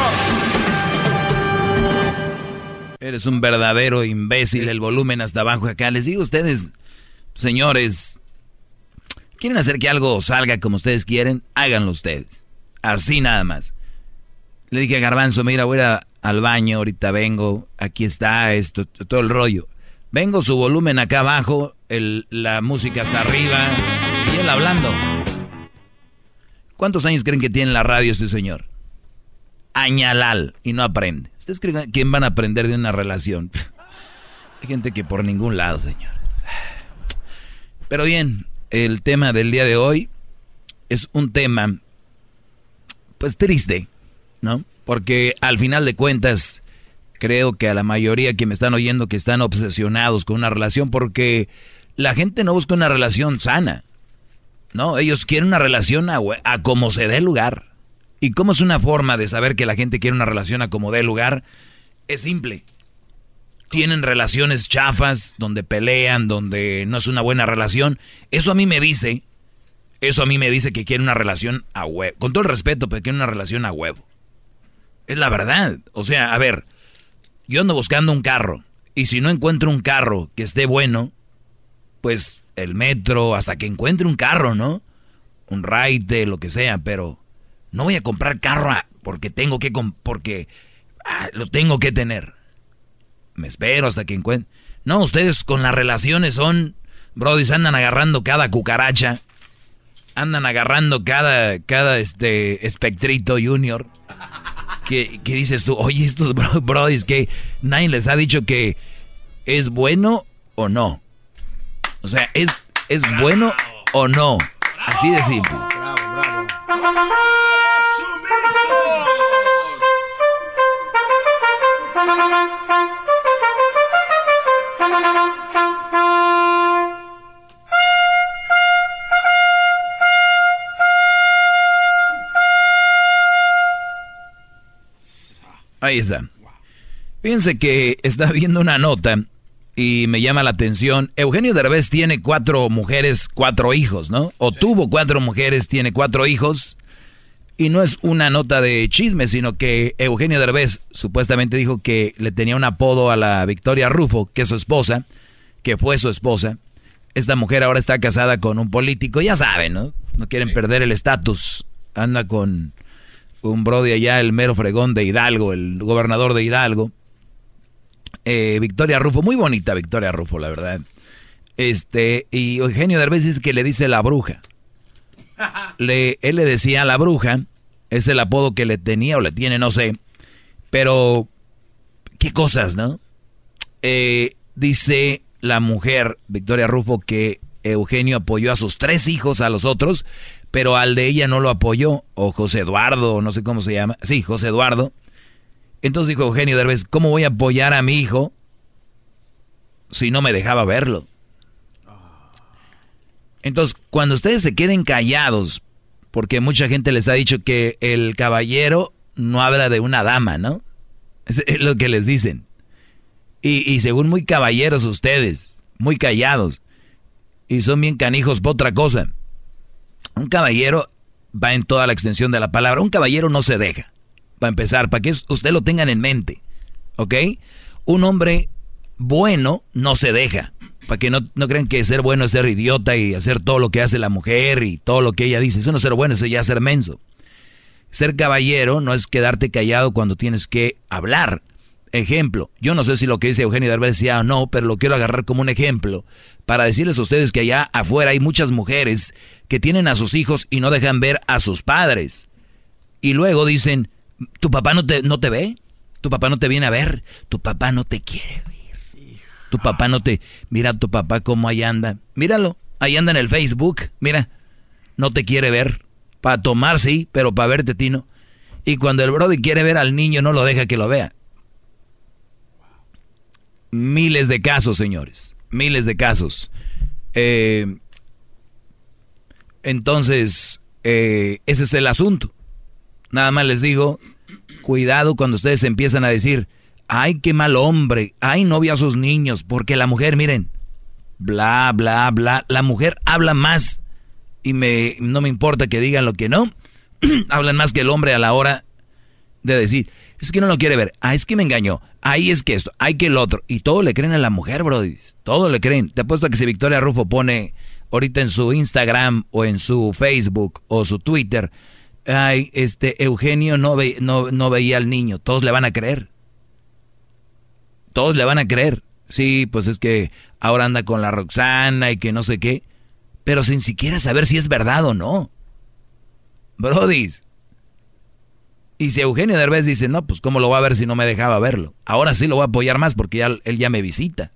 Eres un verdadero imbécil, el volumen hasta abajo acá. Les digo a ustedes, señores, ¿quieren hacer que algo salga como ustedes quieren? Háganlo ustedes. Así nada más. Le dije a Garbanzo, mira, voy a ir al baño, ahorita vengo, aquí está esto, todo el rollo. Vengo, su volumen acá abajo, el, la música está arriba, y él hablando. ¿Cuántos años creen que tiene en la radio este señor? Añalal, y no aprende. ¿Ustedes creen quién van a aprender de una relación? Hay gente que por ningún lado, señor. Pero bien, el tema del día de hoy es un tema, pues triste, ¿no? Porque al final de cuentas, creo que a la mayoría que me están oyendo que están obsesionados con una relación, porque la gente no busca una relación sana, ¿no? Ellos quieren una relación a, a como se dé lugar. ¿Y cómo es una forma de saber que la gente quiere una relación a como dé lugar? Es simple. Tienen relaciones chafas, donde pelean, donde no es una buena relación. Eso a mí me dice, eso a mí me dice que quieren una relación a huevo. Con todo el respeto, pero quieren una relación a huevo. Es la verdad. O sea, a ver, yo ando buscando un carro. Y si no encuentro un carro que esté bueno, pues el metro, hasta que encuentre un carro, ¿no? Un ride, lo que sea, pero no voy a comprar carro porque tengo que, porque ah, lo tengo que tener. Me espero hasta que encuentre. No, ustedes con las relaciones son, brodis, andan agarrando cada cucaracha, andan agarrando cada, cada este espectrito junior. ¿Qué, qué dices tú? Oye, estos bro, brodis que nadie les ha dicho que es bueno o no. O sea, ¿es, es bueno o no? Así de simple. Bravo, bravo. Ahí está. Fíjense que está viendo una nota y me llama la atención. Eugenio Derbez tiene cuatro mujeres, cuatro hijos, ¿no? O sí. Tuvo cuatro mujeres, tiene cuatro hijos. Y no es una nota de chisme, sino que Eugenio Derbez supuestamente dijo que le tenía un apodo a la Victoria Rufo, que es su esposa, que fue su esposa. Esta mujer ahora está casada con un político, ya saben, ¿no? No quieren sí. perder el estatus. Anda con un brody allá, el mero fregón de Hidalgo, el gobernador de Hidalgo. Eh, Victoria Rufo, muy bonita Victoria Rufo, la verdad. Este, y Eugenio Derbez dice que le dice la bruja. Le, él le decía a la bruja, es el apodo que le tenía o le tiene, no sé. Pero, qué cosas, ¿no? Eh, dice la mujer, Victoria Rufo, que Eugenio apoyó a sus tres hijos, a los otros, pero al de ella no lo apoyó, o José Eduardo, no sé cómo se llama. Sí, José Eduardo. Entonces dijo Eugenio Derbez, ¿cómo voy a apoyar a mi hijo si no me dejaba verlo? Entonces, cuando ustedes se queden callados, porque mucha gente les ha dicho que el caballero no habla de una dama, ¿no? Es lo que les dicen. Y, y según muy caballeros ustedes, muy callados, y son bien canijos por otra cosa. Un caballero va en toda la extensión de la palabra. Un caballero no se deja, para empezar, para que usted lo tengan en mente, ¿ok? Un hombre bueno no se deja. Para que no, no crean que ser bueno es ser idiota y hacer todo lo que hace la mujer y todo lo que ella dice. Eso no es ser bueno, eso ya es ser menso. Ser caballero no es quedarte callado cuando tienes que hablar. Ejemplo, yo no sé si lo que dice Eugenio Derbez decía o no, pero lo quiero agarrar como un ejemplo para decirles a ustedes que allá afuera hay muchas mujeres que tienen a sus hijos y no dejan ver a sus padres. Y luego dicen, ¿tu papá no te, no te ve? ¿Tu papá no te viene a ver? ¿Tu papá no te quiere ver? Tu papá no te... Mira a tu papá cómo ahí anda. Míralo, ahí anda en el Facebook. Mira, no te quiere ver. Para tomar, sí, pero para verte, Tino. Y cuando el brody quiere ver al niño, no lo deja que lo vea. Miles de casos, señores. Miles de casos. Eh, entonces, eh, ese es el asunto. Nada más les digo, cuidado cuando ustedes empiezan a decir, ay, qué mal hombre, ay, no vi a sus niños, porque la mujer, miren, bla, bla, bla, la mujer habla más, y me, no me importa que digan lo que no, hablan más que el hombre a la hora de decir, es que no lo quiere ver, ah, es que me engañó, ay, es que esto, ay, que el otro, y todo le creen a la mujer, brody, todo le creen. Te apuesto a que si Victoria Rufo pone ahorita en su Instagram, o en su Facebook, o su Twitter, ay, este, Eugenio no, ve, no, no veía al niño, todos le van a creer. Todos le van a creer. Sí, pues es que ahora anda con la Roxana y que no sé qué. Pero sin siquiera saber si es verdad o no. Brodis. Y si Eugenio Derbez dice, no, pues cómo lo va a ver si no me dejaba verlo. Ahora sí lo voy a apoyar más porque ya, él ya me visita.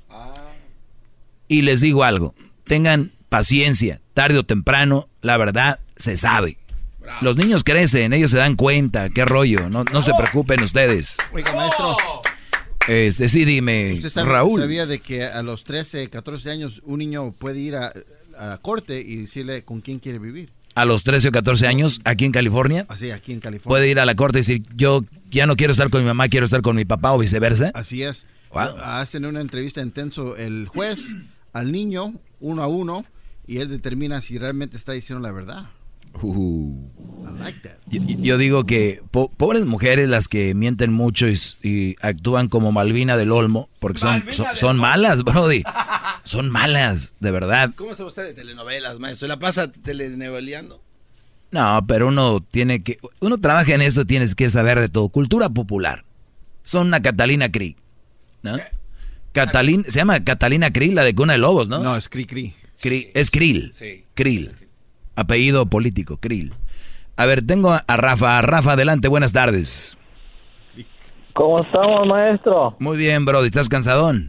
Y les digo algo. Tengan paciencia. Tarde o temprano, la verdad se sabe. Bravo. Los niños crecen, ellos se dan cuenta. Qué rollo. No, no se preocupen ustedes. Oiga, maestro. Este, sí, dime, ¿Usted sabe, Raúl. sabía de que a los trece, catorce años un niño puede ir a, a la corte y decirle con quién quiere vivir? A los trece o catorce años, aquí en California. Así, aquí en California. Puede ir a la corte y decir, yo ya no quiero estar con mi mamá, quiero estar con mi papá o viceversa. Así es. Wow. Hacen una entrevista intenso el juez al niño, uno a uno, y él determina si realmente está diciendo la verdad. Uh. I like that. Yo, yo digo que po pobres mujeres las que mienten mucho y, y actúan como Malvina del Olmo, porque son, son, son malas, brody. Son malas, de verdad. ¿Cómo sabe usted de telenovelas, maestro? ¿La pasa telenoveleando? No, pero uno tiene que... Uno trabaja en esto, tienes que saber de todo. Cultura popular. Son una Catalina Krill, ¿no? Catalina, se llama Catalina Krill, la de Cuna de Lobos, ¿no? No, es Cri Cri. Krill, es Krill. Sí. Krill. Apellido político, Krill. A ver, tengo a Rafa. Rafa, adelante, buenas tardes. ¿Cómo estamos, maestro? Muy bien, brody. ¿Estás cansadón?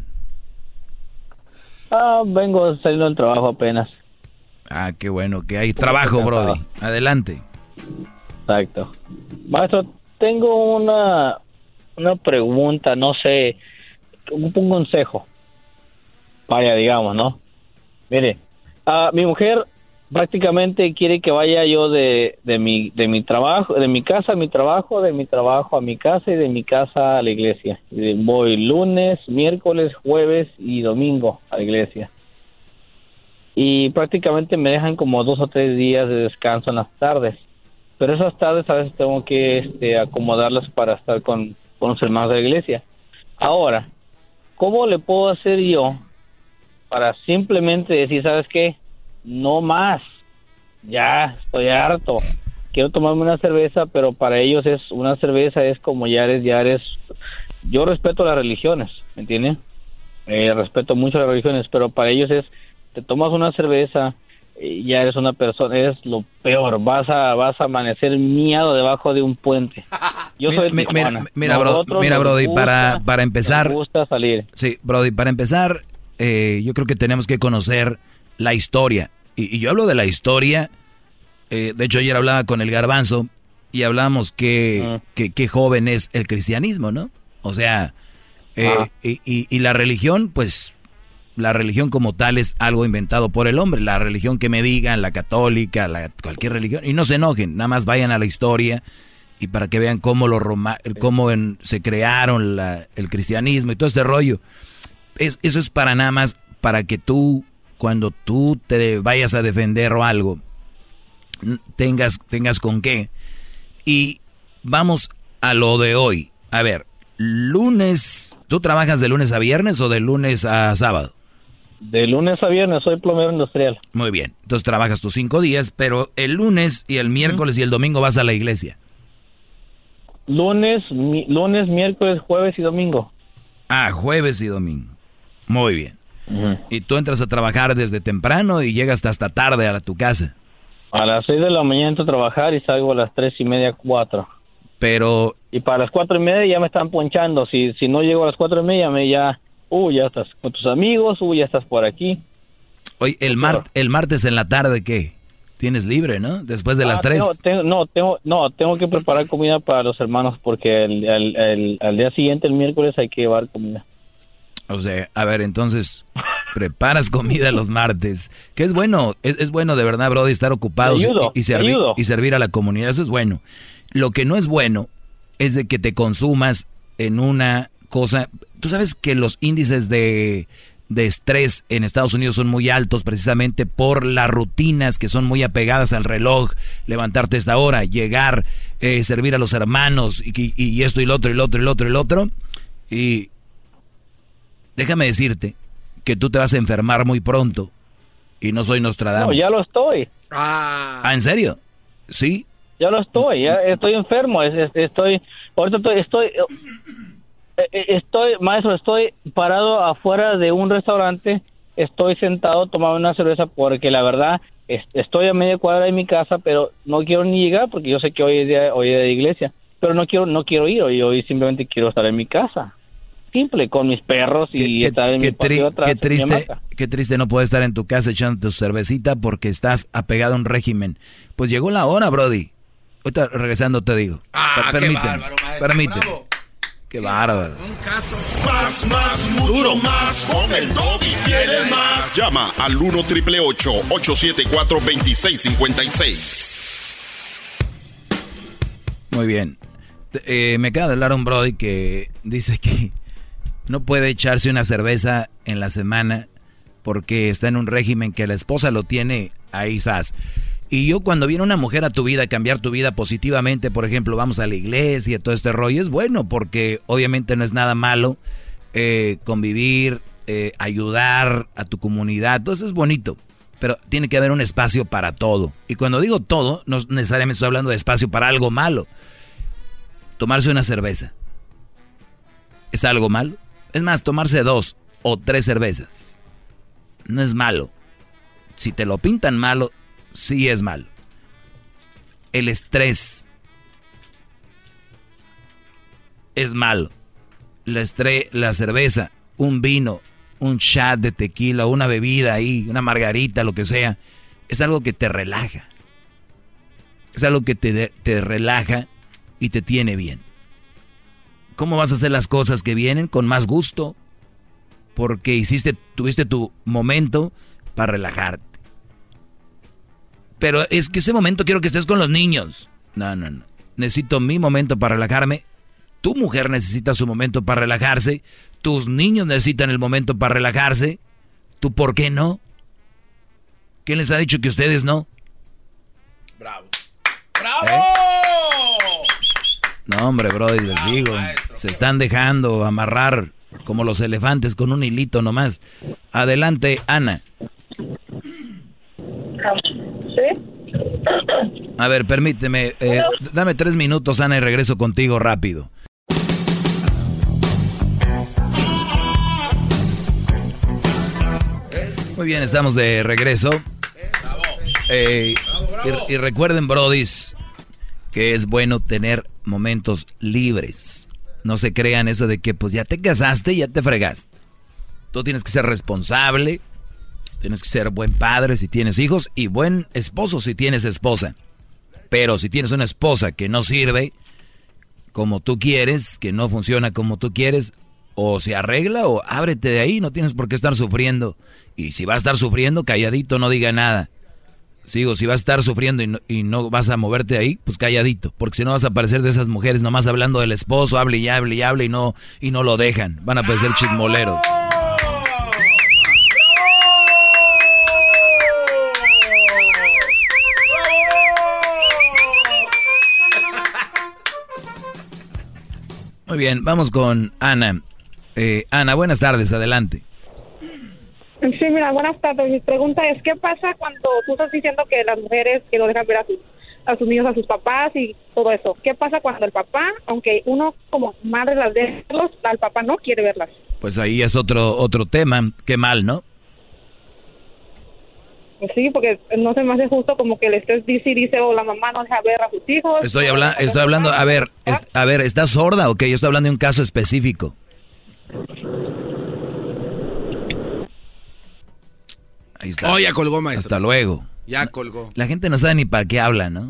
Ah, vengo saliendo del trabajo apenas. Ah, qué bueno, que hay trabajo, brody. Adelante. Exacto. Maestro, tengo una, una pregunta, no sé, un, un consejo. Vaya, digamos, ¿no? Mire, uh, mi mujer prácticamente quiere que vaya yo de, de mi de mi trabajo, de mi casa a mi trabajo, de mi trabajo a mi casa y de mi casa a la iglesia. Y voy lunes, miércoles, jueves y domingo a la iglesia. Y prácticamente me dejan como dos o tres días de descanso en las tardes. Pero esas tardes a veces tengo que este, acomodarlas para estar con, con los hermanos de la iglesia. Ahora, ¿cómo le puedo hacer yo para simplemente decir, ¿sabes qué? No más, ya estoy harto, quiero tomarme una cerveza, pero para ellos es una cerveza es como ya eres, ya eres, yo respeto las religiones, ¿me entienden? Eh, respeto mucho las religiones, pero para ellos es, te tomas una cerveza, y ya eres una persona, eres lo peor, vas a vas a amanecer miado debajo de un puente. Yo soy mira, mira, mira, bro, mira Brody, gusta, para, para empezar, me gusta salir. Sí, Brody, para empezar, eh, yo creo que tenemos que conocer la historia. Y, y yo hablo de la historia, eh, de hecho ayer hablaba con el Garbanzo y hablábamos que, uh. que, que joven es el cristianismo, ¿no? O sea, eh, uh. y, y, y la religión, pues, la religión como tal es algo inventado por el hombre. La religión que me digan, la católica, la, cualquier religión, y no se enojen, nada más vayan a la historia y para que vean cómo, lo Roma, cómo en, se crearon la, el cristianismo y todo este rollo. Es, eso es para nada más, para que tú... Cuando tú te vayas a defender o algo, tengas, tengas con qué. Y vamos a lo de hoy. A ver, lunes, ¿tú trabajas de lunes a viernes o de lunes a sábado? De lunes a viernes, soy plomero industrial. Muy bien, entonces trabajas tus cinco días, pero el lunes y el miércoles uh-huh. y el domingo vas a la iglesia. Lunes, mi, lunes, miércoles, jueves y domingo. Ah, jueves y domingo. Muy bien. Uh-huh. Y tú entras a trabajar desde temprano y llegas hasta tarde a tu casa. A las seis de la mañana entro a trabajar y salgo a las tres y media, cuatro. Pero... Y para las cuatro y media ya me están ponchando. Si si no llego a las cuatro y media, me ya... Uh, ya estás con tus amigos, uh, ya estás por aquí. Oye, el, mar, el martes en la tarde, ¿qué? Tienes libre, ¿no? Después de ah, las tres. Tengo, tengo, no, tengo, no, tengo que preparar comida para los hermanos porque el, el, el, el día siguiente, el miércoles, hay que llevar comida. O sea, a ver, entonces, Preparas comida los martes. Que es bueno, es, es bueno de verdad, Brody, estar ocupados ayudo, y, y, servi y servir a la comunidad. Eso es bueno. Lo que no es bueno es de que te consumas en una cosa. Tú sabes que los índices de, de estrés en Estados Unidos son muy altos precisamente por las rutinas que son muy apegadas al reloj. Levantarte a esta hora, llegar, eh, servir a los hermanos y, y, y esto y lo otro y lo otro y lo otro y lo otro. Y déjame decirte que tú te vas a enfermar muy pronto. Y no soy Nostradamus. No, ya lo estoy. Ah, ¿en serio? ¿Sí? Ya lo estoy, ya estoy enfermo. Estoy, ahorita estoy, estoy, estoy, maestro, estoy parado afuera de un restaurante. Estoy sentado tomando una cerveza porque la verdad estoy a media cuadra de mi casa, pero no quiero ni llegar porque yo sé que hoy es día, hoy es de iglesia. Pero no quiero, no quiero ir hoy, hoy simplemente quiero estar en mi casa. Simple, con mis perros y qué, estar en qué mi patio atrás. Qué triste, qué triste no poder estar en tu casa echando tu cervecita porque estás apegado a un régimen. Pues llegó la hora, Brody. Ahorita regresando te digo. Ah, permíteme, qué bárbaro, maestro. permíteme. Bravo. Qué bárbaro. Un caso. Más, más, mucho más. Con el Doggy quieres más. Llama al uno triple ocho, ocho siete cuatro, dos seis cinco seis. Muy bien. Eh, me acaba de hablar un Brody que dice que no puede echarse una cerveza en la semana porque está en un régimen que la esposa lo tiene ahí, sas. Y yo cuando viene una mujer a tu vida, a cambiar tu vida positivamente, por ejemplo, vamos a la iglesia, todo este rollo, es bueno porque obviamente no es nada malo eh, convivir, eh, ayudar a tu comunidad, todo eso es bonito. Pero tiene que haber un espacio para todo. Y cuando digo todo, no necesariamente estoy hablando de espacio para algo malo. Tomarse una cerveza, ¿es algo malo? Es más, tomarse dos o tres cervezas no es malo. Si te lo pintan malo, sí es malo. El estrés es malo. La, estre la cerveza, un vino, un shot de tequila, una bebida ahí, una margarita, lo que sea, es algo que te relaja. Es algo que te, te relaja y te tiene bien. ¿Cómo vas a hacer las cosas que vienen? Con más gusto. Porque hiciste, tuviste tu momento para relajarte. Pero es que ese momento quiero que estés con los niños. No, no, no. Necesito mi momento para relajarme. Tu mujer necesita su momento para relajarse. Tus niños necesitan el momento para relajarse. ¿Tú por qué no? ¿Quién les ha dicho que ustedes no? Bravo. ¡Bravo! ¿Eh? No, hombre, brody, les digo, se están dejando amarrar como los elefantes con un hilito nomás. Adelante, Ana. ¿Sí? A ver, permíteme, eh, dame tres minutos, Ana, y regreso contigo rápido. Muy bien, estamos de regreso. Eh, y, y recuerden, brodis, que es bueno tener momentos libres. No se crean eso de que pues ya te casaste y ya te fregaste. Tú tienes que ser responsable, tienes que ser buen padre si tienes hijos y buen esposo si tienes esposa. Pero si tienes una esposa que no sirve como tú quieres, que no funciona como tú quieres, o se arregla o ábrete de ahí, no tienes por qué estar sufriendo. Y si vas a estar sufriendo, calladito, no diga nada. Sigo, si vas a estar sufriendo y no, y no vas a moverte ahí, pues calladito, porque si no vas a parecer de esas mujeres nomás hablando del esposo, hable y hable y hable y no, y no lo dejan. Van a parecer chismoleros. Muy bien, vamos con Ana. Eh, Ana, buenas tardes, adelante. Sí, mira, buenas tardes. Mi pregunta es, ¿qué pasa cuando tú estás diciendo que las mujeres que no dejan ver a sus, a sus niños, a sus papás y todo eso? ¿Qué pasa cuando el papá, aunque uno como madre las deja verlos, al papá no quiere verlas? Pues ahí es otro otro tema. Qué mal, ¿no? Pues sí, porque no se me hace justo como que le estés dice y dice, o la mamá no deja ver a sus hijos. Estoy, habla estoy hablando, a ver, es, a ver, ¿estás sorda o qué? Yo estoy hablando de un caso específico. Ahí está. Oh, ya colgó, maestro. Hasta luego. Ya colgó. La gente no sabe ni para qué habla, ¿no?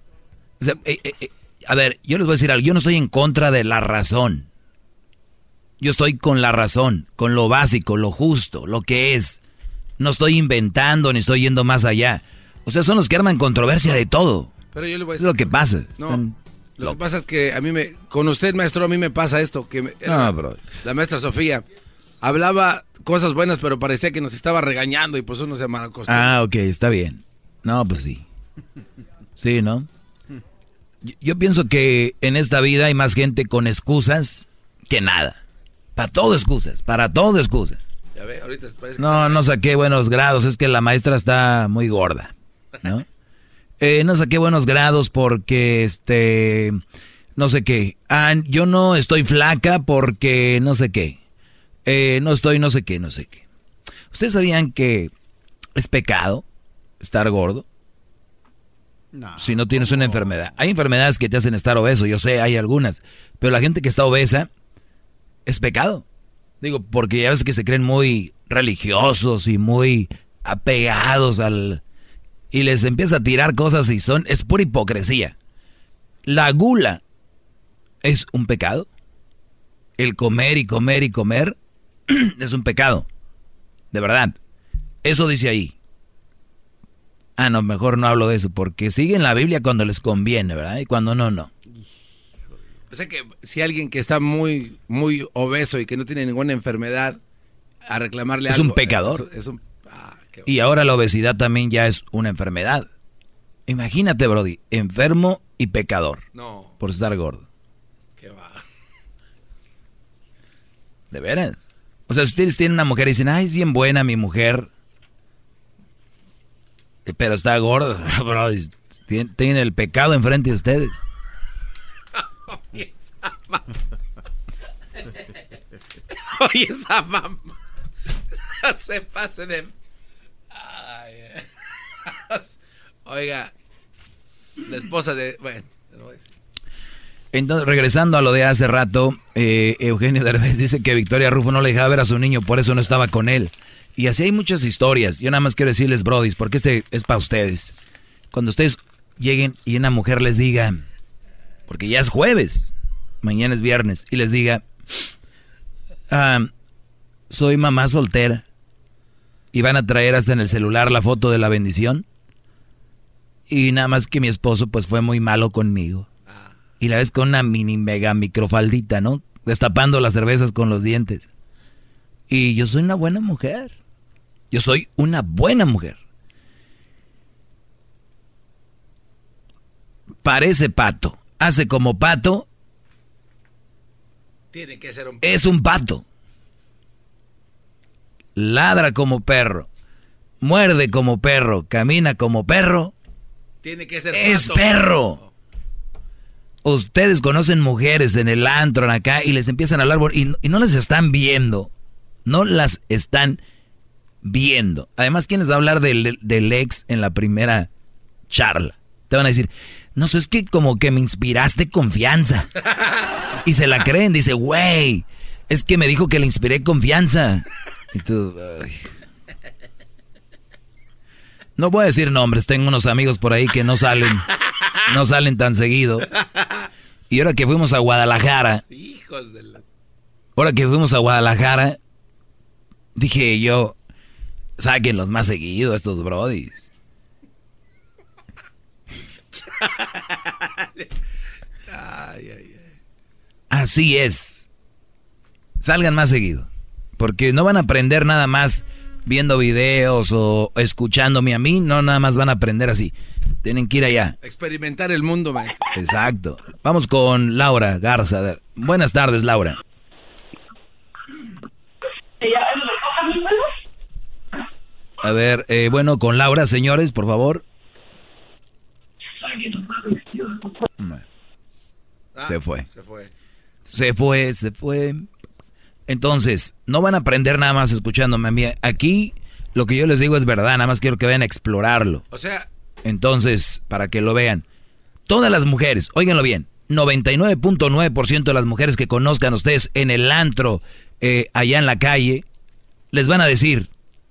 O sea, eh, eh, eh, a ver, yo les voy a decir algo. Yo no estoy en contra de la razón. Yo estoy con la razón, con lo básico, lo justo, lo que es. No estoy inventando ni estoy yendo más allá. O sea, son los que arman controversia de todo. Pero yo le voy a decir, es lo que pasa. No, Están lo locos. que pasa es que a mí me... Con usted, maestro, a mí me pasa esto. Que me, no, bro. La maestra Sofía hablaba cosas buenas, pero parecía que nos estaba regañando y pues uno se malacostumbró. Ah, ok, está bien. No, pues sí. Sí, ¿no? Yo, yo pienso que en esta vida hay más gente con excusas que nada. Para todo excusas, para todo excusas. Ya ve, ahorita parece que no, no saqué buenos grados, es que la maestra está muy gorda, ¿no? eh, no saqué buenos grados porque, este, no sé qué. Ah, yo no estoy flaca porque no sé qué. Eh, no estoy no sé qué, no sé qué. ¿Ustedes sabían que es pecado estar gordo? No. Si no tienes una enfermedad. Hay enfermedades que te hacen estar obeso, yo sé, hay algunas. Pero la gente que está obesa es pecado. Digo, porque ya ves que se creen muy religiosos y muy apegados al... Y les empieza a tirar cosas y son... Es pura hipocresía. La gula es un pecado. El comer y comer y comer es un pecado. De verdad. Eso dice ahí. Ah, no, mejor no hablo de eso, porque siguen la Biblia cuando les conviene, ¿verdad? Y cuando no, no. O sea que si alguien que está muy, muy obeso y que no tiene ninguna enfermedad, a reclamarle es algo... Un pecador. Es, es un ah, y ahora la obesidad también ya es una enfermedad. Imagínate, Brody, enfermo y pecador. No. Por estar gordo. Qué va. ¿De veras? O sea, si ustedes tienen una mujer y dicen, ay, es bien buena mi mujer, pero está gorda, Brody, tiene el pecado enfrente de ustedes. Oye, esa mamá. Oye, esa mamá. Se pase de... Ay, oiga, la esposa de... Bueno, no voy a decir. Entonces, regresando a lo de hace rato, eh, Eugenio Derbez dice que Victoria Rufo no le dejaba ver a su niño, por eso no estaba con él. Y así hay muchas historias. Yo nada más quiero decirles, brodis, porque este es para ustedes. Cuando ustedes lleguen y una mujer les diga... Porque ya es jueves, mañana es viernes, y les diga, ah, soy mamá soltera, y van a traer hasta en el celular la foto de la bendición, y nada más que mi esposo pues fue muy malo conmigo, y la ves con una mini mega microfaldita, ¿no? Destapando las cervezas con los dientes, y yo soy una buena mujer, yo soy una buena mujer. Parece pato. Hace como pato, tiene que ser un pato. Es un pato. Ladra como perro, muerde como perro, camina como perro. Tiene que ser es pato. perro. Ustedes conocen mujeres en el antro acá y les empiezan a hablar y, y no les están viendo, no las están viendo. Además, ¿quién les va a hablar del, del ex en la primera charla? Te van a decir, no sé, es que como que me inspiraste confianza. Y se la creen, dice, güey, es que me dijo que le inspiré confianza. Y tú, ay. No voy a decir nombres, tengo unos amigos por ahí que no salen, no salen tan seguido. Y ahora que fuimos a Guadalajara, hijos de la... ahora que fuimos a Guadalajara, dije yo, sáquenlos más seguido estos brodis. Ay, ay, ay. Así es. Salgan más seguido. Porque no van a aprender nada más viendo videos o escuchándome a mí. No, nada más van a aprender así. Tienen que ir allá. Experimentar el mundo, maestro. Exacto. Vamos con Laura Garza. Buenas tardes, Laura. A ver, eh, bueno, con Laura, señores, por favor. Ah, se fue. Se fue. Se fue, se fue. Entonces, no van a aprender nada más escuchándome a mí. Aquí lo que yo les digo es verdad, nada más quiero que vayan a explorarlo. O sea... Entonces, para que lo vean. Todas las mujeres, óiganlo bien, noventa y nueve punto nueve por ciento de las mujeres que conozcan ustedes en el antro, eh, allá en la calle, les van a decir,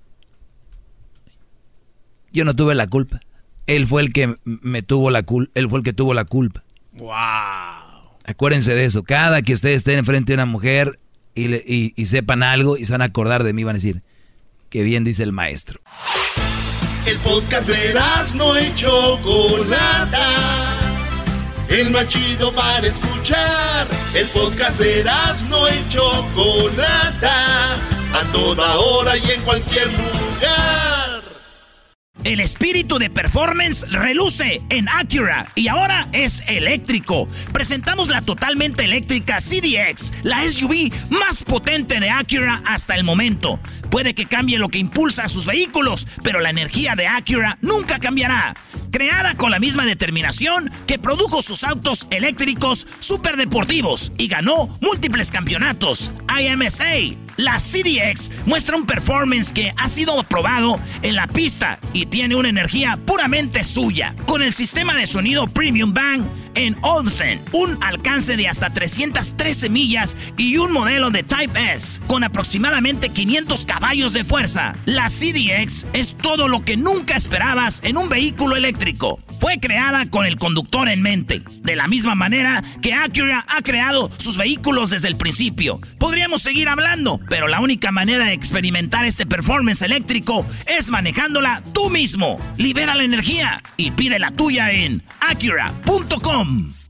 yo no tuve la culpa. Él fue el que me tuvo la culpa, él fue el que tuvo la culpa. Wow. Acuérdense de eso. Cada que ustedes estén enfrente de una mujer, y, le, y, y sepan algo y se van a acordar de mí, van a decir, qué bien dice el maestro. El podcast de Erazno y Chocolata, el más chido para escuchar. El podcast de Erazno y Chocolata, a toda hora y en cualquier lugar. El espíritu de performance reluce en Acura y ahora es eléctrico. Presentamos la totalmente eléctrica C D X, la S U V más potente de Acura hasta el momento. Puede que cambie lo que impulsa a sus vehículos, pero la energía de Acura nunca cambiará. Creada con la misma determinación que produjo sus autos eléctricos superdeportivos y ganó múltiples campeonatos. I M S A. La C D X muestra un performance que ha sido aprobado en la pista y tiene una energía puramente suya. Con el sistema de sonido Premium Bang en Olsen, un alcance de hasta trescientas trece millas y un modelo de Type S con aproximadamente quinientos caballos de fuerza. La C D X es todo lo que nunca esperabas en un vehículo eléctrico. Fue creada con el conductor en mente, de la misma manera que Acura ha creado sus vehículos desde el principio. Podríamos seguir hablando, pero la única manera de experimentar este performance eléctrico es manejándola tú mismo. Libera la energía y pide la tuya en Acura punto com.